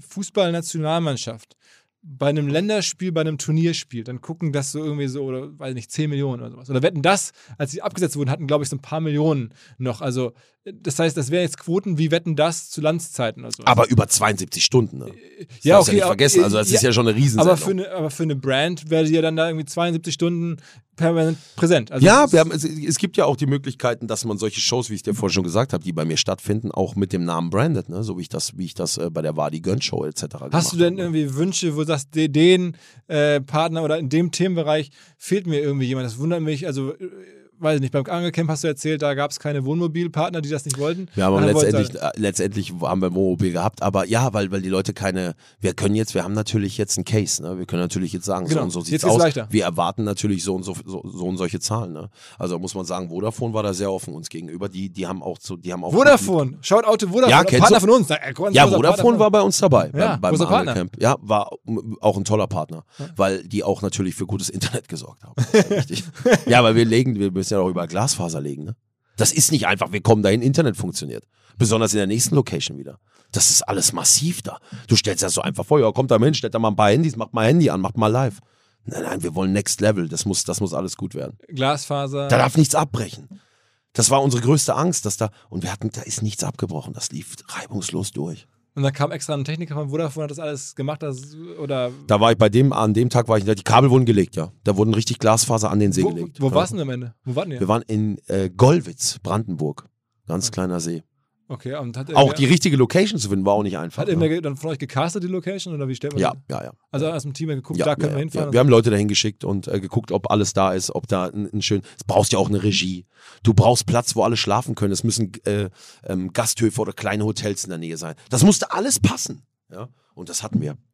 Fußballnationalmannschaft bei einem Länderspiel, bei einem Turnier spielt, dann gucken das so irgendwie so, oder weiß nicht, zehn Millionen oder sowas. Oder wetten das, als sie abgesetzt wurden, hatten, glaube ich, so ein paar Millionen noch. Also, das heißt, das wären jetzt Quoten wie wetten das zu Landszeiten oder so. Aber über zweiundsiebzig Stunden, ne? Das ja, darfst du ja nicht aber- vergessen. Also das ist ja schon eine Riesensendung. aber für eine, aber für eine Brand wäre sie ja dann da irgendwie zweiundsiebzig Stunden permanent präsent. Also Ja, das- wir haben, es, es gibt ja auch die Möglichkeiten, dass man solche Shows, wie ich dir vorhin schon gesagt habe, die bei mir stattfinden, auch mit dem Namen brandet, ne? So wie ich das, wie ich das äh, bei der Wadi Gönn Show et cetera gemacht Hast du denn habe. irgendwie Wünsche, wo du sagst, de- den äh, Partner oder in dem Themenbereich fehlt mir irgendwie jemand? Das wundert mich. Also, äh, weiß ich nicht, beim Angelcamp hast du erzählt, da gab es keine Wohnmobilpartner, die das nicht wollten. Wir haben Dann wollten sie letztendlich, äh, letztendlich haben wir ein Wohnmobil gehabt, aber ja, weil, weil die Leute keine, wir können jetzt, wir haben natürlich jetzt einen Case, ne? Wir können natürlich jetzt sagen, Genau. so und so Jetzt sieht's geht's aus. leichter. Wir erwarten natürlich so und so, so, so und solche Zahlen, ne? Also muss man sagen, Vodafone war da sehr offen uns gegenüber, die, die haben auch so, die haben auch. Vodafone, schaut Auto Vodafone, Ja, kennst Partner du- von uns. Äh, großer Ja, Partner Vodafone von- war bei uns dabei, Ja, beim, beim großer Partner. Angelcamp. Ja, war um, auch ein toller Partner, weil die auch natürlich für gutes Internet gesorgt haben. Das ist ja wichtig. Ja, weil wir legen, wir müssen ja auch über Glasfaser legen, ne? Das ist nicht einfach, wir kommen dahin, Internet funktioniert. Besonders in der nächsten Location wieder. Das ist alles massiv da. Du stellst ja so einfach vor, ja, kommt da mal hin, stellt da mal ein paar Handys, macht mal Handy an, macht mal live. Nein, nein, wir wollen Next Level, das muss, das muss alles gut werden. Glasfaser. Da darf nichts abbrechen. Das war unsere größte Angst, dass da, und wir hatten, da ist nichts abgebrochen, das lief reibungslos durch. Und dann kam extra ein Techniker von Vodafone, hat das alles gemacht, das, oder Da war ich bei dem, an dem Tag war ich, die Kabel wurden gelegt, ja. Da wurden richtig Glasfaser an den See wo, gelegt. wo ja. warst du denn am Ende? Wo warten ihr? Wir waren in äh, Gollwitz, Brandenburg. Ganz kleiner See. Okay, und hat Auch irgendwer- die richtige Location zu finden, war auch nicht einfach. Hat ne? irgendwer dann von euch gecastet, die Location, oder wie stellt man Ja, das? ja, ja. Also aus dem Team geguckt, Ja, da können ja, wir hinfahren. ja. Wir haben Leute dahin geschickt und äh, geguckt, ob alles da ist, ob da ein, ein schön. Es brauchst ja auch eine Regie. Du brauchst Platz, wo alle schlafen können. Es müssen äh, ähm, Gasthöfe oder kleine Hotels in der Nähe sein. Das musste alles passen. Ja? Und das hatten wir.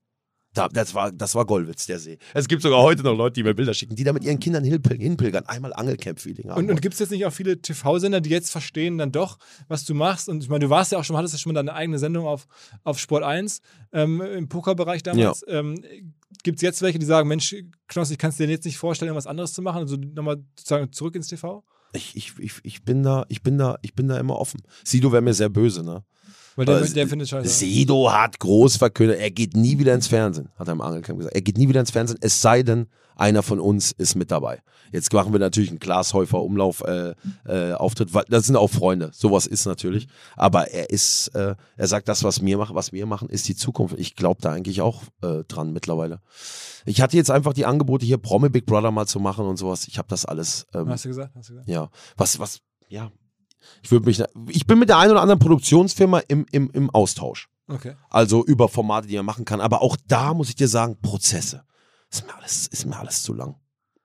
Da, das, war, das war Gollwitz, der See. Es gibt sogar heute noch Leute, die mir Bilder schicken, die da mit ihren Kindern hinpilgern, hinpilgern einmal Angelcamp-Feeling haben. Und, und gibt es jetzt nicht auch viele T V-Sender, die jetzt verstehen dann doch, was du machst? Und ich meine, du warst ja auch schon, hattest ja schon mal deine eigene Sendung auf, auf Sport eins ähm, im Pokerbereich damals. Ja. Ähm, gibt es jetzt welche, die sagen, Mensch, Knoss, ich kann es dir jetzt nicht vorstellen, irgendwas anderes zu machen? Also nochmal sozusagen zurück ins T V? Ich, ich, ich, ich, bin da, ich, bin da, ich bin da immer offen. Sido wäre mir sehr böse, ne? Weil der, der findet scheiße. Sido hat groß verkündet, er geht nie wieder ins Fernsehen, hat er im Angelcamp gesagt. Er geht nie wieder ins Fernsehen, es sei denn, einer von uns ist mit dabei. Jetzt machen wir natürlich einen Glashäufer Umlauf äh, äh, Auftritt, weil das sind auch Freunde, sowas ist natürlich. Aber er ist, äh, er sagt, das, was wir machen, was wir machen, ist die Zukunft. Ich glaube da eigentlich auch äh, dran mittlerweile. Ich hatte jetzt einfach die Angebote hier, Promi Big Brother mal zu machen und sowas. Ich habe das alles. Ähm, Hast du gesagt? Hast du gesagt? Ja. Was, was, ja. Ich würde mich, ich bin mit der einen oder anderen Produktionsfirma im, im, im Austausch. Okay. Also über Formate, die man machen kann. Aber auch da muss ich dir sagen, Prozesse. Ist mir alles, ist mir alles zu lang.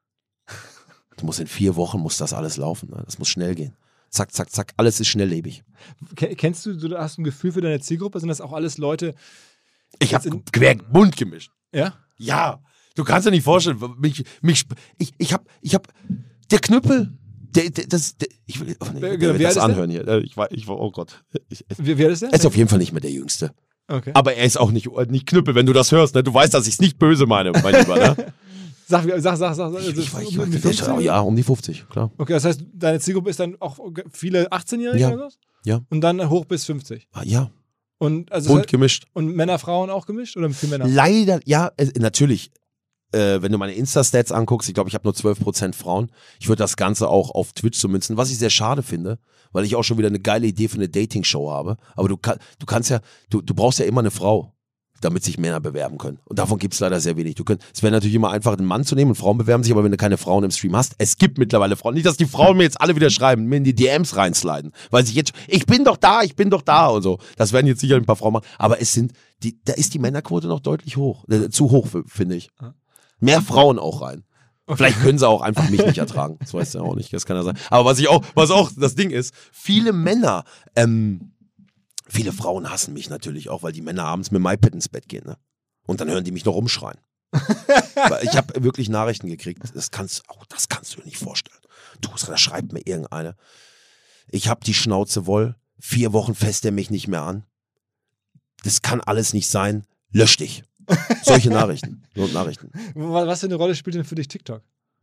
Das muss in vier Wochen muss das alles laufen. Ne? Das muss schnell gehen. Zack, zack, zack. Alles ist schnelllebig. Kennst du, du hast ein Gefühl für deine Zielgruppe? Sind das auch alles Leute? Ich habe quer bunt gemischt. Ja? Ja. Du kannst dir nicht vorstellen, mich, mich, ich, ich habe, ich habe, der Knüppel. Der, der, das, der, ich will, oh nee, der, der wird das anhören hier. Ich war, ich war, oh Gott. Ich, wie, wie alt ist der? Er ist auf jeden Fall nicht mehr der Jüngste. Okay. Aber er ist auch nicht, nicht Knüppel, wenn du das hörst. Ne? Du weißt, dass ich es nicht böse meine, mein Lieber. Ne? Sag, sag, sag, sag. Ich, ich, ich, um ich, ich, ja, um die fünfzig, klar. Okay, das heißt, deine Zielgruppe ist dann auch viele achtzehnjährige ja. oder so? Ja. Und dann hoch bis fünfzig? Ah, ja. Und, also Bunt gemischt. Und Männer, Frauen auch gemischt? Oder viel Männer? Leider, ja, äh, natürlich. Äh, wenn du meine Insta-Stats anguckst, ich glaube, ich habe nur zwölf Prozent Frauen. Ich würde das Ganze auch auf Twitch so münzen, was ich sehr schade finde, weil ich auch schon wieder eine geile Idee für eine Dating-Show habe. Aber du, kann, du kannst ja, du, du brauchst ja immer eine Frau, damit sich Männer bewerben können. Und davon gibt es leider sehr wenig. Du könnt, es wäre natürlich immer einfach, einen Mann zu nehmen und Frauen bewerben sich, aber wenn du keine Frauen im Stream hast, es gibt mittlerweile Frauen. Nicht, dass die Frauen mir jetzt alle wieder schreiben, mir in die D Ms reinsliden, weil sich jetzt, ich bin doch da, ich bin doch da und so. Das werden jetzt sicher ein paar Frauen machen. Aber es sind, die, da ist die Männerquote noch deutlich hoch. Äh, zu hoch, finde ich. Mehr Frauen auch rein. Okay. Vielleicht können sie auch einfach mich nicht ertragen. Das weiß ja auch nicht. Das kann ja sein. Aber was ich auch, was auch das Ding ist, viele Männer, ähm, viele Frauen hassen mich natürlich auch, weil die Männer abends mit dem iPad ins Bett gehen, ne? Und dann hören die mich noch rumschreien. Ich habe wirklich Nachrichten gekriegt. Das kannst, oh, das kannst du dir nicht vorstellen. Du, da schreibt mir irgendeine. Ich habe die Schnauze voll. Vier Wochen fässt er mich nicht mehr an. Das kann alles nicht sein. Lösch dich. Solche Nachrichten. So Nachrichten. Was für eine Rolle spielt denn für dich TikTok?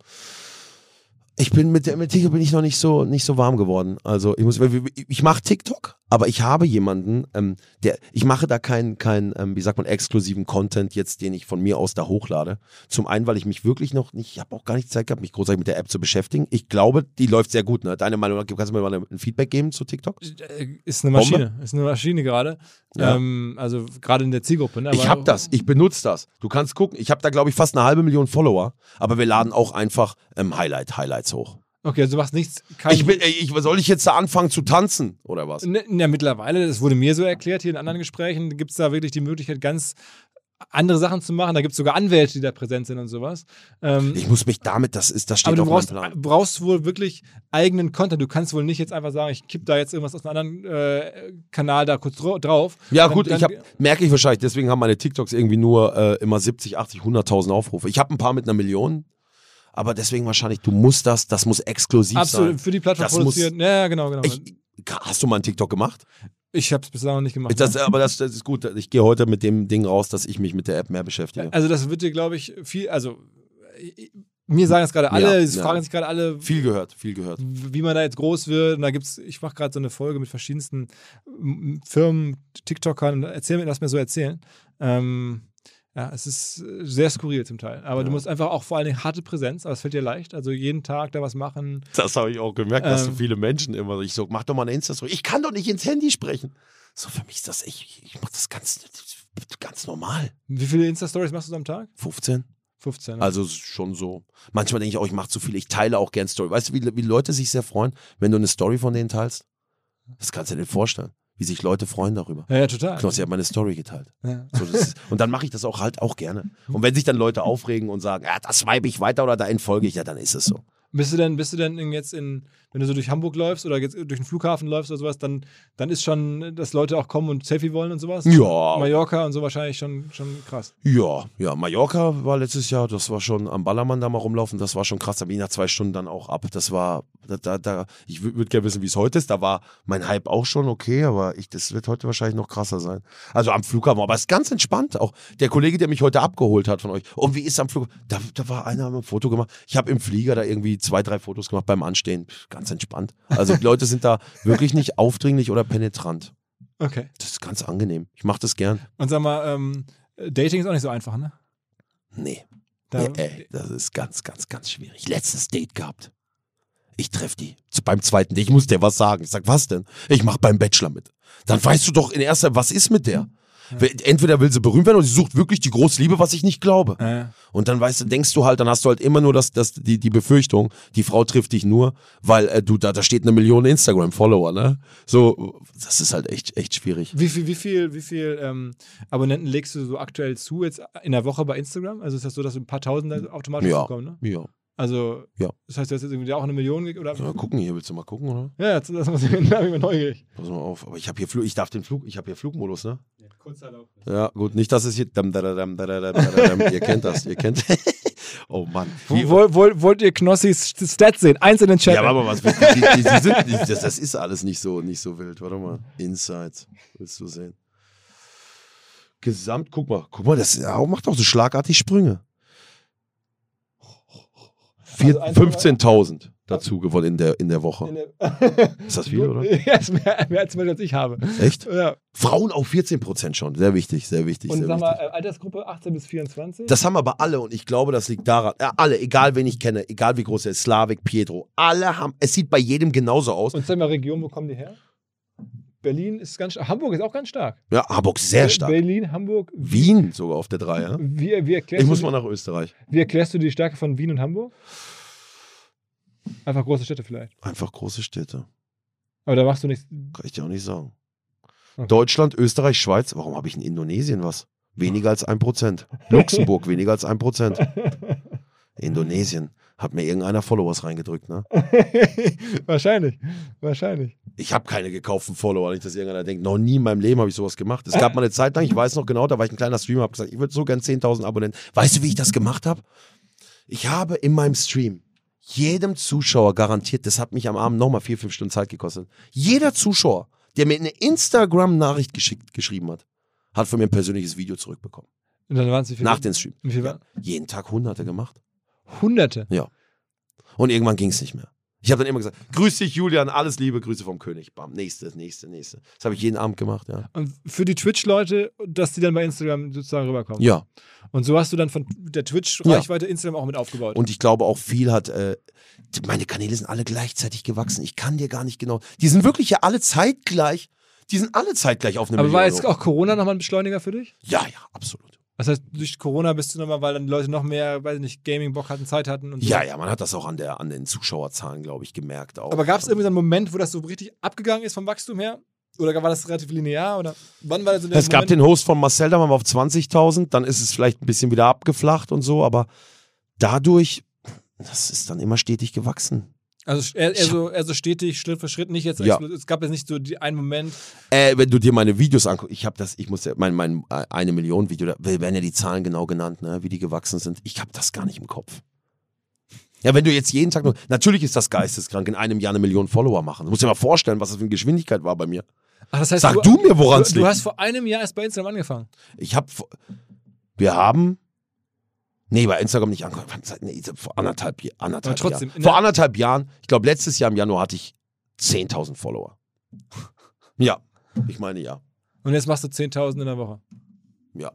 Ich bin mit, mit TikTok bin ich noch nicht so, nicht so warm geworden. Also ich muss, ich mache TikTok, aber ich habe jemanden, ähm, der, ich mache da keinen, kein, ähm, wie sagt man, exklusiven Content jetzt, den ich von mir aus da hochlade. Zum einen, weil ich mich wirklich noch nicht, ich habe auch gar nicht Zeit gehabt, mich großartig mit der App zu beschäftigen. Ich glaube, die läuft sehr gut. Ne? Deine Meinung, kannst du mir mal ein Feedback geben zu TikTok? Ist eine Maschine, Bombe? Ist eine Maschine gerade. Ja. Ähm, also gerade in der Zielgruppe. Ne? Ich habe das, ich benutze das. Du kannst gucken, ich habe da glaube ich fast eine halbe Million Follower, aber wir laden auch einfach ähm, Highlight, Highlights hoch. Okay, also du machst nichts. Kein ich bin, ich, soll ich jetzt da anfangen zu tanzen oder was? Ne, ja, mittlerweile, das wurde mir so erklärt hier in anderen Gesprächen, gibt es da wirklich die Möglichkeit, ganz andere Sachen zu machen. Da gibt es sogar Anwälte, die da präsent sind und sowas. Ähm, ich muss mich damit, das ist, das steht aber auf du brauchst, meinem Plan. brauchst wohl wirklich eigenen Content. Du kannst wohl nicht jetzt einfach sagen, ich kipp da jetzt irgendwas aus einem anderen äh, Kanal da kurz drauf. Ja dann, gut, dann, ich hab, merke ich wahrscheinlich, deswegen haben meine TikToks irgendwie nur äh, immer siebzig, achtzig, hunderttausend Aufrufe. Ich habe ein paar mit einer Million. Aber deswegen wahrscheinlich, du musst das, das muss exklusiv Absolut, sein. für die Plattform das produziert. Muss, ja, genau, genau. Ich, hast du mal einen TikTok gemacht? Ich habe es bislang noch nicht gemacht. Das, aber das, das ist gut. Ich gehe heute mit dem Ding raus, dass ich mich mit der App mehr beschäftige. Also das wird dir, glaube ich, viel, also mir sagen es gerade alle, ja, sie ja. fragen sich gerade alle. Viel gehört, viel gehört. Wie man da jetzt groß wird. Und da gibt's, ich mache gerade so eine Folge mit verschiedensten Firmen, TikTokern. Erzähl mir, lass mir so erzählen. Ähm, Ja, es ist sehr skurril zum Teil. Aber ja. du musst einfach auch vor allen Dingen harte Präsenz, aber es fällt dir leicht. Also jeden Tag da was machen. Das habe ich auch gemerkt, dass ähm, so viele Menschen immer, ich so, mach doch mal eine Insta-Story. Ich kann doch nicht ins Handy sprechen. So, für mich ist das, ich, ich mache das ganz, ganz normal. Wie viele Insta-Stories machst du so am Tag? fünfzehn. fünfzehn. Ne? Also schon so. Manchmal denke ich auch, ich mache zu viel. Ich teile auch gern Story. Weißt du, wie, wie Leute sich sehr freuen, wenn du eine Story von denen teilst? Das kannst du dir nicht vorstellen. Wie sich Leute freuen darüber. Ja, ja, total. Knossi hat meine Story geteilt. Ja. So, das ist, und dann mache ich das auch halt auch gerne. Und wenn sich dann Leute aufregen und sagen, ja, das swipe ich weiter oder da entfolge ich, ja, dann ist es so. Bist du denn, bist du denn jetzt in, wenn du so durch Hamburg läufst oder jetzt durch den Flughafen läufst oder sowas, dann, dann ist schon, dass Leute auch kommen und Selfie wollen und sowas? Ja. Mallorca und so wahrscheinlich schon, schon krass. Ja, ja, Mallorca war letztes Jahr, das war schon am Ballermann da mal rumlaufen, das war schon krass, da bin ich nach zwei Stunden dann auch ab. Das war, da, da, da ich würde gerne wissen, wie es heute ist, da war mein Hype auch schon okay, aber ich, das wird heute wahrscheinlich noch krasser sein. Also am Flughafen, aber es ist ganz entspannt, auch der Kollege, der mich heute abgeholt hat von euch, und wie ist es am Flughafen, da, da war einer, hat ein Foto gemacht, ich habe im Flieger da irgendwie zwei, drei Fotos gemacht beim Anstehen, ganz entspannt. Also die Leute sind da wirklich nicht aufdringlich oder penetrant. Okay. Das ist ganz angenehm, ich mache das gern. Und sag mal, ähm, Dating ist auch nicht so einfach, ne? Nee. Da, Nee, ey, das ist ganz, ganz, ganz schwierig. Letztes Date gehabt. Ich treffe die. Zu- Beim zweiten Date. Ich muss dir was sagen. Ich sag, was denn? Ich mach beim Bachelor mit. Dann weißt du doch in erster, was ist mit der? Entweder will sie berühmt werden oder sie sucht wirklich die große Liebe, was ich nicht glaube. äh, Und dann weißt du, denkst du halt, dann hast du halt immer nur das, das, die, die Befürchtung, die Frau trifft dich nur, weil äh, du da, da steht eine Million Instagram-Follower, ne? So, das ist halt echt, echt schwierig. wie viel, wie viel, wie viel ähm, Abonnenten legst du so aktuell zu jetzt in der Woche bei Instagram? Also ist das so, dass ein paar Tausend da automatisch Ja. kommen, ne? Ja. Also, Ja. das heißt, du hast jetzt irgendwie auch eine Million ge- oder? Ja, gucken hier, willst du mal gucken, oder? Ja, jetzt, das muss ich, da bin ich mal neugierig. Pass mal auf. Aber ich habe hier Flug, ich darf den Flug, ich habe hier Flugmodus, ne? Ja, Kurzerlaubnis. Ja, gut, nicht, dass es hier. Dam, da, da, dam, da, da, da, da, dam. Ihr kennt das, ihr kennt. Oh Mann. Wie, Woll, woll, wollt ihr Knossis Stats sehen? Eins in den Chat. ja, aber was? Die, die, die sind, die, das, das ist alles nicht so, nicht so wild. Warte mal. Insights. Willst du sehen? Gesamt, guck mal, guck mal, das ja, macht auch so schlagartig Sprünge. Vier- Also eins- fünfzehntausend dazu gewonnen in der, in der Woche. In der- Ist das viel, oder? Ja, ist mehr, mehr als, als ich habe. Echt? Ja. Frauen auf vierzehn Prozent schon. Sehr wichtig, sehr wichtig, Und sehr sag wichtig. mal, äh, Altersgruppe achtzehn bis vierundzwanzig? Das haben aber alle und ich glaube, das liegt daran, ja, alle, egal wen ich kenne, egal wie groß er ist, Slavik, Pietro, alle haben, es sieht bei jedem genauso aus. Und sag mal, Region, wo kommen die her? Berlin ist ganz stark. Hamburg ist auch ganz stark. Ja, Hamburg sehr stark. Berlin, Hamburg. Wien sogar auf der drei, ja? Wie, wie, erklärst Ich muss du, mal nach Österreich. wie erklärst du die Stärke von Wien und Hamburg? Einfach große Städte vielleicht. Einfach große Städte. Aber da machst du nichts. Kann ich dir auch nicht sagen. Okay. Deutschland, Österreich, Schweiz. Warum habe ich in Indonesien was? Weniger als ein Prozent. Luxemburg, weniger als ein Prozent. Indonesien. Hat mir irgendeiner Followers reingedrückt, ne? Wahrscheinlich. Wahrscheinlich. Ich habe keine gekauften Follower, nicht, dass irgendeiner denkt, noch nie in meinem Leben habe ich sowas gemacht. Es gab mal eine Zeit lang, ich weiß noch genau, da war ich ein kleiner Streamer, habe gesagt, ich würde so gern zehntausend Abonnenten. Weißt du, wie ich das gemacht habe? Ich habe in meinem Stream jedem Zuschauer garantiert, das hat mich am Abend nochmal vier, fünf Stunden Zeit gekostet. Jeder Zuschauer, der mir eine Instagram-Nachricht geschickt, geschrieben hat, hat von mir ein persönliches Video zurückbekommen. Und dann waren es wie viele? Nach den Stream. Wie viel Ja, waren? jeden Tag Hunderte gemacht. Hunderte. Und irgendwann ging es nicht mehr. Ich habe dann immer gesagt, grüß dich Julian, alles Liebe, Grüße vom König. Bam, nächste, nächste, nächste. Das habe ich jeden Abend gemacht, ja. Und für die Twitch-Leute, dass die dann bei Instagram sozusagen rüberkommen. Ja. Und so hast du dann von der Twitch-Reichweite Instagram auch mit aufgebaut. Und ich glaube auch viel hat, äh, meine Kanäle sind alle gleichzeitig gewachsen. Ich kann dir gar nicht genau, die sind wirklich ja alle zeitgleich, die sind alle zeitgleich auf eine Aber war Million jetzt hoch. auch Corona nochmal ein Beschleuniger für dich? Ja, ja, absolut. Das heißt, durch Corona bist du nochmal, weil dann die Leute noch mehr, weiß ich nicht, Gaming-Bock hatten, Zeit hatten und so. Ja, ja, man hat das auch an, der, an den Zuschauerzahlen, glaube ich, gemerkt auch. Aber gab es irgendwie so einen Moment, wo das so richtig abgegangen ist vom Wachstum her? Oder war das relativ linear? Oder wann war das so der Es gab Moment? den Host von Marcel, da waren wir auf zwanzigtausend, dann ist es vielleicht ein bisschen wieder abgeflacht und so, aber dadurch, das ist dann immer stetig gewachsen. Also eher, eher, so, eher so stetig, Schritt für Schritt, nicht jetzt. Ja. explo- Es gab jetzt nicht so die, einen Moment. Äh, wenn du dir meine Videos anguckst, ich habe das, ich muss ja, mein, mein äh, eine Million Video, da werden ja die Zahlen genau genannt, ne, wie die gewachsen sind. Ich habe das gar nicht im Kopf. Ja, wenn du jetzt jeden Tag nur, natürlich ist das geisteskrank, in einem Jahr eine Million Follower machen. Du musst dir mal vorstellen, was das für eine Geschwindigkeit war bei mir. Ach, das heißt, Sag du mir, woran es du, du liegt. hast vor einem Jahr erst bei Instagram angefangen. Ich habe, wir haben, nee, bei Instagram nicht angefangen, nee, vor anderthalb, anderthalb Aber trotzdem, Jahren. in Vor der- anderthalb Jahren, ich glaube letztes Jahr im Januar hatte ich zehntausend Follower. Ja, ich meine ja. Und jetzt machst du zehntausend in der Woche. Ja.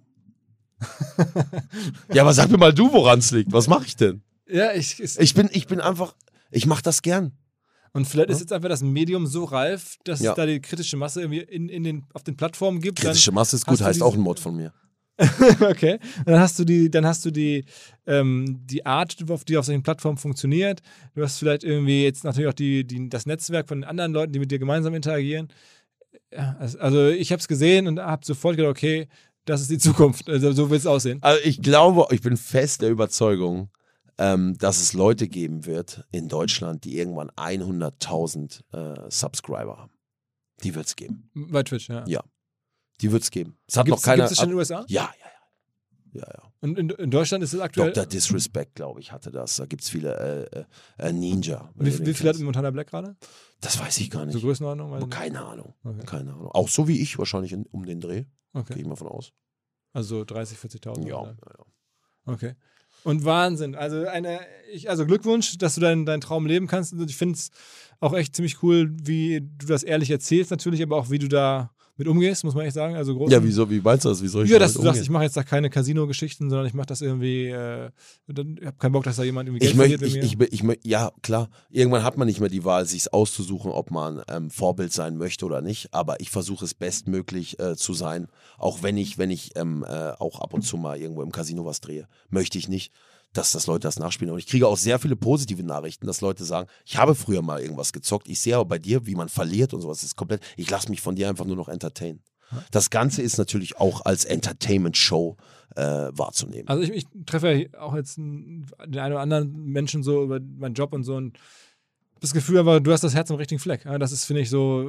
Ja, aber sag mir mal du, woran es liegt. Was mache ich denn? Ja, ich. Ist, Ich bin, ich bin einfach, ich mache das gern. und vielleicht ist Ja. jetzt einfach das Medium so reif, dass Ja. es da die kritische Masse irgendwie in, in den, auf den Plattformen gibt. Kritische Masse ist hast gut, du heißt diese- auch ein Mod von mir. Okay. Dann hast du die, dann hast du die, ähm, die Art, auf die auf solchen Plattformen funktioniert. Du hast vielleicht irgendwie jetzt natürlich auch die, die, das Netzwerk von den anderen Leuten, die mit dir gemeinsam interagieren. Ja, also- also ich habe es gesehen und habe sofort gedacht, okay, das ist die Zukunft. Also so will es aussehen. Also ich glaube, ich bin fest der Überzeugung, ähm, dass es Leute geben wird in Deutschland, die irgendwann hunderttausend äh, Subscriber haben. Die wird es geben. Bei Twitch, ja. Ja, die wird es geben. Es hat Gibt's, noch keiner. Gibt es schon in den U S A? Ja, ja, ja. ja, ja. Und in, in Deutschland ist es aktuell. Doktor Disrespect, glaube ich, hatte das. Da gibt es viele äh, äh, Ninja. Wie, wie viel hat Montana Black gerade? Das weiß ich gar nicht. So Größenordnung? Aber keine Ahnung. Okay. Keine Ahnung. Auch so wie ich wahrscheinlich in, um den Dreh. Okay. Gehe ich mal von aus. Also dreißig, vierzigtausend? Ja, oder? ja, ja. Okay. Und Wahnsinn. Also eine, ich, also Glückwunsch, dass du deinen, deinen Traum leben kannst. Und ich finde es auch echt ziemlich cool, wie du das ehrlich erzählst natürlich, aber auch wie du da mit umgehst, muss man echt sagen. Also groß. Ja, wieso, wie meinst du das? Wie soll ich Ja, damit dass du sagst, umgehen? ich mache jetzt da keine Casino-Geschichten, sondern ich mache das irgendwie, äh, ich habe keinen Bock, dass da jemand irgendwie Geld Ich möchte, verliert ich, mit ich, ich, ich, ja, klar. Irgendwann hat man nicht mehr die Wahl, sich auszusuchen, ob man ähm, Vorbild sein möchte oder nicht. Aber ich versuche es bestmöglich äh, zu sein. Auch wenn ich, wenn ich ähm, äh, auch ab und zu mal irgendwo im Casino was drehe, möchte ich nicht, dass das Leute das nachspielen. Und ich kriege auch sehr viele positive Nachrichten, dass Leute sagen, ich habe früher mal irgendwas gezockt. Ich sehe aber bei dir, wie man verliert und sowas. Das ist komplett. Ich lasse mich von dir einfach nur noch entertainen. Das Ganze ist natürlich auch als Entertainment-Show äh, wahrzunehmen. Also ich, ich treffe ja auch jetzt den einen oder anderen Menschen so über meinen Job und so und das Gefühl aber, du hast das Herz am richtigen Fleck. Ja, das ist, finde ich, so,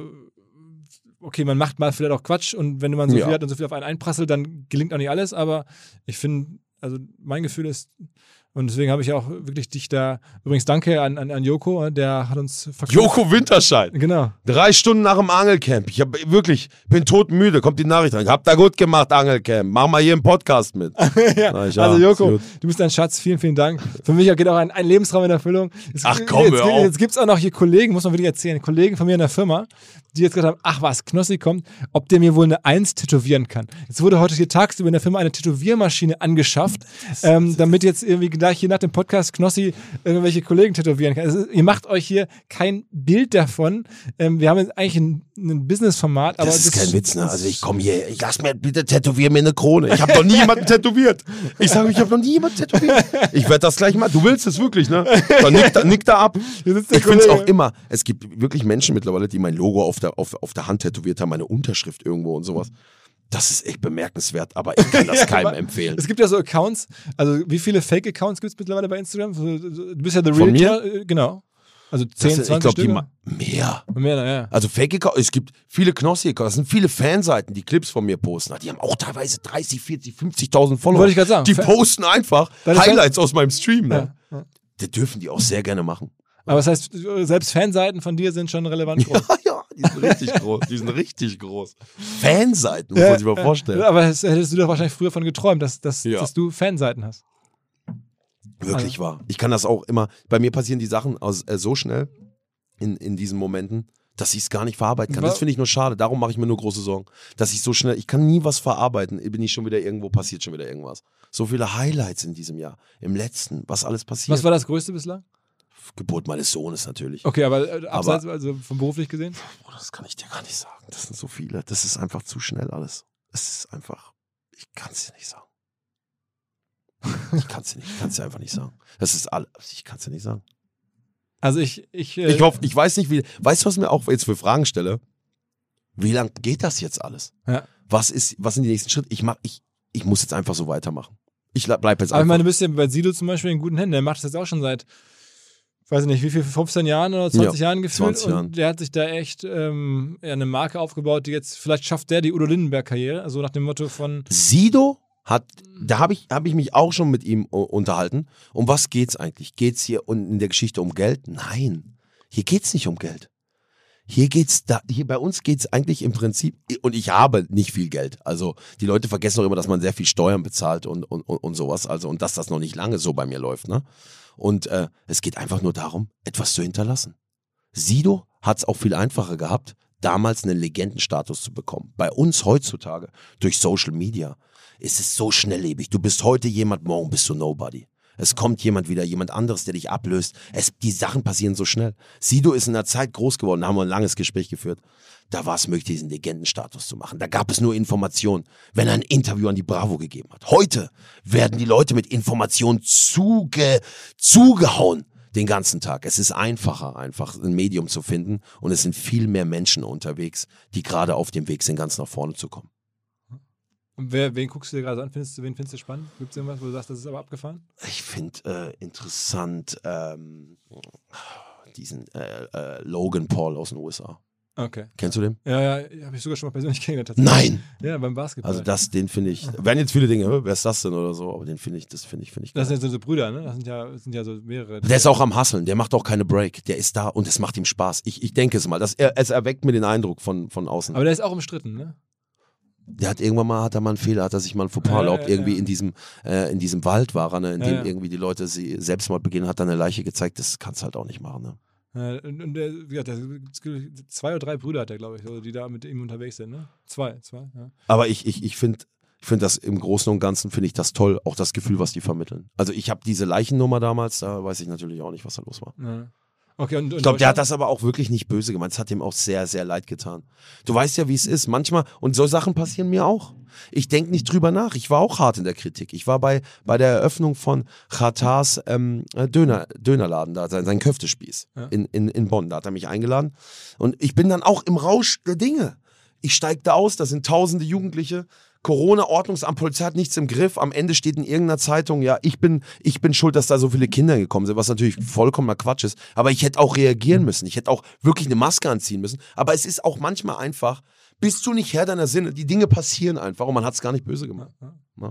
okay, man macht mal vielleicht auch Quatsch und wenn man so Ja. viel hat und so viel auf einen einprasselt, dann gelingt auch nicht alles, aber ich finde, also mein Gefühl ist, und deswegen habe ich auch wirklich dich da, übrigens danke an, an, an Joko, der hat uns verkauft. Joko Winterscheid. Genau. Drei Stunden nach dem Angelcamp. Ich hab wirklich, bin todmüde. Kommt die Nachricht rein. Habt ihr gut gemacht, Angelcamp. Mach mal hier einen Podcast mit. ja. Na, ich, ja, Also Joko, ist gut. du bist ein Schatz, vielen, vielen Dank. Für mich geht auch ein, ein Lebensraum in Erfüllung. Es, Ach, komm, jetzt, hör auf. jetzt gibt es auch noch hier Kollegen, muss man wirklich erzählen, Kollegen von mir in der Firma, die jetzt gesagt haben, ach was, Knossi kommt, ob der mir wohl eine Eins tätowieren kann. Jetzt wurde heute hier tagsüber in der Firma eine Tätowiermaschine angeschafft, ähm, damit jetzt irgendwie gleich hier nach dem Podcast Knossi irgendwelche Kollegen tätowieren kann. Also, ihr macht euch hier kein Bild davon. Ähm, wir haben jetzt eigentlich ein, ein Business-Format, aber Das ist kein Witz, ne? Also ich komme hier, ich lass mir bitte tätowieren mir eine Krone. Ich habe noch nie jemanden tätowiert. Ich sage, ich habe noch nie jemanden tätowiert. Ich werde das gleich mal. Du willst es wirklich, ne? Dann nick da, nick da ab. Hier sitzt der Ich finde es Kollege. auch immer, es gibt wirklich Menschen mittlerweile, die mein Logo auf der, auf, auf der Hand tätowiert haben, meine Unterschrift irgendwo und sowas. Das ist echt bemerkenswert, aber ich kann das Ja, keinem aber empfehlen. Es gibt ja so Accounts, also wie viele Fake-Accounts gibt es mittlerweile bei Instagram? Du bist ja The Von Real mir? Talk, äh, genau. Also Das zehn, sind, ich zwanzig glaube, die Stück. ma- mehr. Mehr, ja. Also Fake Account, es gibt viele Knossi-Accounts, es sind viele Fanseiten, die Clips von mir posten. Die haben auch teilweise dreißig, vierzig, fünfzigtausend Follower. Wollte ich gerade sagen. Die Fan- posten einfach Deine Fan- Highlights aus meinem Stream. Ne? Ja, ja. Das dürfen die auch sehr gerne machen. Aber das heißt, selbst Fanseiten von dir sind schon relevant groß. Ja, ja, die sind richtig groß. Die sind richtig groß. Fanseiten, muss man sich mal vorstellen. Aber das hättest du doch wahrscheinlich früher von geträumt, dass, dass, Ja. dass du Fanseiten hast. Wirklich wahr. Ich kann das auch immer, bei mir passieren die Sachen aus, äh, so schnell in, in diesen Momenten, dass ich es gar nicht verarbeiten kann. Wa- Das finde ich nur schade. Darum mache ich mir nur große Sorgen. Dass ich so schnell, ich kann nie was verarbeiten. Bin ich schon wieder irgendwo, passiert schon wieder irgendwas. So viele Highlights in diesem Jahr. Im letzten, was alles passiert. Was war das Größte bislang? Geburt meines Sohnes natürlich. Okay, aber äh, abseits, also von beruflich gesehen? Oh, das kann ich dir gar nicht sagen. Das sind so viele. Das ist einfach zu schnell alles. Es ist einfach, ich kann es dir nicht sagen. Ich kann es dir nicht, ich kann es dir einfach nicht sagen. Das ist alles, ich kann es dir nicht sagen. Also ich, ich, äh, Ich hoffe, ich weiß nicht, wie, weißt du, was ich mir auch jetzt für Fragen stelle? Wie lange geht das jetzt alles? Ja. Was ist, was sind die nächsten Schritte? Ich mach, ich, ich muss jetzt einfach so weitermachen. Ich bleib jetzt aber ich einfach. meine, du bist ja bei Sido zum Beispiel in guten Händen. Der macht das jetzt auch schon seit, weiß ich nicht, wie viel, fünfzehn Jahren oder zwanzig Jahren gefühlt. zwanzig Jahren. Und der hat sich da echt ähm, ja, eine Marke aufgebaut, die jetzt, vielleicht schafft der die Udo Lindenberg-Karriere. Also nach dem Motto von, Sido hat, da habe ich, hab ich mich auch schon mit ihm uh, unterhalten. Um was geht's eigentlich? Geht's hier un- in der Geschichte um Geld? Nein, hier geht's nicht um Geld. Hier geht's da, hier bei uns geht's eigentlich im Prinzip, und ich habe nicht viel Geld. Also die Leute vergessen doch immer, dass man sehr viel Steuern bezahlt und, und, und, und sowas. Also und dass das noch nicht lange so bei mir läuft. Ne? Und äh, es geht einfach nur darum, etwas zu hinterlassen. Sido hat's auch viel einfacher gehabt, damals einen Legendenstatus zu bekommen. Bei uns heutzutage durch Social Media ist es so schnelllebig. Du bist heute jemand, morgen bist du nobody. Es kommt jemand wieder, jemand anderes, der dich ablöst. Es, die Sachen passieren so schnell. Sido ist in einer Zeit groß geworden, da haben wir ein langes Gespräch geführt. Da war es möglich, diesen Legendenstatus zu machen. Da gab es nur Informationen, wenn er ein Interview an die Bravo gegeben hat. Heute werden die Leute mit Informationen zuge, zugehauen den ganzen Tag. Es ist einfacher, einfach ein Medium zu finden und es sind viel mehr Menschen unterwegs, die gerade auf dem Weg sind, ganz nach vorne zu kommen. Und wer, wen guckst du dir gerade an? Findest du, wen findest du spannend? Gibt es irgendwas, wo du sagst, das ist aber abgefahren? Ich finde äh, interessant ähm, diesen äh, äh, Logan Paul aus den U S A. Okay. Kennst du den? Ja, ja, habe ich sogar schon mal persönlich kennengelernt. Nein! Ja, beim Basketball. Also das, den finde ich, werden jetzt viele Dinge, wer ist das denn oder so, aber den finde ich, das finde ich, finde ich geil. Das sind ja so Brüder, ne? Das sind ja, das sind ja so mehrere. Der ist auch am Hustlen, der macht auch keine Break, der ist da und es macht ihm Spaß. Ich, ich denke es mal, das, er, es erweckt mir den Eindruck von, von außen. Aber der ist auch umstritten, ne? Der hat irgendwann mal, hat er mal einen Fehler, hat er sich mal ein Fauxpas Ja, erlaubt, ja, irgendwie ja. in diesem, äh, in diesem Wald war er, ne? in Ja, dem ja. irgendwie die Leute sie Selbstmord begehen, hat dann eine Leiche gezeigt, das kannst du halt auch nicht machen, ne? Ja, und, und der, ja, der, zwei oder drei Brüder hat er, glaube ich, so, die da mit ihm unterwegs sind, ne? Zwei, zwei, ja. Aber ich, ich, ich finde, ich finde das im Großen und Ganzen, finde ich das toll, auch das Gefühl, was die vermitteln. Also ich habe diese Leichennummer damals, da weiß ich natürlich auch nicht, was da los war. ja. Okay, und, und Ich glaube, der hat das aber auch wirklich nicht böse gemeint. Es hat ihm auch sehr, sehr leid getan. Du weißt ja, wie es ist. Manchmal, und so Sachen passieren mir auch. Ich denke nicht drüber nach. Ich war auch hart in der Kritik. Ich war bei, bei der Eröffnung von Chatars ähm, Döner, Dönerladen, da, sein, sein Köftespieß Ja. in, in, in Bonn. Da hat er mich eingeladen. Und ich bin dann auch im Rausch der Dinge. Ich steige da aus, da sind tausende Jugendliche. Corona, Ordnungsamt, Polizei hat nichts im Griff. Am Ende steht in irgendeiner Zeitung, ja, ich bin, ich bin schuld, dass da so viele Kinder gekommen sind, was natürlich vollkommener Quatsch ist. Aber ich hätte auch reagieren müssen. Ich hätte auch wirklich eine Maske anziehen müssen. Aber es ist auch manchmal einfach, bist du nicht Herr deiner Sinne. Die Dinge passieren einfach und man hat es gar nicht böse gemacht. Ja.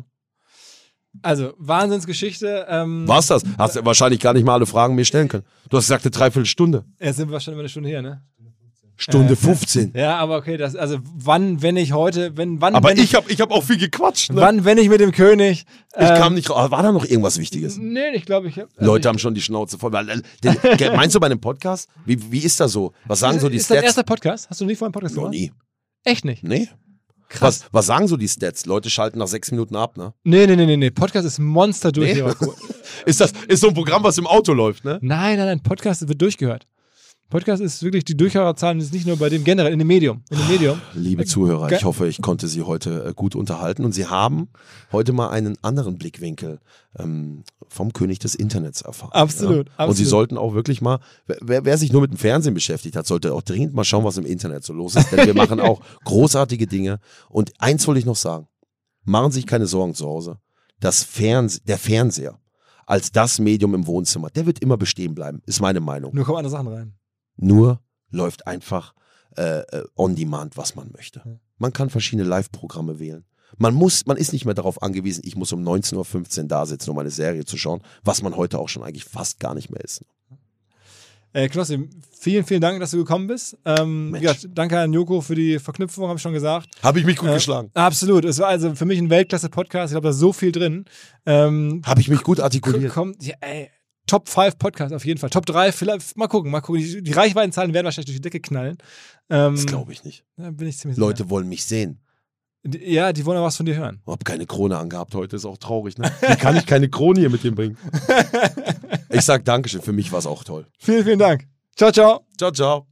Also, Wahnsinnsgeschichte. Ähm, War's das? Hast du wahrscheinlich gar nicht mal alle Fragen mir stellen können. Du hast gesagt, eine Dreiviertelstunde. Jetzt sind wir wahrscheinlich über eine Stunde her, ne? Stunde Äh, fünfzehn. Ja, aber okay, das, also wann, wenn ich heute, wenn, wann, Aber wenn ich habe ich hab auch viel gequatscht. Ne? wann, wenn ich mit dem König. Ich ähm, kam nicht raus. War da noch irgendwas Wichtiges? Nee, ich glaube, ich hab, also Leute ich, haben schon die Schnauze voll. Weil, äh, der- Meinst du bei einem Podcast? Wie, wie ist das so? Was sagen so die Ist dein Stats? erster Podcast? Hast du nie vorher einen Podcast Noch gemacht? nie. Echt nicht? Nee. Krass. Was, was sagen so die Stats? Leute schalten nach sechs Minuten ab, ne? Nee, nee, nee, nee, nee. Podcast ist Monster durchgehört. Ist das ist so ein Programm, was im Auto läuft, ne? Nein, nein, nein, Podcast wird durchgehört. Podcast ist wirklich, die Durchhörerzahlen ist nicht nur bei dem generell, in dem Medium. In dem Medium. Liebe Zuhörer, Ge- ich hoffe, ich konnte Sie heute äh, gut unterhalten und Sie haben heute mal einen anderen Blickwinkel ähm, vom König des Internets erfahren. Absolut, ja? absolut. Und Sie sollten auch wirklich mal, wer, wer sich nur mit dem Fernsehen beschäftigt hat, sollte auch dringend mal schauen, was im Internet so los ist, denn wir machen auch großartige Dinge. Und eins wollte ich noch sagen, machen Sie sich keine Sorgen zu Hause. Das Fernseh, der Fernseher als das Medium im Wohnzimmer, der wird immer bestehen bleiben, ist meine Meinung. Nur kommen andere Sachen rein. Nur läuft einfach äh, äh, on demand, was man möchte. Ja. Man kann verschiedene Live-Programme wählen. Man muss, man ist nicht mehr darauf angewiesen, ich muss um neunzehn Uhr fünfzehn da sitzen, um eine Serie zu schauen, was man heute auch schon eigentlich fast gar nicht mehr ist. Äh, Knossi, vielen, vielen Dank, dass du gekommen bist. Ähm, Mensch. ja, danke an Joko für die Verknüpfung, habe ich schon gesagt. Habe ich mich gut Äh, geschlagen? Absolut. Es war also für mich ein Weltklasse-Podcast. Ich glaube, da ist so viel drin. Ähm, Habe ich mich gut artikuliert? kommt, ja, ey, Top fünf Podcast auf jeden Fall. Top drei, vielleicht, mal gucken, mal gucken. Die, die Reichweitenzahlen werden wahrscheinlich durch die Decke knallen. Ähm, Das glaube ich nicht. Da bin ich ziemlich Leute wollen mich sehen. sicher. Die, ja, die wollen auch was von dir hören. Ich habe keine Krone angehabt heute, ist auch traurig. Ne? Wie kann ich keine Krone hier mit dem bringen? Ich sag Dankeschön, für mich war es auch toll. Vielen, vielen Dank. Ciao, ciao. Ciao, ciao.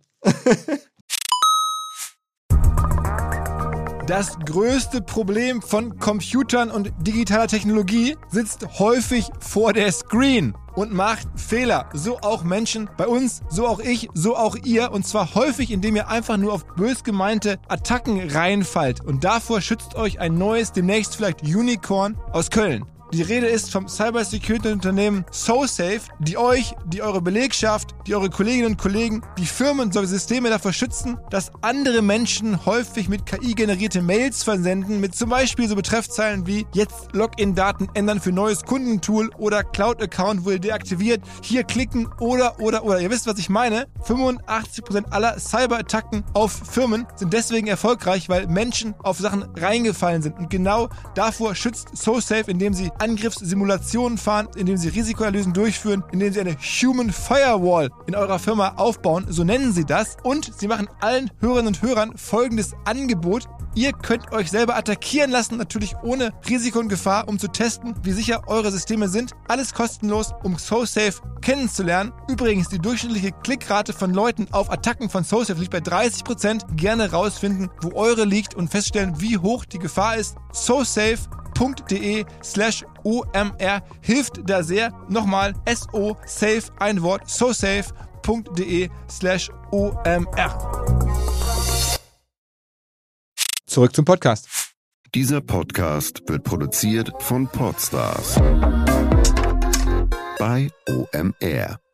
Das größte Problem von Computern und digitaler Technologie sitzt häufig vor der Screen und macht Fehler. So auch Menschen bei uns, so auch ich, so auch ihr. Und zwar häufig, indem ihr einfach nur auf bös gemeinte Attacken reinfallt. Und davor schützt euch ein neues, demnächst vielleicht Unicorn aus Köln. Die Rede ist vom Cybersecurity-Unternehmen SoSafe, die euch, die eure Belegschaft, die eure Kolleginnen und Kollegen, die Firmen sowie Systeme davor schützen, dass andere Menschen häufig mit K I generierte Mails versenden, mit zum Beispiel so Betreffzeilen wie jetzt Login-Daten ändern für neues Kundentool oder Cloud-Account wurde deaktiviert, hier klicken oder, oder, oder. Ihr wisst, was ich meine. fünfundachtzig Prozent aller Cyberattacken auf Firmen sind deswegen erfolgreich, weil Menschen auf Sachen reingefallen sind. Und genau davor schützt SoSafe, indem sie Angriffssimulationen fahren, indem sie Risikoanalysen durchführen, indem sie eine Human Firewall in eurer Firma aufbauen, so nennen sie das. Und sie machen allen Hörerinnen und Hörern folgendes Angebot. Ihr könnt euch selber attackieren lassen, natürlich ohne Risiko und Gefahr, um zu testen, wie sicher eure Systeme sind. Alles kostenlos, um SoSafe kennenzulernen. Übrigens, die durchschnittliche Klickrate von Leuten auf Attacken von SoSafe liegt bei dreißig Prozent. Gerne rausfinden, wo eure liegt und feststellen, wie hoch die Gefahr ist. sosafe.de slash OMR hilft da sehr. Nochmal S-O-Safe, ein Wort, sosafe.de slash OMR. Zurück zum Podcast. Dieser Podcast wird produziert von Podstars bei O M R.